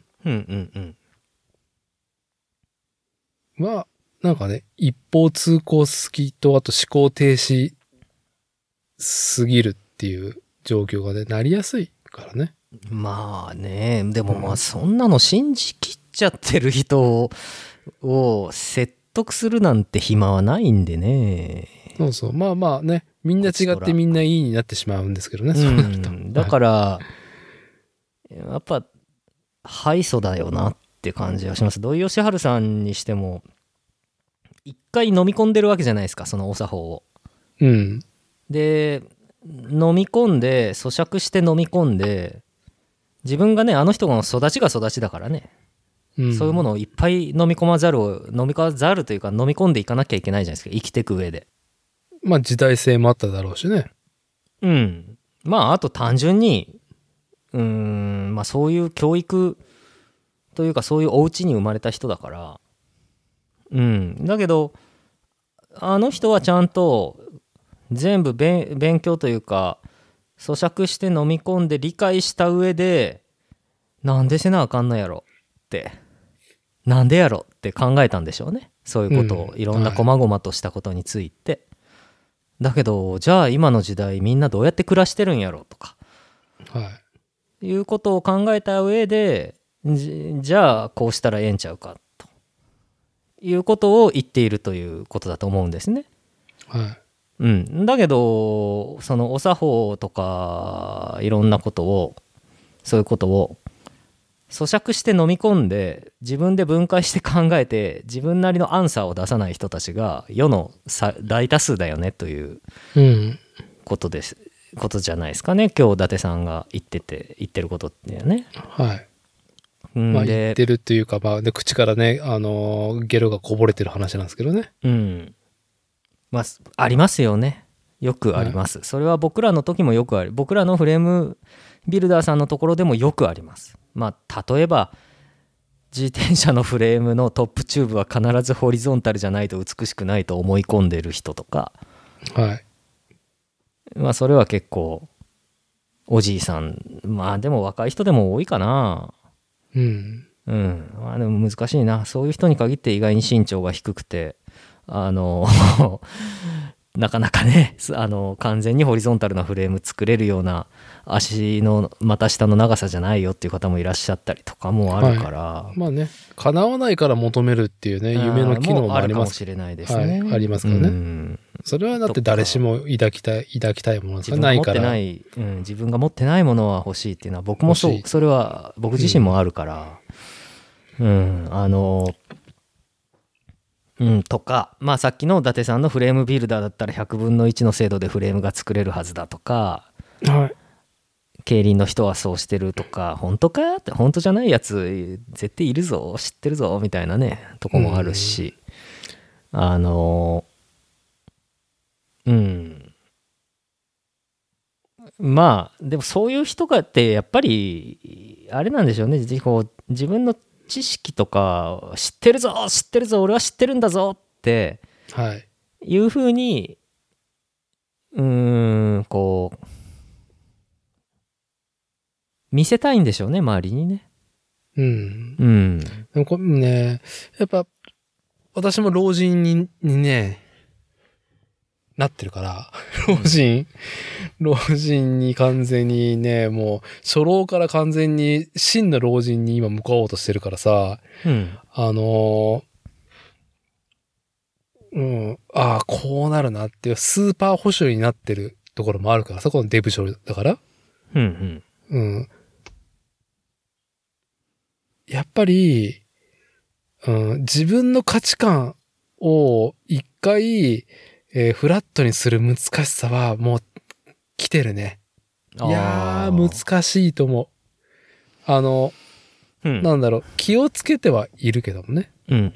は、なんかね、一方通行好きと、あと思考停止すぎるっていう状況がね、なりやすいからね。 まあね、でもまあそんなの信じきっちゃってる人を説得するなんて暇はないんでね。 そうそう。まあまあね、みんな違ってみんないいになってしまうんですけどね、そうなると。 だから、やっぱ、敗訴だよなって感じはします。土井善晴さんにしても、一回飲み込んでるわけじゃないですか、そのお作法を。で、飲み込んで、咀嚼して飲み込んで、自分がね、あの人の育ちが育ちだからね。そういうものをいっぱい飲み込まざるというか飲み込んでいかなきゃいけないじゃないですか、生きていく上で。 まあ時代性もあっただろうしね。 まああと単純にまあそういう教育というかそういうお家に生まれた人だから、だけどあの人はちゃんと全部勉強というか咀嚼して飲み込んで理解した上で、なんでせなあかんのやろってなんでやろって考えたんでしょうね。そういうことをいろんな細々としたことについて、だけどじゃあ今の時代みんなどうやって暮らしてるんやろとか、いうことを考えた上でじゃあこうしたらええんちゃうかということを言っているということだと思うんですね。だけどそのお作法とかいろんなことをそういうことを咀嚼して飲み込んで自分で分解して考えて自分なりのアンサーを出さない人たちが世の大多数だよねということです、ことじゃないですかね。今日伊達さんが言ってることってね。 まあ言ってるっていうか、まあ、で口からねゲロがこぼれてる話なんですけどね。 まあありますよね。よくあります。それは僕らの時もよくある。僕らのフレームビルダーさんのところでもよくあります。まあ例えば自転車のフレームのトップチューブは必ずホリゾンタルじゃないと美しくないと思い込んでる人とか、まあそれは結構おじいさん、まあでも若い人でも多いかな。まあでも難しいな。そういう人に限って意外に身長が低くてなかなかね完全にホリゾンタルなフレーム作れるような足の股下の長さじゃないよっていう方もいらっしゃったりとかもあるから、 まあね叶わないから求めるっていうね夢の機能もあります。 かもしれないですね。 ありますからね。それはだって誰しも抱きたいものがないから。 自分が持ってないものは欲しいっていうのは僕もそれは僕自身もあるから、とか、まあさっきの伊達さんのフレームビルダーだったら100分の1の精度でフレームが作れるはずだとか、競輪の人はそうしてるとか、本当かって本当じゃないやつ絶対いるぞ知ってるぞみたいなねとこもあるし、まあでもそういう人がってやっぱりあれなんでしょうね。自分の知識とか知ってるぞ俺は知ってるんだぞっていうふうにこう見せたいんでしょうね周りにね。 でもこれねやっぱ私も老人にねなってるから老人に完全にねもう初老から完全に真の老人に今向かおうとしてるからさ、こうなるなっていうスーパー保守になってるところもあるからさ、このデブ症だから、やっぱり、自分の価値観を一回フラットにする難しさはもう来てるね。いやー難しいと思う。なんだろう気をつけてはいるけどもね。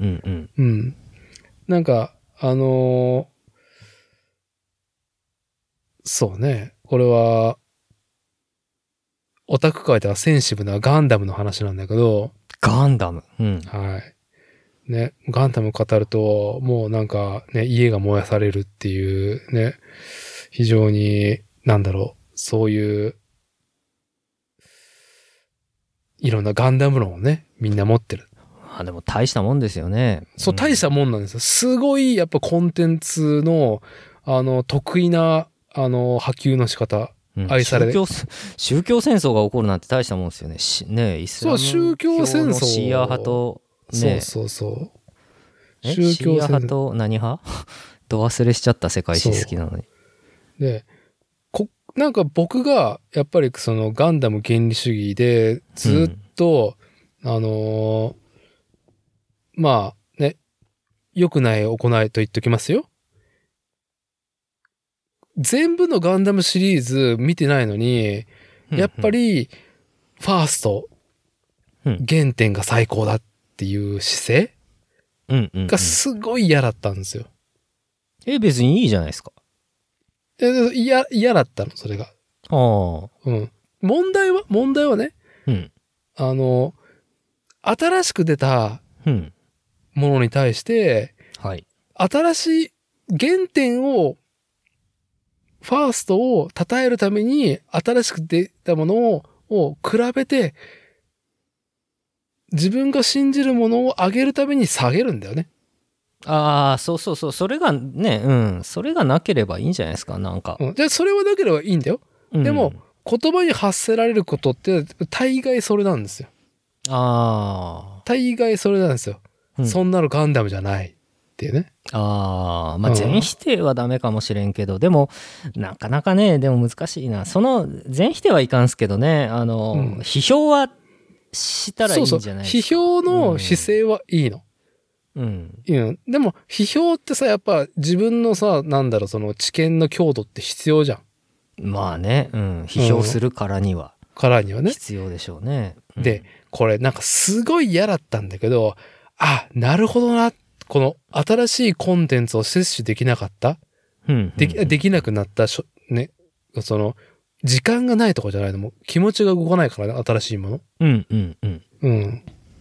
なんかそうね。これはオタク界ではセンシブなガンダムの話なんだけど。 ガンダム。 ね、ガンダム語ると、もうなんかね、家が燃やされるっていうね、非常に、そういう、いろんなガンダム論をね、みんな持ってる。 でも大したもんですよね。 そう、大したもんなんですよ。すごい、やっぱコンテンツの、得意な、波及の仕方。愛される。 宗教戦争が起こるなんて大したもんですよね。イスラム教のシーア派と、 シーア派と何派ど忘れしちゃった世界史好きなのに。 で、なんか僕がやっぱりそのガンダム原理主義でずっと、まあね、良くない行いと言っときますよ。全部のガンダムシリーズ見てないのに、やっぱりファースト、原点が最高だっていう姿勢がすごい嫌だったんですよ。 別にいいじゃないですか。 嫌だったの、それが。 問題はね、 うん、 新しく出たものに対して、 はい。 新しい原点を、ファーストを称えるために、新しく出たものを比べて、自分が信じるものを上げるために下げるんだよね。 ああ、そうそうそう。それがね、うん。それがなければいいんじゃないですか、なんか。 じゃあ、それはなければいいんだよ。でも、言葉に発せられることって、大概それなんですよ。 ああ。 大概それなんですよ。そんなのガンダムじゃないっていうね。 ああ、まあ全否定はダメかもしれんけど、でも、なかなかね、でも難しいな。その、全否定はいかんすけどね、批評はしたらいいんじゃないですか。そうそう。批評の姿勢はいいの。うん。でも、批評ってさ、やっぱ自分のさ、その知見の強度って必要じゃん。 まあね、批評するからには。 ね。 必要でしょうね。 で、これなんかすごい嫌だったんだけど、なるほどな。この新しいコンテンツを摂取できなかった、できなくなったね、その、時間がないとかじゃないのも、気持ちが動かないからね、新しいもの。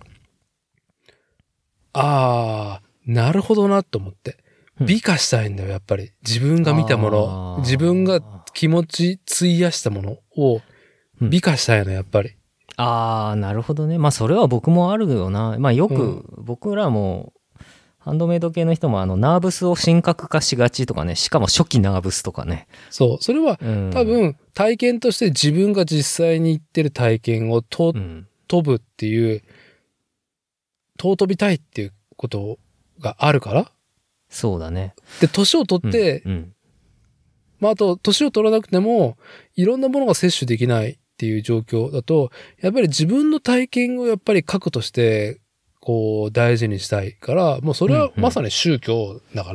なるほどなと思って。美化したいんだよ、やっぱり。自分が見たもの、自分が気持ち費やしたものを美化したいの、やっぱり。 なるほどね。まあ、それは僕もあるよな。まあ、よく、僕らも、ハンドメイド系の人もナーブスを神格化しがちとかね、しかも初期ナーブスとかね。 そう。それは、多分、体験として自分が実際に行ってる体験を飛ぶっていう、尊びたいっていうことがあるからそうだね。 で、年を取って、まあ、あと、年を取らなくても、いろんなものが摂取できないっていう状況だと、やっぱり自分の体験をやっぱり核として、こう、大事にしたいから、もうそれはまさに宗教だから、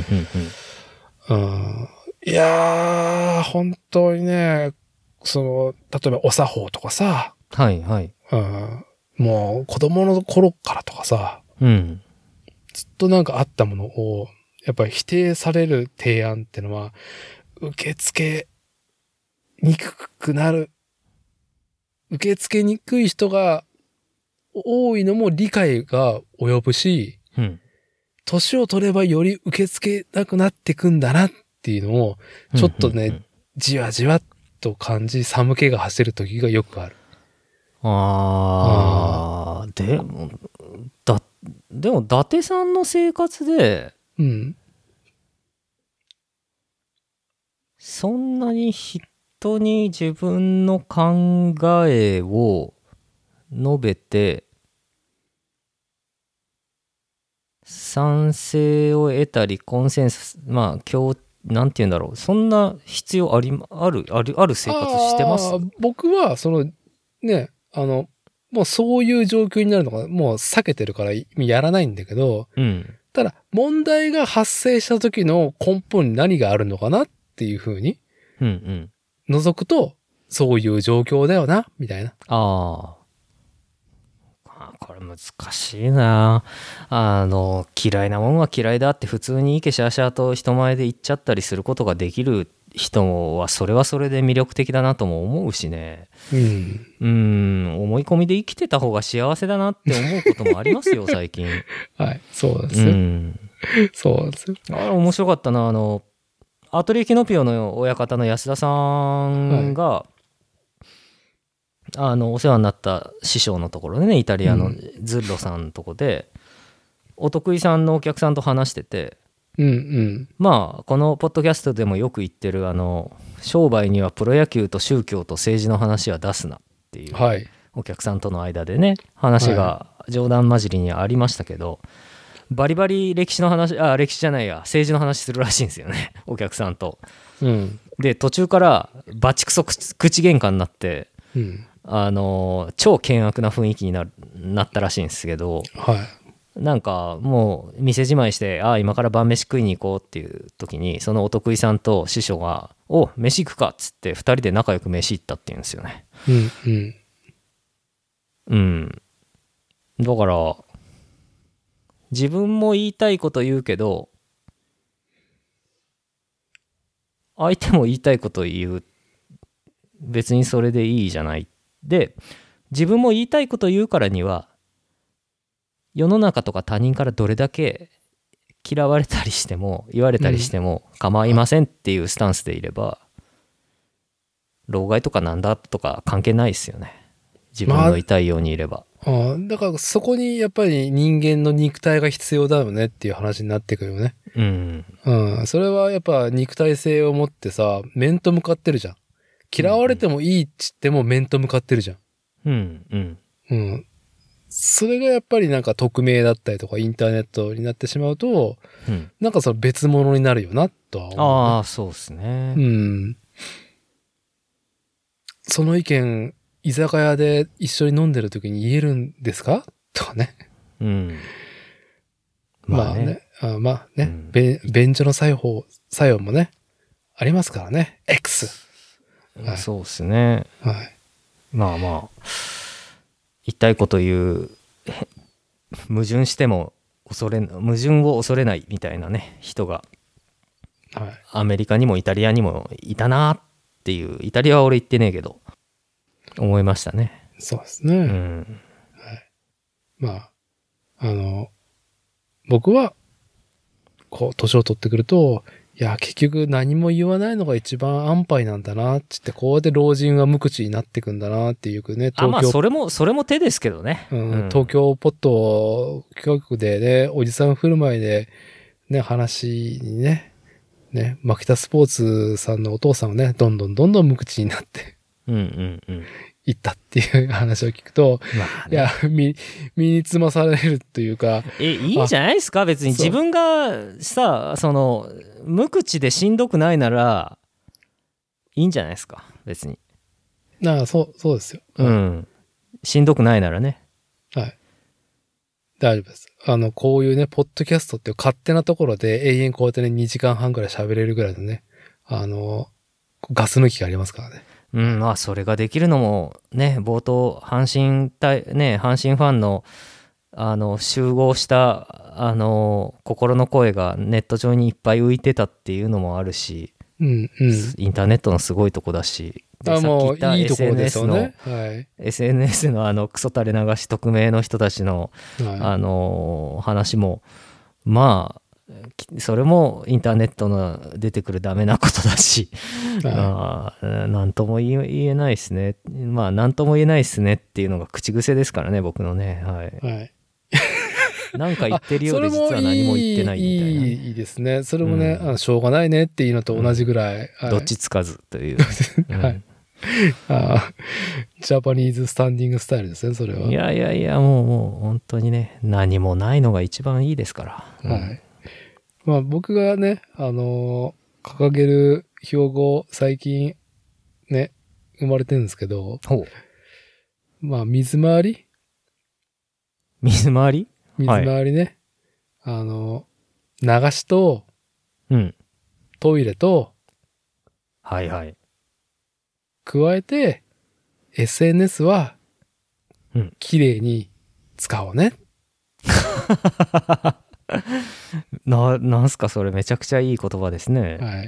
いやー、本当にね、例えばお作法とかさ、 はいはい。 もう子供の頃からとかさ、ずっとなんかあったものを、やっぱり否定される提案ってのは、受け付けにくくなる。受け付けにくい人が多いのも理解が及ぶし、年を取ればより受け付けなくなってくんだなっていうのを、ちょっとね、じわじわっと感じ、寒気が走る時がよくある。 でも伊達さんの生活で、そんなに人に自分の考えを述べて賛成を得たりコンセンサス、まあなんて言うんだろう、そんな必要ある生活してます？ 僕はね、もうそういう状況になるのがもう避けてるからやらないんだけど、ただ問題が発生した時の根本に何があるのかなっていうふうに覗くと、そういう状況だよなみたいな。 これ難しいな。嫌いなもんは嫌いだって普通にイケシャーシャーと人前で言っちゃったりすることができる人はそれはそれで魅力的だなとも思うしね。思い込みで生きてた方が幸せだなって思うこともありますよ最近。 はい、そうなんですよ。そうなんですよ。 面白かったな。アトリエキノピオの親方の安田さんが、お世話になった師匠のところでね、イタリアのズッロさんのとこで、お得意さんのお客さんと話してて、まあこのポッドキャストでもよく言ってる商売にはプロ野球と宗教と政治の話は出すなっていう、お客さんとの間でね話が冗談交じりにありましたけど、バリバリ歴史じゃないや、政治の話するらしいんですよねお客さんと。で途中からバチクソ口喧嘩になって、超険悪な雰囲気になったらしいんですけど、なんかもう店じまいして今から晩飯食いに行こうっていう時に、そのお得意さんと師匠が飯行くかっつって2人で仲良く飯行ったっていうんですよね。だから自分も言いたいこと言うけど相手も言いたいこと言う別にそれでいいじゃない。で、自分も言いたいこと言うからには、世の中とか他人からどれだけ嫌われたりしても言われたりしても構いませんっていうスタンスでいれば、老害とかなんだとか関係ないですよね。自分の言いたいようにいれば。 だからそこにやっぱり人間の肉体が必要だよねっていう話になってくるよね。うん。それはやっぱ肉体性を持ってさ、面と向かってるじゃん。嫌われてもいいっつっても面と向かってるじゃん。それがやっぱりなんか匿名だったりとかインターネットになってしまうと、なんかその別物になるよなとは思う、ね。 ああ、そうですね。 その意見、居酒屋で一緒に飲んでる時に言えるんですかとかね。まあね。便所の作用もね、ありますからね。X。 そうですね。まあまあ、言いたいこと言う、矛盾しても矛盾を恐れないみたいなね、人が、アメリカにもイタリアにもいたなっていう、イタリアは俺行ってねえけど、思いましたね。 そうですね。まあ、僕は、こう、年を取ってくると、いや、結局何も言わないのが一番安牌なんだな、つって、こうやって老人は無口になってくんだな、っていうね、 まあ、それも手ですけどね。 東京ポット企画でね、おじさん振る舞いで、ね、話にね、マキタスポーツさんのお父さんはね、どんどん無口になって、行ったっていう話を聞くと、いや、身につまされるというか。 いいんじゃないですか別に自分がさ、無口でしんどくないなら、いいんじゃないですか別に。 そうですよ。 しんどくないならね。 大丈夫です。こういうね、ポッドキャストっていう勝手なところで永遠こうやってね、2時間半くらい喋れるぐらいのね、ガス抜きがありますからね。 まあそれができるのもね、冒頭阪神ファンの集合した心の声がネット上にいっぱい浮いてたっていうのもあるし、インターネットのすごいとこだし、 さっき言った SNS の SNS のクソ垂れ流し匿名の人たちの話もまあそれもインターネットの出てくるダメなことだし、なんとも言えないですね。まあなんとも言えないですねっていうのが口癖ですからね、僕のね。なんか言ってるようで実は何も言ってないみたいな。 いいですね。それもね、しょうがないねっていうのと同じぐらい。 どっちつかずという。 ジャパニーズスタンディングスタイルですね、それは。 いや、もう本当にね、何もないのが一番いいですから。 まあ僕がね、掲げる標語、最近ね、生まれてるんですけど、まあ水回り水回りね。流しと、トイレと、加えて、SNS は、綺麗に使おうね。 なんすかそれめちゃくちゃいい言葉ですね。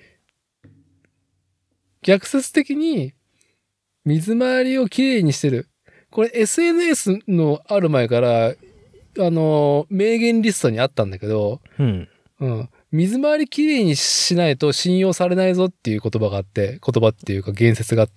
逆説的に、水回りを綺麗にしてる。これ SNS のある前から、名言リストにあったんだけど、水回り綺麗にしないと信用されないぞっていう言葉っていうか言説があって。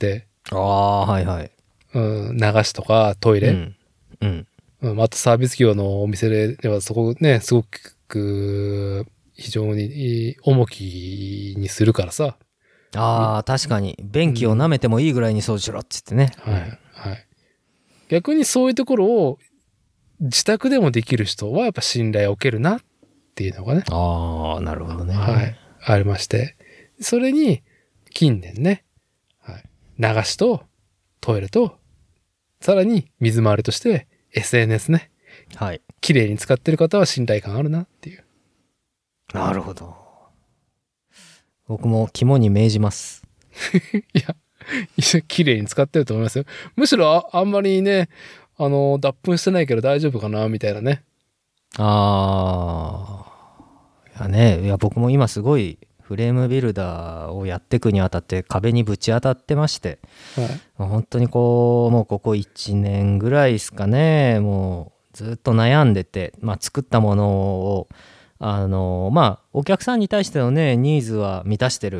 流しとかトイレ。あとサービス業のお店ではそこね、すごく非常に重きにするからさ。 確かに。便器を舐めてもいいぐらいに掃除しろって言ってね。 逆にそういうところを自宅でもできる人はやっぱ信頼を受けるなっていうのがね。 なるほどね。 ありまして。それに近年ね、流しとトイレと、さらに水回りとして SNS ね。綺麗に使ってる方は信頼感あるなっていう。 なるほど。僕も肝に銘じます。 いや、綺麗に使ってると思いますよ。むしろあんまりね、脱粉してないけど大丈夫かなみたいなね。 いや僕も今すごいフレームビルダーをやっていくにあたって壁にぶち当たってまして、はい、本当にこうもうここ1年ぐらいですかね、もうずっと悩んでて、作ったものをお客さんに対してのねニーズは満たして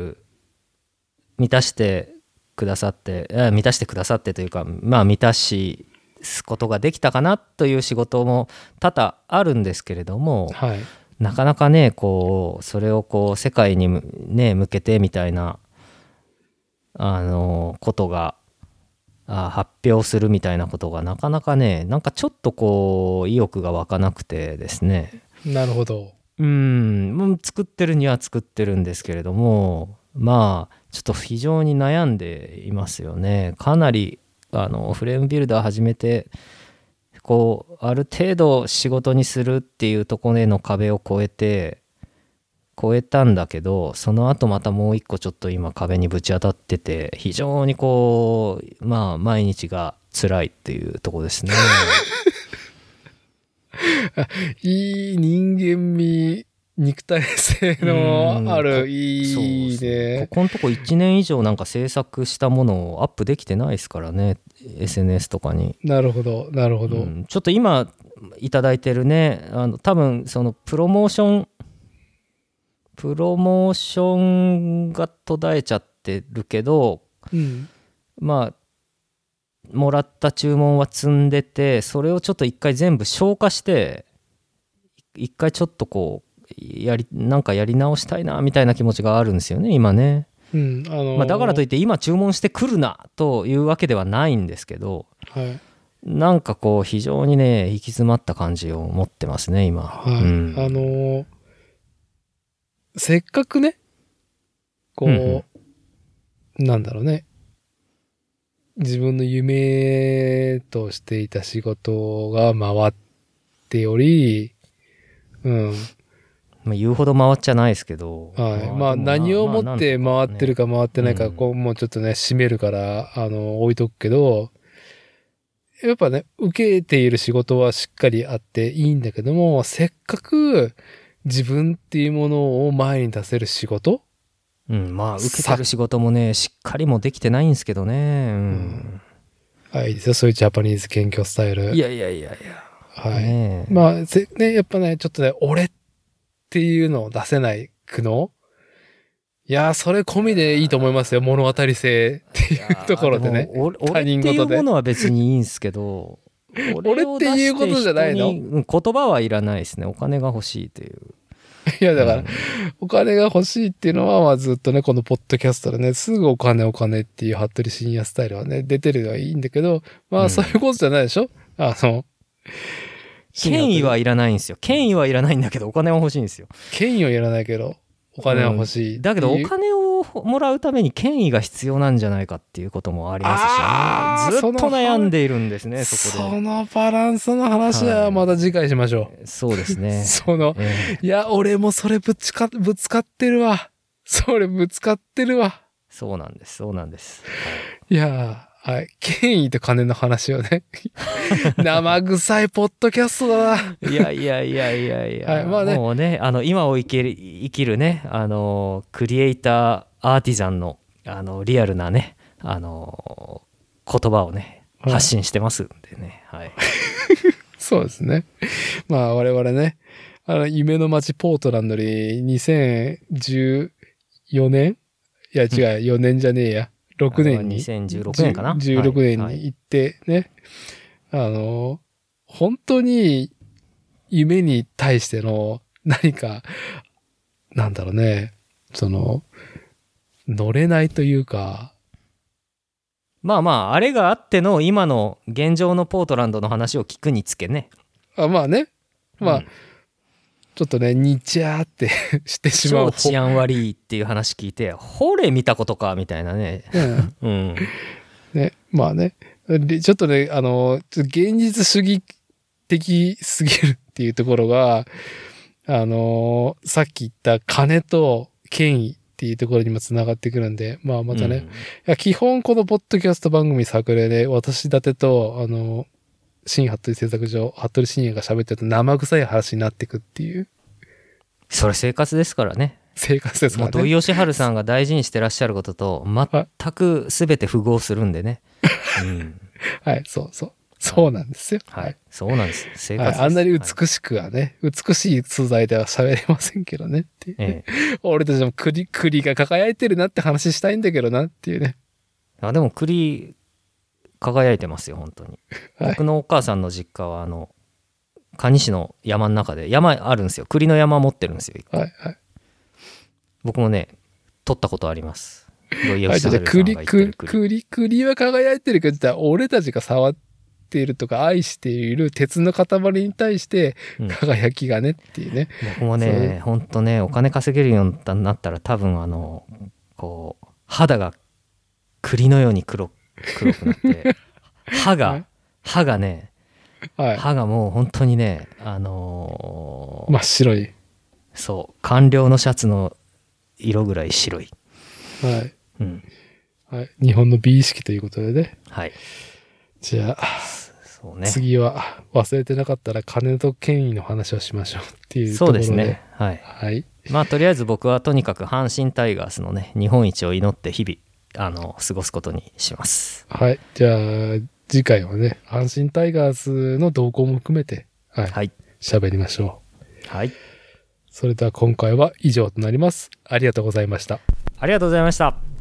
くださってというか、満たすことができたかなという仕事も多々あるんですけれども、はい、なかなかねこうそれをこう世界にね向けてみたいなことが発表するみたいなことがなかなかね、なんかちょっとこう意欲が湧かなくてですね。 なるほど。 もう作ってるには作ってるんですけれども、ちょっと非常に悩んでいますよね。かなりフレームビルダー始めてこうある程度仕事にするっていうところへの壁を越えたんだけど、その後またもう一個ちょっと今壁にぶち当たってて、非常にこう毎日が辛いっていうところですね。 いい人間味、肉体性のある、いいね。 ここのとこ1年以上なんか制作したものをアップできてないですからね、 SNS とかに。 なるほどなるほど、 ちょっと今いただいてるね、多分そのプロモーションが途絶えちゃってるけど、もらった注文は積んでて、それをちょっと一回全部消化して一回ちょっとこうなんかやり直したいなみたいな気持ちがあるんですよね今ね。だからといって今注文してくるなというわけではないんですけど、はい、なんかこう非常にね行き詰まった感じを持ってますね今。 はい、せっかくねこう、なんだろうね、自分の夢としていた仕事が回っており、 言うほど回っちゃないですけど、 はい、何をもって回ってるか回ってないか、こうもうちょっとね締めるから置いとくけど、やっぱね受けている仕事はしっかりあっていいんだけども、せっかく自分っていうものを前に出せる仕事、 受けてる仕事もねしっかりもできてないんですけどね。 いいですよ、そういうジャパニーズ謙虚スタイル。 いやはい、ね、やっぱねちょっとね俺っていうのを出せない苦悩、いやそれ込みでいいと思いますよ、物語性っていうところでね。 他人事で俺っていうものは別にいいんですけど俺っていうことじゃないの？ 言葉はいらないですね、お金が欲しいという。 いやだから、お金が欲しいっていうのはずっとねこのポッドキャストでねすぐお金っていう服部深夜スタイルはね出てるのはいいんだけど、そういうことじゃないでしょ。 権威はいらないんですよ。権威はいらないんだけどお金は欲しいんですよ。 権威はいらないけどお金は欲しい、 だけどお金をもらうために権威が必要なんじゃないかっていうこともありますし、ずっと悩んでいるんですね、そこで。 そのバランスの話はまた次回しましょう。 そうですね。 いや俺もそれぶつかってるわ。 そうなんです。 いやはい。権威と金の話をね。生臭いポッドキャストだな。 いや。はい、もうね、今を生きるね、クリエイター、アーティザンの、リアルなね、言葉をね、発信してますんでね。はい。 そうですね。我々ね、夢の街ポートランドに2014年？いや違う、4年じゃねえや。6年に。 2016年かな ?16 年に行ってね、本当に夢に対しての何か、なんだろうね、乗れないというか。 あれがあっての今の現状のポートランドの話を聞くにつけね。 ちょっとね、にちゃーってしてしまう。 超治安悪いっていう話聞いて、ほれ見たことかみたいなね。 ね、ちょっとね、現実主義的すぎるっていうところが、さっき言った金と権威っていうところにもつながってくるんで、またね、いや基本このポッドキャスト番組作例で、私立てと、新服部製作所、服部深夜が喋ってると生臭い話になってくっていう。 それ生活ですからね。 生活ですからね。 もう土井善晴さんが大事にしてらっしゃることと全く全て符合するんでね。うん、 はい、そうなんですよ。 はい。そうなんです。生活です。 はい、あんなに美しくはね、美しい素材では喋れませんけどねっていう、ね。俺たちも栗が輝いてるなって話したいんだけどなっていうね。 でも栗、輝いてますよ、本当に。はい、僕のお母さんの実家は、蟹市の山の中で、山あるんですよ。栗の山持ってるんですよ。 はいはい。 僕もね、取ったことあります。 栗は輝いてるけど、俺たちが触っているとか愛している鉄の塊に対して輝きがねっていうね。 僕もね、ほんとね、お金稼げるようになったら多分こう、肌が栗のように黒くなって、歯がね、はい、歯がもう本当にね、 真っ白い。 そう、官僚のシャツの色ぐらい白い。 はい。うん。はい。日本の美意識ということでね。 はい。 じゃあ、そうね、次は忘れてなかったら金と権威の話をしましょうっていうところで。 そうですね。はい。はい。まあとりあえず僕はとにかく阪神タイガースのね、日本一を祈って日々過ごすことにします。 はい。じゃあ次回はね、阪神タイガースの動向も含めて、はい。はい、喋りましょう。はい。 それでは今回は以上となります。ありがとうございました。 ありがとうございました。